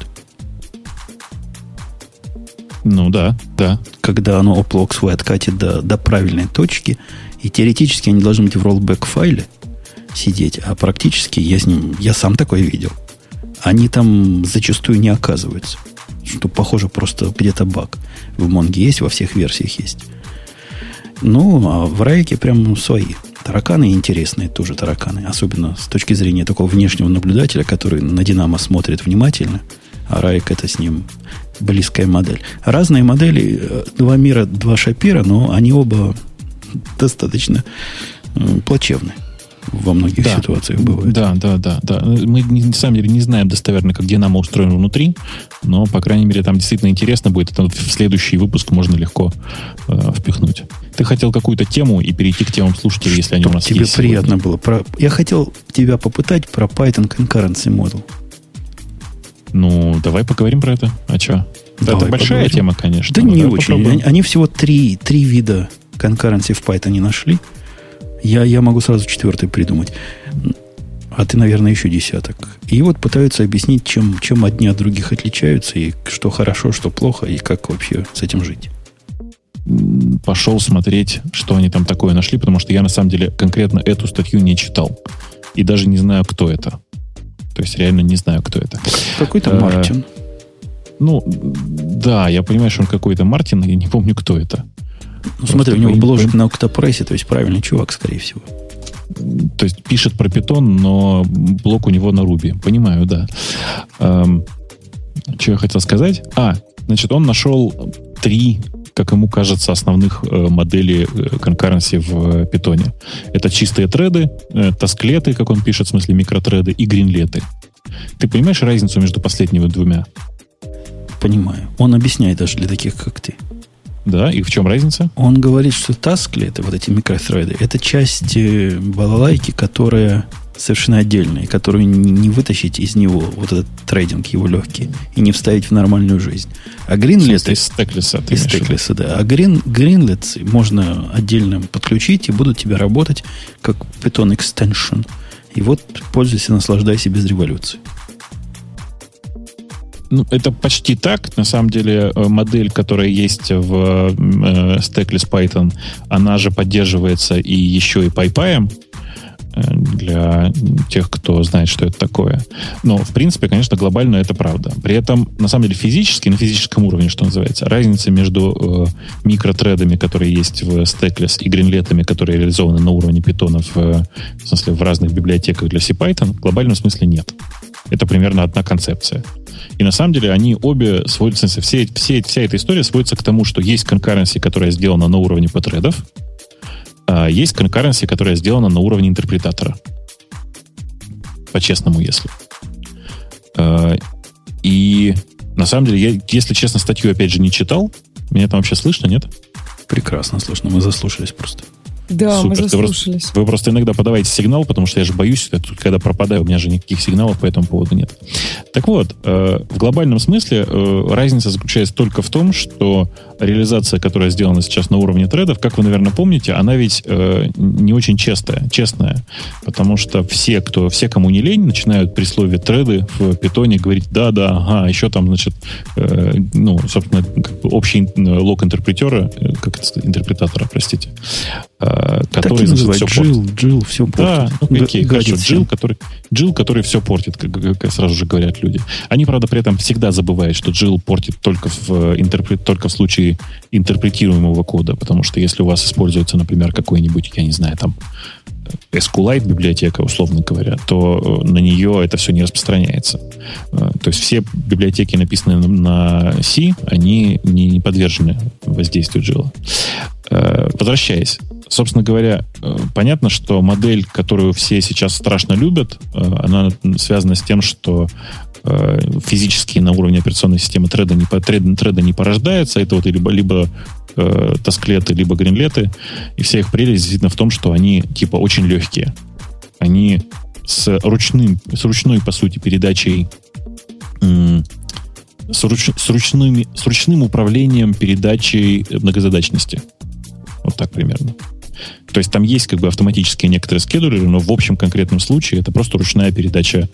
Ну да. Когда оно оплок свой откатит до правильной точки, и теоретически они должны быть в rollback файле сидеть, а практически я сам такое видел. Они там зачастую не оказываются. Что похоже просто где-то баг. В Mongo есть, во всех версиях есть. Ну, а в Райке прям свои. Тараканы интересные, тоже тараканы. Особенно с точки зрения такого внешнего наблюдателя, который на Динамо смотрит внимательно. А Райк это с ним близкая модель. Разные модели, два мира, два Шапира, но они оба достаточно плачевны. Во многих ситуациях бывает. Да. Мы, на самом деле, не знаем достоверно, как Динамо устроен внутри, но, по крайней мере, там действительно интересно будет. Это в следующий выпуск можно легко впихнуть. Ты хотел какую-то тему и перейти к темам слушателей, если они у нас тебе есть. Тебе приятно было. Я хотел тебя попытать про Python Concurrency Model. Ну, давай поговорим про это. А что? Это большая поговорим. Тема, конечно. Да не очень. Попробуем. Они всего три вида конкуренции в Python нашли. Я могу сразу четвертый придумать. А ты, наверное, еще десяток. И вот пытаются объяснить, чем одни от других отличаются, и что хорошо, что плохо, и как вообще с этим жить. Пошел смотреть, что они там такое нашли, потому что я, на самом деле, конкретно эту статью не читал. И даже не знаю, кто это. То есть, реально не знаю, кто это. Какой-то Мартин. Ну, да, я понимаю, что он какой-то Мартин, я не помню, кто это. Ну, смотри, у него бложек на Octopress, то есть правильный чувак, скорее всего. То есть пишет про Python, но блок у него на Ruby. Понимаю, да. Что я хотел сказать? Значит, он нашел 3, как ему кажется, основных моделей конкуренции в Python. Это чистые треды, тасклеты, как он пишет, в смысле микротреды, и гринлеты. Ты понимаешь разницу между последними двумя? Понимаю. Он объясняет даже для таких, как ты. Да, и в чем разница? Он говорит, что тасклеты, вот эти микротреды, это часть балалайки, которая совершенно отдельная, которую не вытащить из него вот этот трейдинг его легкий и не вставить в нормальную жизнь. А гринлеты... Из стеклиса. Из стеклиса, да. А гринлеты можно отдельно подключить и будут тебе работать как Python extension. И вот пользуйся, наслаждайся без революции. Ну, это почти так. На самом деле, модель, которая есть в Stackless Python, она же поддерживается и еще и PyPy для тех, кто знает, что это такое. Но, в принципе, конечно, глобально это правда. При этом, на самом деле, физически, на физическом уровне, что называется, разница между микротредами, которые есть в Stackless, и гринлетами, которые реализованы на уровне Python в смысле, в разных библиотеках для CPython, в глобальном смысле нет. Это примерно одна концепция. И на самом деле они обе сводятся, вся эта история сводится к тому, что есть конкуренция, которая сделана на уровне патредов, а есть конкуренция, которая сделана на уровне интерпретатора. По-честному, если. И на самом деле, я, если честно, статью опять же не читал. Меня там вообще слышно, нет? Прекрасно слышно, мы заслушались просто. Да, супер. Мы заслушались. Вы просто иногда подавайте сигнал, потому что я же боюсь, когда пропадаю, у меня же никаких сигналов по этому поводу нет. Так вот, в глобальном смысле разница заключается только в том, что реализация, которая сделана сейчас на уровне тредов, как вы, наверное, помните, она ведь не очень честная, потому что все, кому не лень, начинают при слове треды в питоне говорить да, еще там, значит, собственно, как бы общий лог интерпретатора, простите, который, значит, все портит. Джил все портит. Да, какие? Хорошо, Джил, который все портит, как сразу же говорят люди. Они, правда, при этом всегда забывают, что Джил портит только в случае интерпретируемого кода, потому что если у вас используется, например, какой-нибудь, я не знаю, там, SQLite библиотека, условно говоря, то на нее это все не распространяется. То есть все библиотеки, написанные на C, они не подвержены воздействию Джила. Возвращаясь. Собственно говоря, понятно, что модель, которую все сейчас страшно любят, она связана с тем, что физически на уровне операционной системы треда не порождаются. Это вот либо тасклеты, либо гринлеты. И вся их прелесть действительно в том, что они типа очень легкие. Они с ручной, по сути, передачей, с ручным управлением передачей многозадачности. Вот так примерно. То есть там есть как бы автоматические некоторые скедулеры, но в общем конкретном случае это просто ручная передача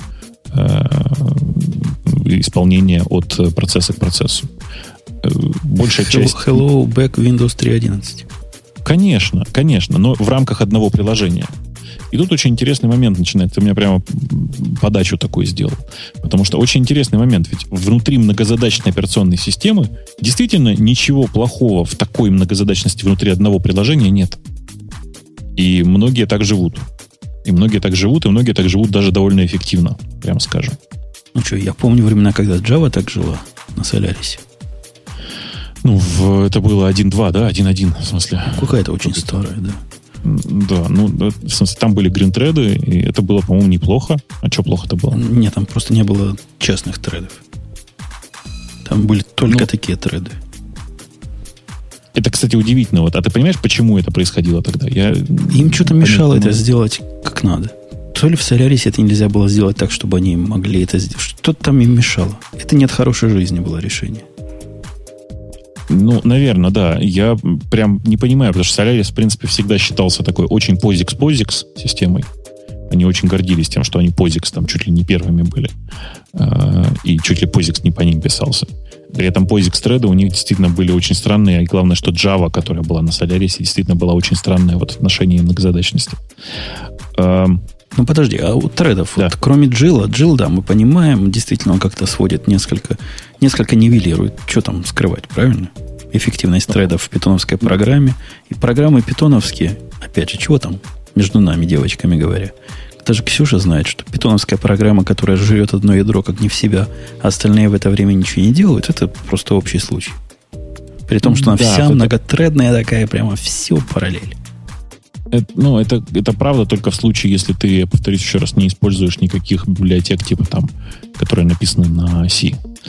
исполнения от процесса к процессу. Большая часть... Hello, back Windows 3.11. Конечно, но в рамках одного приложения. И тут очень интересный момент начинается. Ты меня прямо подачу такую сделал. Потому что очень интересный момент. Ведь внутри многозадачной операционной системы действительно ничего плохого в такой многозадачности внутри одного приложения нет. И многие так живут. И многие так живут даже довольно эффективно, прямо скажем. Ну что, я помню времена, когда Java так жила на Solaris. Ну, это было 1.2, да? 1.1, в смысле. Какая-то очень старая, да. Да, в смысле, там были грин-треды, и это было, по-моему, неплохо. А что плохо-то было? Нет, там просто не было частных тредов. Там были только такие треды. Это, кстати, удивительно. Вот. А ты понимаешь, почему это происходило тогда? Им что-то мешало это сделать как надо. То ли в Solaris это нельзя было сделать так, чтобы они могли это сделать. Что-то там им мешало. Это не от хорошей жизни было решение. Ну, наверное, да. Я прям не понимаю, потому что Solaris, в принципе, всегда считался такой очень POSIX системой. Они очень гордились тем, что они POSIX там чуть ли не первыми были. И чуть ли POSIX не по ним писался. При этом POSIX-треды у них действительно были очень странные. И главное, что Java, которая была на Solaris, действительно была очень странная вот в отношении многозадачности. Ну, подожди, а у тредов, да. вот, кроме Джил, да, мы понимаем, действительно, он как-то сводит несколько нивелирует. Что там скрывать, правильно? Эффективность тредов в питоновской программе. И программы питоновские, опять же, чего там между нами, девочками говоря? Даже Ксюша знает, что питоновская программа, которая жрет одно ядро как не в себя, а остальные в это время ничего не делают, это просто общий случай. При том, что она вся многотредная такая, прямо все параллель. Это правда только в случае, если ты, я повторюсь еще раз, не используешь никаких библиотек, типа там, которые написаны на C.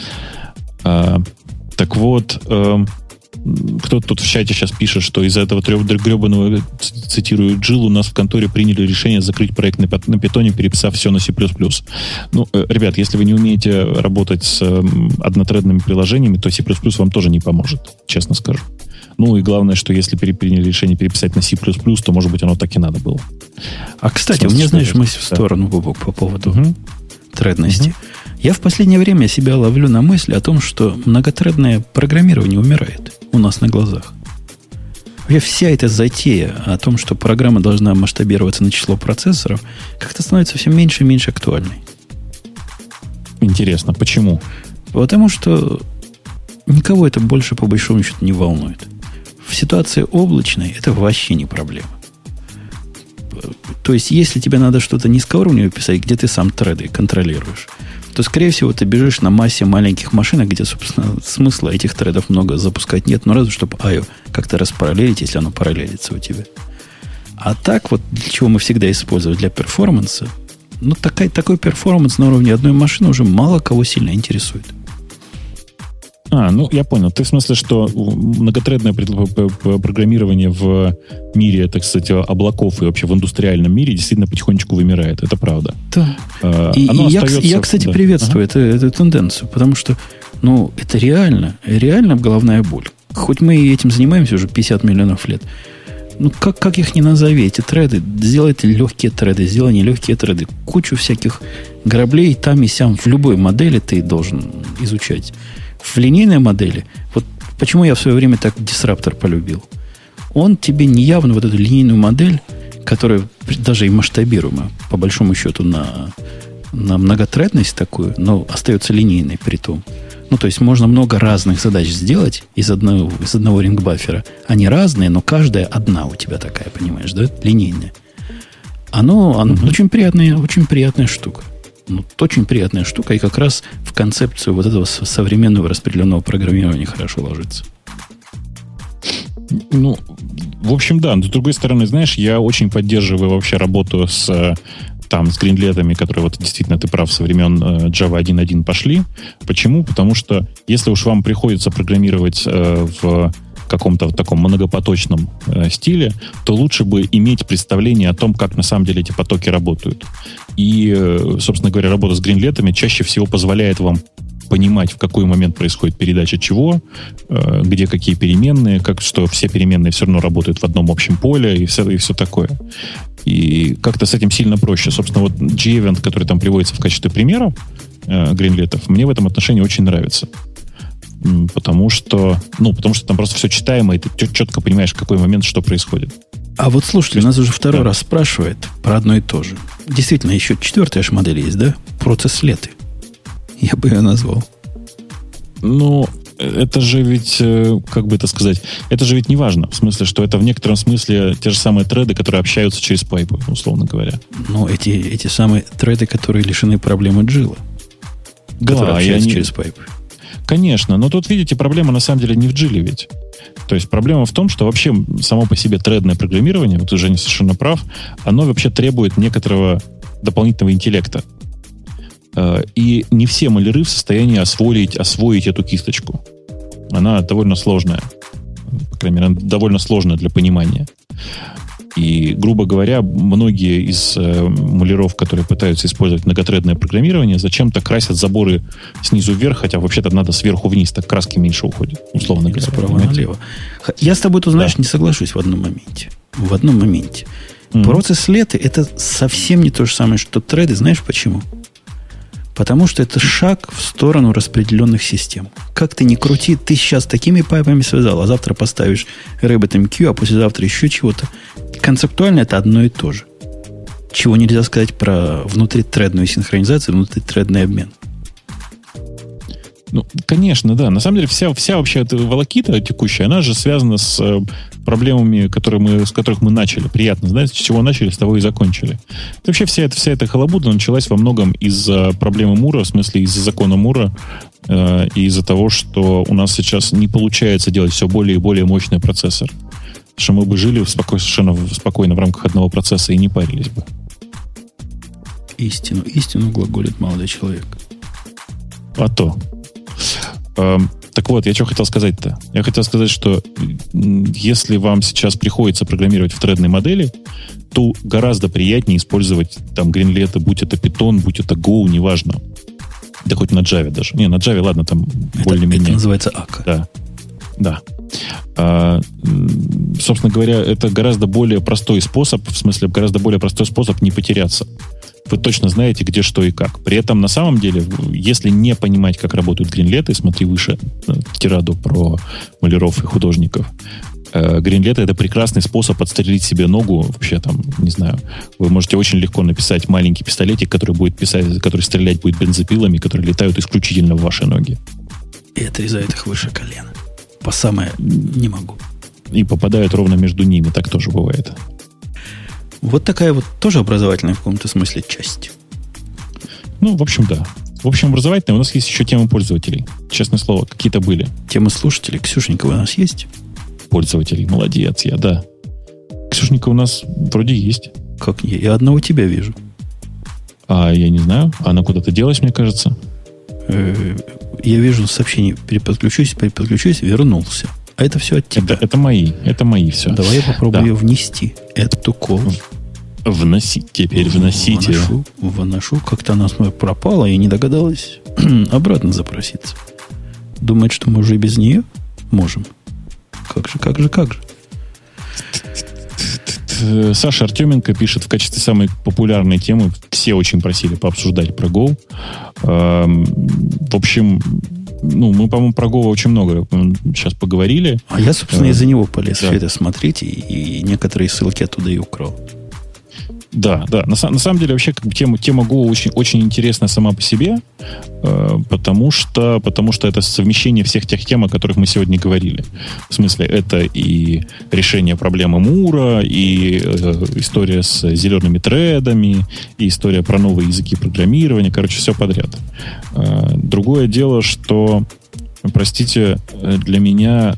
Так вот, кто-то тут в чате сейчас пишет, что из-за этого гребаного, цитирую, Джил у нас в конторе приняли решение закрыть проект на питоне, переписав все на C++. Ну, ребят, если вы не умеете работать с однотредными приложениями, то C++ вам тоже не поможет, честно скажу. Ну и главное, что если приняли решение переписать на C++, то, может быть, оно так и надо было. А, кстати, у меня, знаешь, мысль в сторону, Бобок, по поводу тредности. Я в последнее время себя ловлю на мысли о том, что многотредное программирование умирает у нас на глазах. Вообще вся эта затея о том, что программа должна масштабироваться на число процессоров, как-то становится все меньше и меньше актуальной. Интересно, почему? Потому что никого это больше, по большому счету, не волнует. В ситуации облачной это вообще не проблема. То есть, если тебе надо что-то низкоуровневое писать, где ты сам треды контролируешь, то, скорее всего, ты бежишь на массе маленьких машинок, где, собственно, смысла этих тредов много запускать нет, но разве чтобы I/O как-то распараллелить, если оно параллелится у тебя. А так вот, для чего мы всегда используем для перформанса, такой перформанс на уровне одной машины уже мало кого сильно интересует. Я понял. Ты в смысле, что многотредное программирование в мире, так сказать, облаков и вообще в индустриальном мире действительно потихонечку вымирает. Это правда. Да. Я, кстати, приветствую эту тенденцию, потому что, это реально головная боль. Хоть мы и этим занимаемся уже 50 миллионов лет. Как их ни назови, эти треды, сделайте легкие треды, сделай нелегкие треды. Кучу всяких граблей там и сям в любой модели ты должен изучать. В линейной модели, вот почему я в свое время так Disruptor полюбил. он тебе неявно вот эту линейную модель, которая даже и масштабируема, по большому счету, на многотредность такую, но остается линейной при том. Ну, то есть можно много разных задач сделать из одного рингбаффера. Они разные, но каждая одна у тебя такая, понимаешь, да? Линейная. Оно очень приятная штука. Ну, очень приятная штука, и как раз в концепцию вот этого современного распределенного программирования хорошо ложится. Ну, в общем, да. Но с другой стороны, знаешь, я очень поддерживаю вообще работу с гринлетами, которые вот действительно, ты прав, со времен Java 1.1 пошли. Почему? Потому что если уж вам приходится программировать в каком-то вот таком многопоточном стиле, то лучше бы иметь представление о том, как на самом деле эти потоки работают. И, собственно говоря, работа с гринлетами чаще всего позволяет вам понимать, в какой момент происходит передача чего, где какие переменные, что все переменные все равно работают в одном общем поле и все такое. И как-то с этим сильно проще. Собственно, вот G-Event, который там приводится в качестве примера гринлетов, мне в этом отношении очень нравится. Потому что там просто все читаемо, и ты четко понимаешь, в какой момент что происходит. А вот слушайте, нас уже второй раз спрашивает про одно и то же. Действительно, еще 4-я же модель есть, да? Процесс леты. Я бы ее назвал. Ну, это же ведь, как бы это сказать, это же ведь не важно. В смысле, что это в некотором смысле те же самые треды, которые общаются через пайпы, условно говоря. Ну, эти самые треды, которые лишены проблемы Джила. Которые общаются через пайпы. Конечно, но тут, видите, проблема на самом деле не в Джиле ведь. То есть проблема в том, что вообще само по себе тредное программирование, вот ты, Женя, совершенно прав, оно вообще требует некоторого дополнительного интеллекта. И не все маляры в состоянии освоить эту кисточку. Она довольно сложная. По крайней мере, она довольно сложная для понимания. И, грубо говоря, многие из маляров, которые пытаются использовать многотредное программирование, зачем-то красят заборы снизу вверх, хотя вообще-то надо сверху вниз, так краски меньше уходят, условно говоря. Справа налево. Я с тобой, знаешь, не соглашусь в одном моменте. Процесс леты — это совсем не то же самое, что треды. Знаешь почему? Потому что это шаг в сторону распределенных систем. Как ты ни крути, ты сейчас такими пайпами связал, а завтра поставишь RabbitMQ, а послезавтра еще чего-то. Концептуально это одно и то же. Чего нельзя сказать про внутритредную синхронизацию, внутритредный обмен. Ну, конечно, да. На самом деле вся вообще эта волокита текущая, она же связана с проблемами, с которых мы начали. Приятно, знаете, с чего начали, с того и закончили. И вообще вся эта халабуда началась во многом из-за проблемы Мура, в смысле из-за закона Мура, и из-за того, что у нас сейчас не получается делать все более и более мощный процессор. Потому что мы бы жили совершенно спокойно в рамках одного процесса и не парились бы. Истину глаголит молодой человек. А то. Так вот, я что хотел сказать-то? Я хотел сказать, что если вам сейчас приходится программировать в тредной модели, то гораздо приятнее использовать там гринлеты, будь это Python, будь это Go, неважно. Да хоть на Java даже. Не, на Java, ладно, там более-менее. Это называется Akka. Да. Собственно говоря, это гораздо более простой способ, в смысле, гораздо более простой способ не потеряться. Вы точно знаете, где, что и как. При этом, на самом деле, если не понимать, как работают гринлеты, смотри выше тираду про маляров и художников, гринлеты — это прекрасный способ отстрелить себе ногу. Вообще, там, не знаю, вы можете очень легко написать маленький пистолетик, который стрелять будет бензопилами, которые летают исключительно в ваши ноги. И отрезают их выше колена. По самое не могу. И попадают ровно между ними. Так тоже бывает. Вот такая вот тоже образовательная в каком-то смысле часть. Ну, в общем, да. В общем, образовательная. У нас есть еще темы пользователей. Честное слово, какие-то были. Темы слушателей. Ксюшенька у нас есть? Пользователей. Молодец, да. Ксюшенька у нас вроде есть. Как? Я одного тебя вижу. А я не знаю. Она куда-то делась, мне кажется. Я вижу сообщение. Переподключусь, вернулся. А это все от тебя. Это мои все. Давай я попробую ее внести. Эту кол. Вносите. Выношу. Как-то она пропала и не догадалась обратно запроситься. Думает, что мы уже и без нее можем. Как же. Саша Артеменко пишет в качестве самой популярной темы. Все очень просили пообсуждать про Go. В общем, мы, по-моему, про Go очень много сейчас поговорили. А я, собственно, из-за него полез все это смотреть, и некоторые ссылки оттуда и украл. Да. На самом деле, вообще, тема Go очень, очень интересная сама по себе, потому что это совмещение всех тех тем, о которых мы сегодня говорили. В смысле, это и решение проблемы Мура, и история с зелеными тредами, и история про новые языки программирования. Короче, все подряд. Другое дело, что, простите, для меня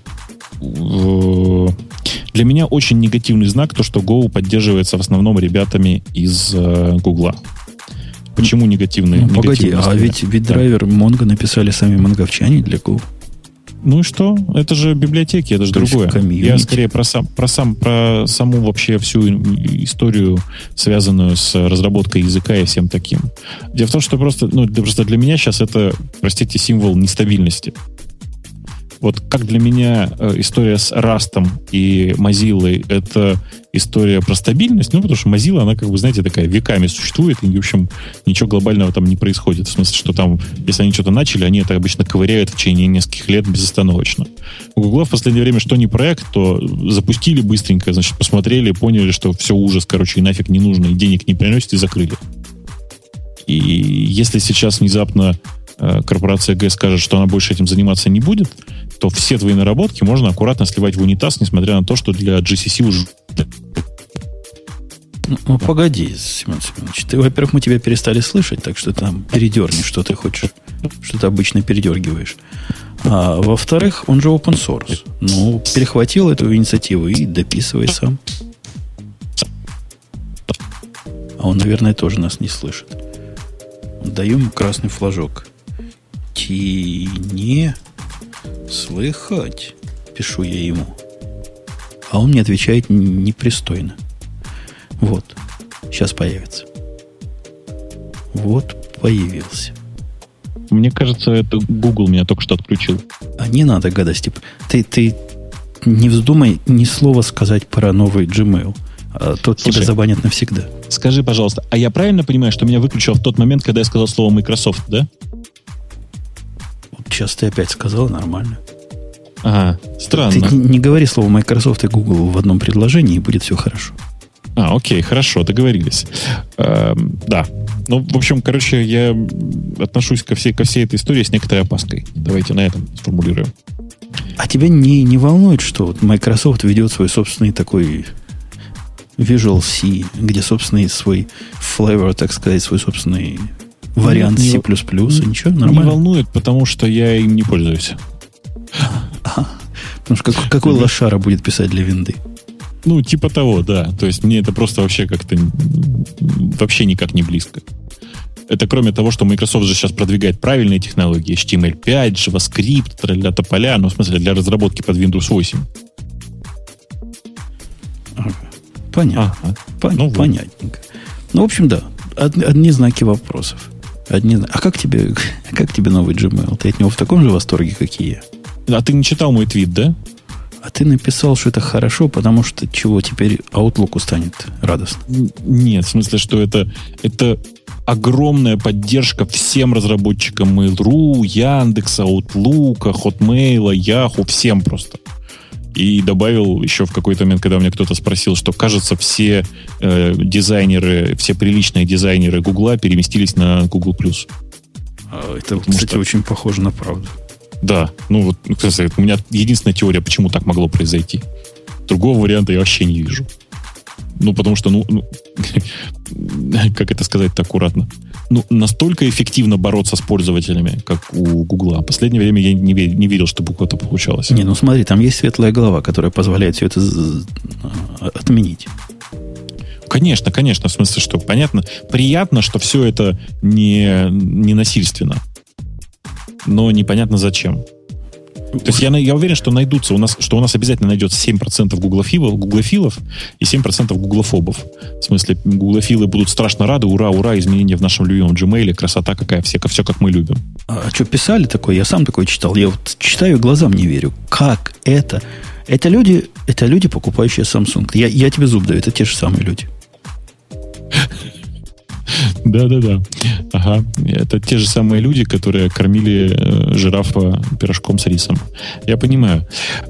очень негативный знак то, что Go поддерживается в основном ребятами из Гугла. Почему негативный? Погоди, ведь драйвер Mongo написали сами монговчане для Go. Ну и что? Это же библиотеки, это же то другое. Я скорее про саму вообще всю историю, связанную с разработкой языка и всем таким. Дело в том, что просто для меня сейчас это, простите, символ нестабильности. Вот как для меня история с Rust'ом и Mozilla — это история про стабильность, потому что Mozilla, она, знаете, такая веками существует, и, в общем, ничего глобального там не происходит. В смысле, что там, если они что-то начали, они это обычно ковыряют в течение нескольких лет безостановочно. У Google в последнее время что не проект, то запустили быстренько, посмотрели, поняли, что все ужас, и нафиг не нужно, и денег не приносит, и закрыли. И если сейчас внезапно корпорация G скажет, что она больше этим заниматься не будет, то все твои наработки можно аккуратно сливать в унитаз, несмотря на то, что для GCC уже... Ну, погоди, Семен Семенович. Во-первых, мы тебя перестали слышать, так что там передерни, что ты хочешь. Что ты обычно передергиваешь. А во-вторых, он же open source. Ну, перехватил эту инициативу и дописывай сам. А он, наверное, тоже нас не слышит. Даем ему красный флажок. Не слыхать, пишу я ему. А он мне отвечает непристойно. Вот. Сейчас появится. Вот появился. Мне кажется, это Google меня только что отключил. А не надо гадости. Ты не вздумай ни слова сказать про новый Gmail. А то тебя забанят навсегда. Скажи, пожалуйста, а я правильно понимаю, что меня выключило в тот момент, когда я сказал слово Microsoft, да? Вот сейчас ты опять сказал, нормально. Ага, странно. Ты не говори слово Microsoft и Google в одном предложении, и будет все хорошо. Окей, хорошо, договорились. Да. Ну, в общем, я отношусь ко всей этой истории с некоторой опаской. Давайте на этом сформулируем. А тебя не волнует, что вот Microsoft ведет свой собственный такой Visual C, где собственный свой flavor, так сказать, свой собственный вариант C++, и ничего, нормально? Не волнует, потому что я им не пользуюсь. Потому что какой лошара будет писать для винды? Ну, типа того, да. То есть мне это просто вообще как-то вообще никак не близко. Это кроме того, что Microsoft же сейчас продвигает правильные технологии, HTML5, JavaScript, тролля тополя, в смысле для разработки под Windows 8. Понятно. Понятненько. Ну, в общем, да. Одни знаки вопросов. А как тебе новый Gmail? Ты от него в таком же восторге, как и я? А ты не читал мой твит, да? А ты написал, что это хорошо, потому что чего теперь Outlook станет радостно? Нет, в смысле, что это огромная поддержка всем разработчикам Mail.ru, Яндекса, Outlook, Hotmail, Yahoo, всем просто. И добавил еще в какой-то момент, когда меня кто-то спросил, что, кажется, все дизайнеры, все приличные дизайнеры Гугла переместились на Google+. Это, кстати, очень похоже на правду. Да, кстати, у меня единственная теория, почему так могло произойти. Другого варианта я вообще не вижу. Потому что, как это сказать-то аккуратно? Настолько эффективно бороться с пользователями, как у Гугла. В последнее время я не видел, чтобы у кого-то получалось. Смотри, там есть светлая голова, которая позволяет все это отменить. Конечно, в смысле, что понятно, приятно, что все это не насильственно. Но непонятно зачем. То есть я уверен, что найдутся у нас обязательно найдется 7% гуглофилов и 7% гуглофобов. В смысле, гуглофилы будут страшно рады, ура, изменения в нашем любимом Gmail, красота какая, все как мы любим. А что, писали такое? Я сам такое читал. Я вот читаю и глазам не верю. Как это? Это люди, покупающие Samsung. Я тебе зуб даю, это те же самые люди. Да. Ага. Это те же самые люди, которые кормили жирафа пирожком с рисом. Я понимаю.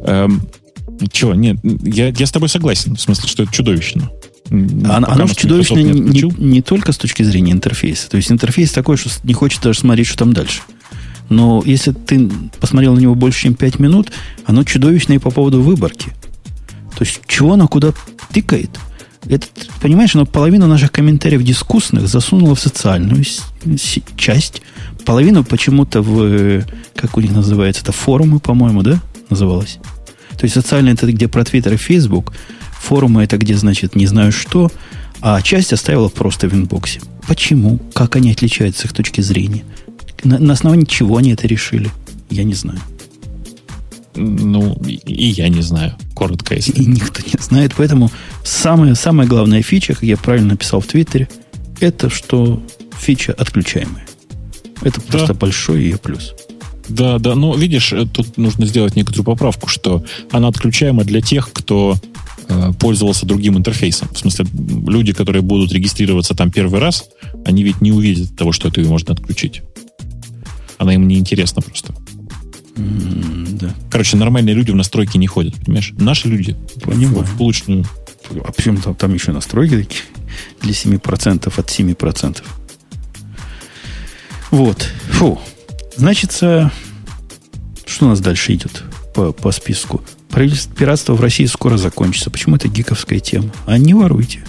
Нет, я с тобой согласен. В смысле, что это чудовищно. Оно же чудовищно не только с точки зрения интерфейса. То есть интерфейс такой, что не хочется даже смотреть, что там дальше. Но если ты посмотрел на него больше, чем 5 минут, оно чудовищное и по поводу выборки. То есть чего оно куда тыкает? Это, понимаешь, оно половину наших комментариев дискуссных засунуло в социальную часть. Половину почему-то в, как у них называется, это форумы, по-моему, да, называлось? То есть социальные это где про Твиттер и Фейсбук, форумы это где, значит, не знаю что, а часть оставила просто в инбоксе. Почему? Как они отличаются с их точки зрения? На основании чего они это решили? Я не знаю. Ну, и я не знаю, коротко если. И никто не знает, поэтому самая главная фича, как я правильно написал в Твиттере, это что фича отключаемая. Это просто большой ее плюс. Да, но видишь, тут нужно сделать некоторую поправку, что она отключаема для тех, кто пользовался другим интерфейсом. В смысле, люди, которые будут регистрироваться там первый раз, они ведь не увидят того, что это ее можно отключить. Она им не интересна просто. Да. Короче, нормальные люди в настройки не ходят, понимаешь? Наши люди в булочную. А почему там еще настройки такие для 7% от 7%? Вот. Фу. Значит, что у нас дальше идет по списку? Пиратство в России скоро закончится. Почему это гиковская тема? А не воруйте.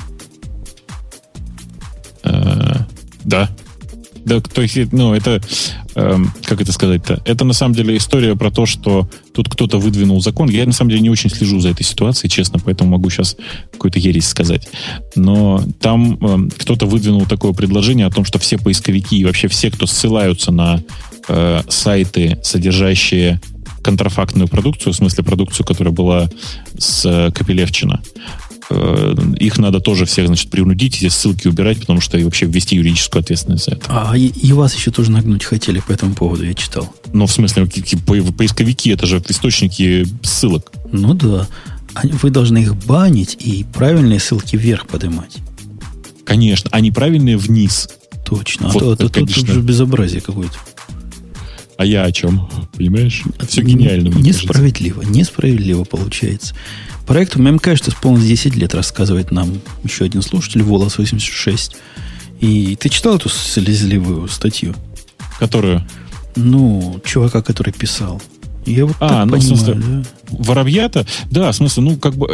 Да. Да, то есть, это, как это сказать-то? Это, на самом деле, история про то, что тут кто-то выдвинул закон. Я, на самом деле, не очень слежу за этой ситуацией, честно, поэтому могу сейчас какую-то ересь сказать. Но там кто-то выдвинул такое предложение о том, что все поисковики и вообще все, кто ссылаются на сайты, содержащие контрафактную продукцию, в смысле продукцию, которая была с Копилевчина, их надо тоже всех, значит, принудить, эти ссылки убирать, потому что и вообще ввести юридическую ответственность за это. И вас еще тоже нагнуть хотели по этому поводу, я читал. Ну, в смысле, поисковики, это же источники ссылок. Ну да. Вы должны их банить и правильные ссылки вверх поднимать. Конечно, а неправильные вниз. Точно. Вот, тут уже безобразие какое-то. А я о чем? Понимаешь? Все гениально. Несправедливо получается. Проекту Memcached исполнилось 10 лет, рассказывает нам еще один слушатель, Волос86. И ты читал эту слезливую статью? Которую? Ну, чувака, который писал. Я вот так понимаю, в смысле, да? Воробья-то? Да, в смысле,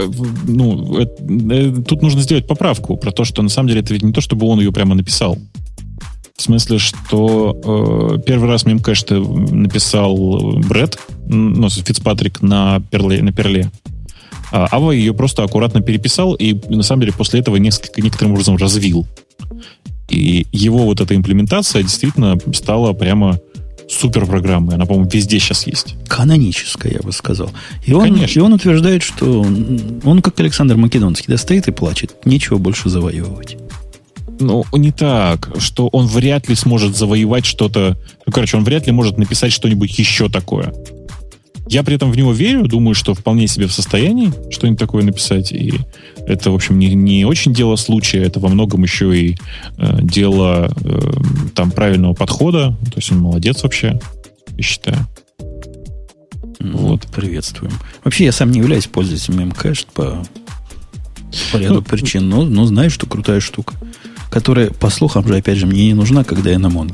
тут нужно сделать поправку про то, что на самом деле это ведь не то, чтобы он ее прямо написал. В смысле, что первый раз Memcached написал Брэд, Фицпатрик на Перле. Ава ее просто аккуратно переписал и, на самом деле, после этого некоторым образом развил. И его вот эта имплементация действительно стала прямо суперпрограммой. Она, по-моему, везде сейчас есть. Каноническая, я бы сказал. И он утверждает, что он, как Александр Македонский, да, стоит и плачет. Нечего больше завоевывать. Ну, не так, что он вряд ли сможет завоевать что-то... он вряд ли может написать что-нибудь еще такое. Я при этом в него верю, думаю, что вполне себе в состоянии что-нибудь такое написать. И это, в общем, не очень дело случая, это во многом еще и дело там правильного подхода. То есть он молодец вообще, я считаю. Вот. Приветствуем. Вообще, я сам не являюсь пользователем Memcached по ряду причин, но знаю, что крутая штука, которая, по слухам же, опять же, мне не нужна, когда я на Монге.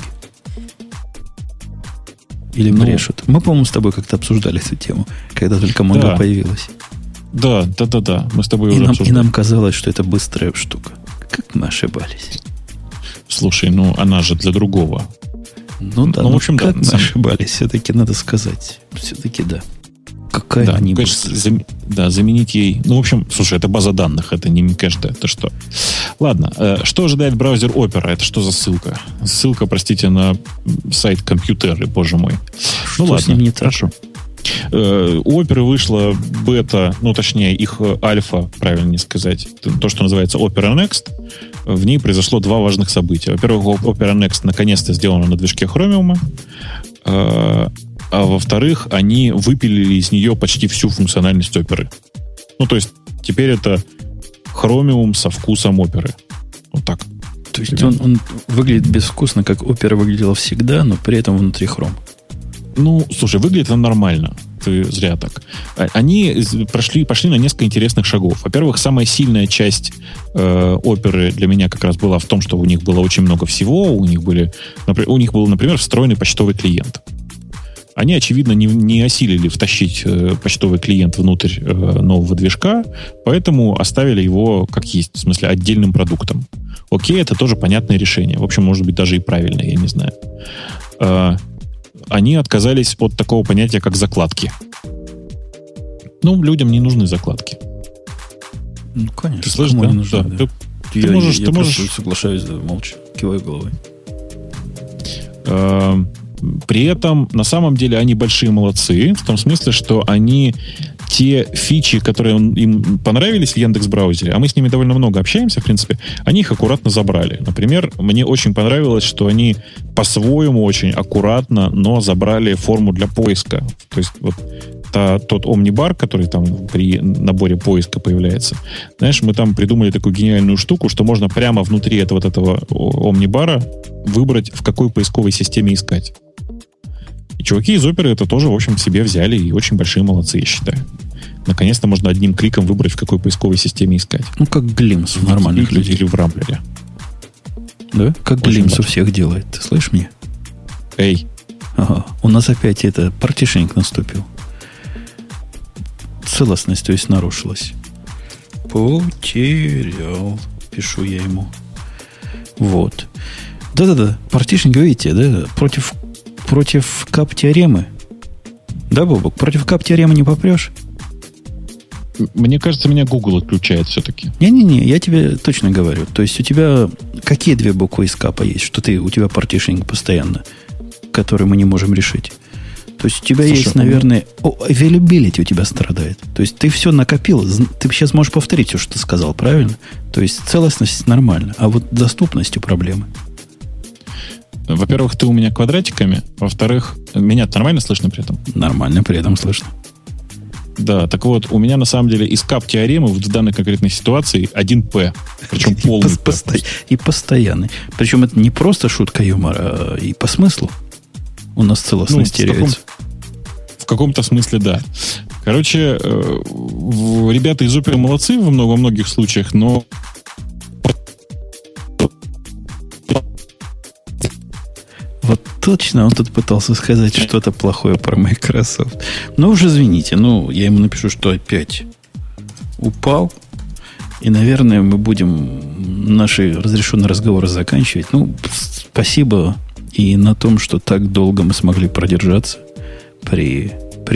Или брешут. Мы, по-моему, с тобой как-то обсуждали эту тему, когда только Монго появилась. Да. Мы с тобой уже обсуждали. И нам казалось, что это быстрая штука. Как мы ошибались. Слушай, она же для другого. В общем, как мы ошибались, все-таки надо сказать. Все-таки да. Какая они быстрая. Заменить ей... в общем, слушай, это база данных, это не Memcached, это что? Ладно, что ожидает браузер Opera? Это что за ссылка? Ссылка, простите, на сайт компьютеры, боже мой. Что ладно, с ним не хорошо. У Opera вышла бета, точнее, их альфа, правильнее сказать, то, что называется Opera Next. В ней произошло два важных события. Во-первых, Opera Next наконец-то сделана на движке Chromium, а во-вторых, они выпилили из нее почти всю функциональность Оперы. То есть, теперь это Chromium со вкусом Оперы. Вот так. То есть он выглядит безвкусно, как Opera выглядела всегда, но при этом внутри Chrome. Ну, слушай, выглядит он нормально. Ты зря так. Они пошли на несколько интересных шагов. Во-первых, самая сильная часть Оперы для меня как раз была в том, что у них было очень много всего. У них был, например, встроенный почтовый клиент. Они, очевидно, не осилили втащить почтовый клиент внутрь нового движка, поэтому оставили его как есть, в смысле, отдельным продуктом. Окей, это тоже понятное решение. В общем, может быть, даже и правильное, я не знаю. Они отказались от такого понятия, как закладки. Ну, людям не нужны закладки. Ну, конечно. Ты слышишь, да? Не нужны, да. Ты можешь... соглашаюсь, да, молча, киваю головой. При этом, на самом деле, они большие молодцы, в том смысле, что они те фичи, которые им понравились в Яндекс.Браузере, а мы с ними довольно много общаемся, в принципе, они их аккуратно забрали. Например, мне очень понравилось, что они по-своему очень аккуратно, но забрали форму для поиска. То есть вот тот Omnibar, который там при наборе поиска появляется, знаешь, мы там придумали такую гениальную штуку, что можно прямо внутри этого Omnibar выбрать, в какой поисковой системе искать. И чуваки из Оперы это тоже, в общем, себе взяли, и очень большие молодцы, я считаю. Наконец-то можно одним кликом выбрать, в какой поисковой системе искать. Ну, как Глимс у нормальных людей. Или в Рамблере. Да? Как Глимс у всех делает. Ты слышишь меня? Эй. Ага. У нас опять партишенинг наступил. Целостность, то есть, нарушилась. Потерял. Пишу я ему. Вот. Да-да-да. Партишенинг, видите, да? Против кап-теоремы. Да, Бобок? Против кап-теоремы не попрешь? Мне кажется, меня Google отключает все-таки. Не-не-не, я тебе точно говорю. То есть у тебя какие две буквы из капа есть? Что у тебя партишенинг постоянно, который мы не можем решить. То есть у тебя есть, наверное... availability у тебя страдает. То есть ты все накопил. Ты сейчас можешь повторить все, что ты сказал, правильно? То есть целостность нормально. А вот доступностью проблемы. Во-первых, ты у меня квадратиками. Во-вторых, меня нормально слышно при этом? Нормально при этом слышно. Да, так вот, у меня на самом деле из кап-теоремы в данной конкретной ситуации 1P. Причем полный P. И постоянный. Причем это не просто шутка юмора, а и по смыслу у нас целостность теряется. В каком-то смысле, да. Короче, ребята из Оперы молодцы во многих случаях, но вот точно он тут пытался сказать что-то плохое про Microsoft. Но уже извините, я ему напишу, что опять упал. И, наверное, мы будем наши разрешенные разговоры заканчивать. Спасибо и на том, что так долго мы смогли продержаться при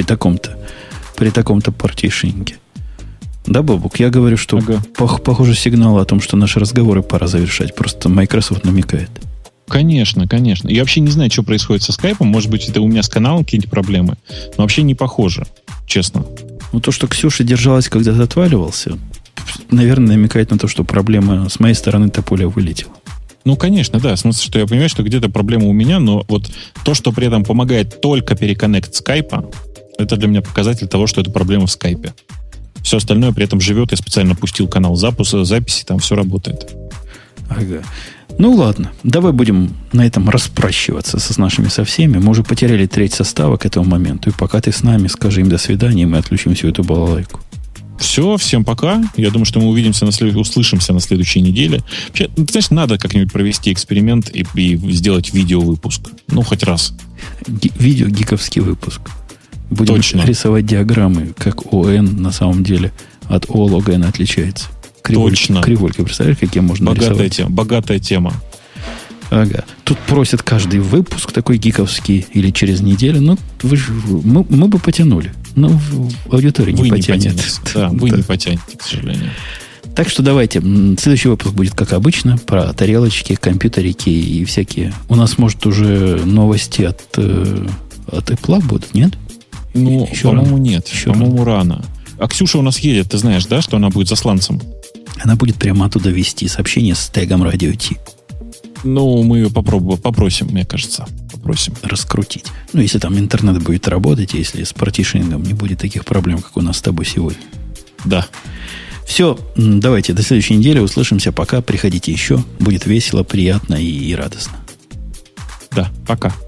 таком-то партишенинге. Да, Бобук? Я говорю, что похоже сигнал о том, что наши разговоры пора завершать. Просто Microsoft намекает. Конечно, конечно. Я вообще не знаю, что происходит со скайпом. Может быть, это у меня с каналом какие-нибудь проблемы. Но вообще не похоже, честно. То, что Ксюша держалась, когда ты отваливался, наверное, намекает на то, что проблема с моей стороны тополя вылетела. Конечно, да. В смысле, что я понимаю, что где-то проблема у меня, но вот то, что при этом помогает только переконнект скайпа, это для меня показатель того, что это проблема в скайпе. Все остальное при этом живет. Я специально пустил канал записи, там все работает. Ага. Ладно, давай будем на этом распрощиваться со всеми. Мы уже потеряли треть состава к этому моменту. И пока ты с нами, скажи им до свидания, и мы отключим всю эту балалайку. Все, всем пока. Я думаю, что мы услышимся на следующей неделе. Вообще, знаешь, надо как-нибудь провести эксперимент и сделать видеовыпуск. Хоть раз. Видео-гиковский выпуск. Будем рисовать диаграммы, как ОН на самом деле от О-лог-Н отличается. Кривульки, представляешь, какие можно рисовать? Богатая тема. Ага. Тут просят каждый выпуск такой гиковский или через неделю. Мы бы потянули. Но аудитория не потянет. Вы не потянете, к сожалению. Так что давайте. Следующий выпуск будет, как обычно, про тарелочки, компьютерики и всякие. У нас, может, уже новости от Apple будут, нет? По-моему, нет. По-моему, рано. А Ксюша у нас едет, ты знаешь, да, что она будет засланцем? Она будет прямо оттуда вести сообщение с тегом Radio T. Мы ее попросим, мне кажется. Попросим. Раскрутить. Если там интернет будет работать, если с партишенингом не будет таких проблем, как у нас с тобой сегодня. Да. Все, давайте до следующей недели услышимся. Пока, приходите еще. Будет весело, приятно и радостно. Да, пока.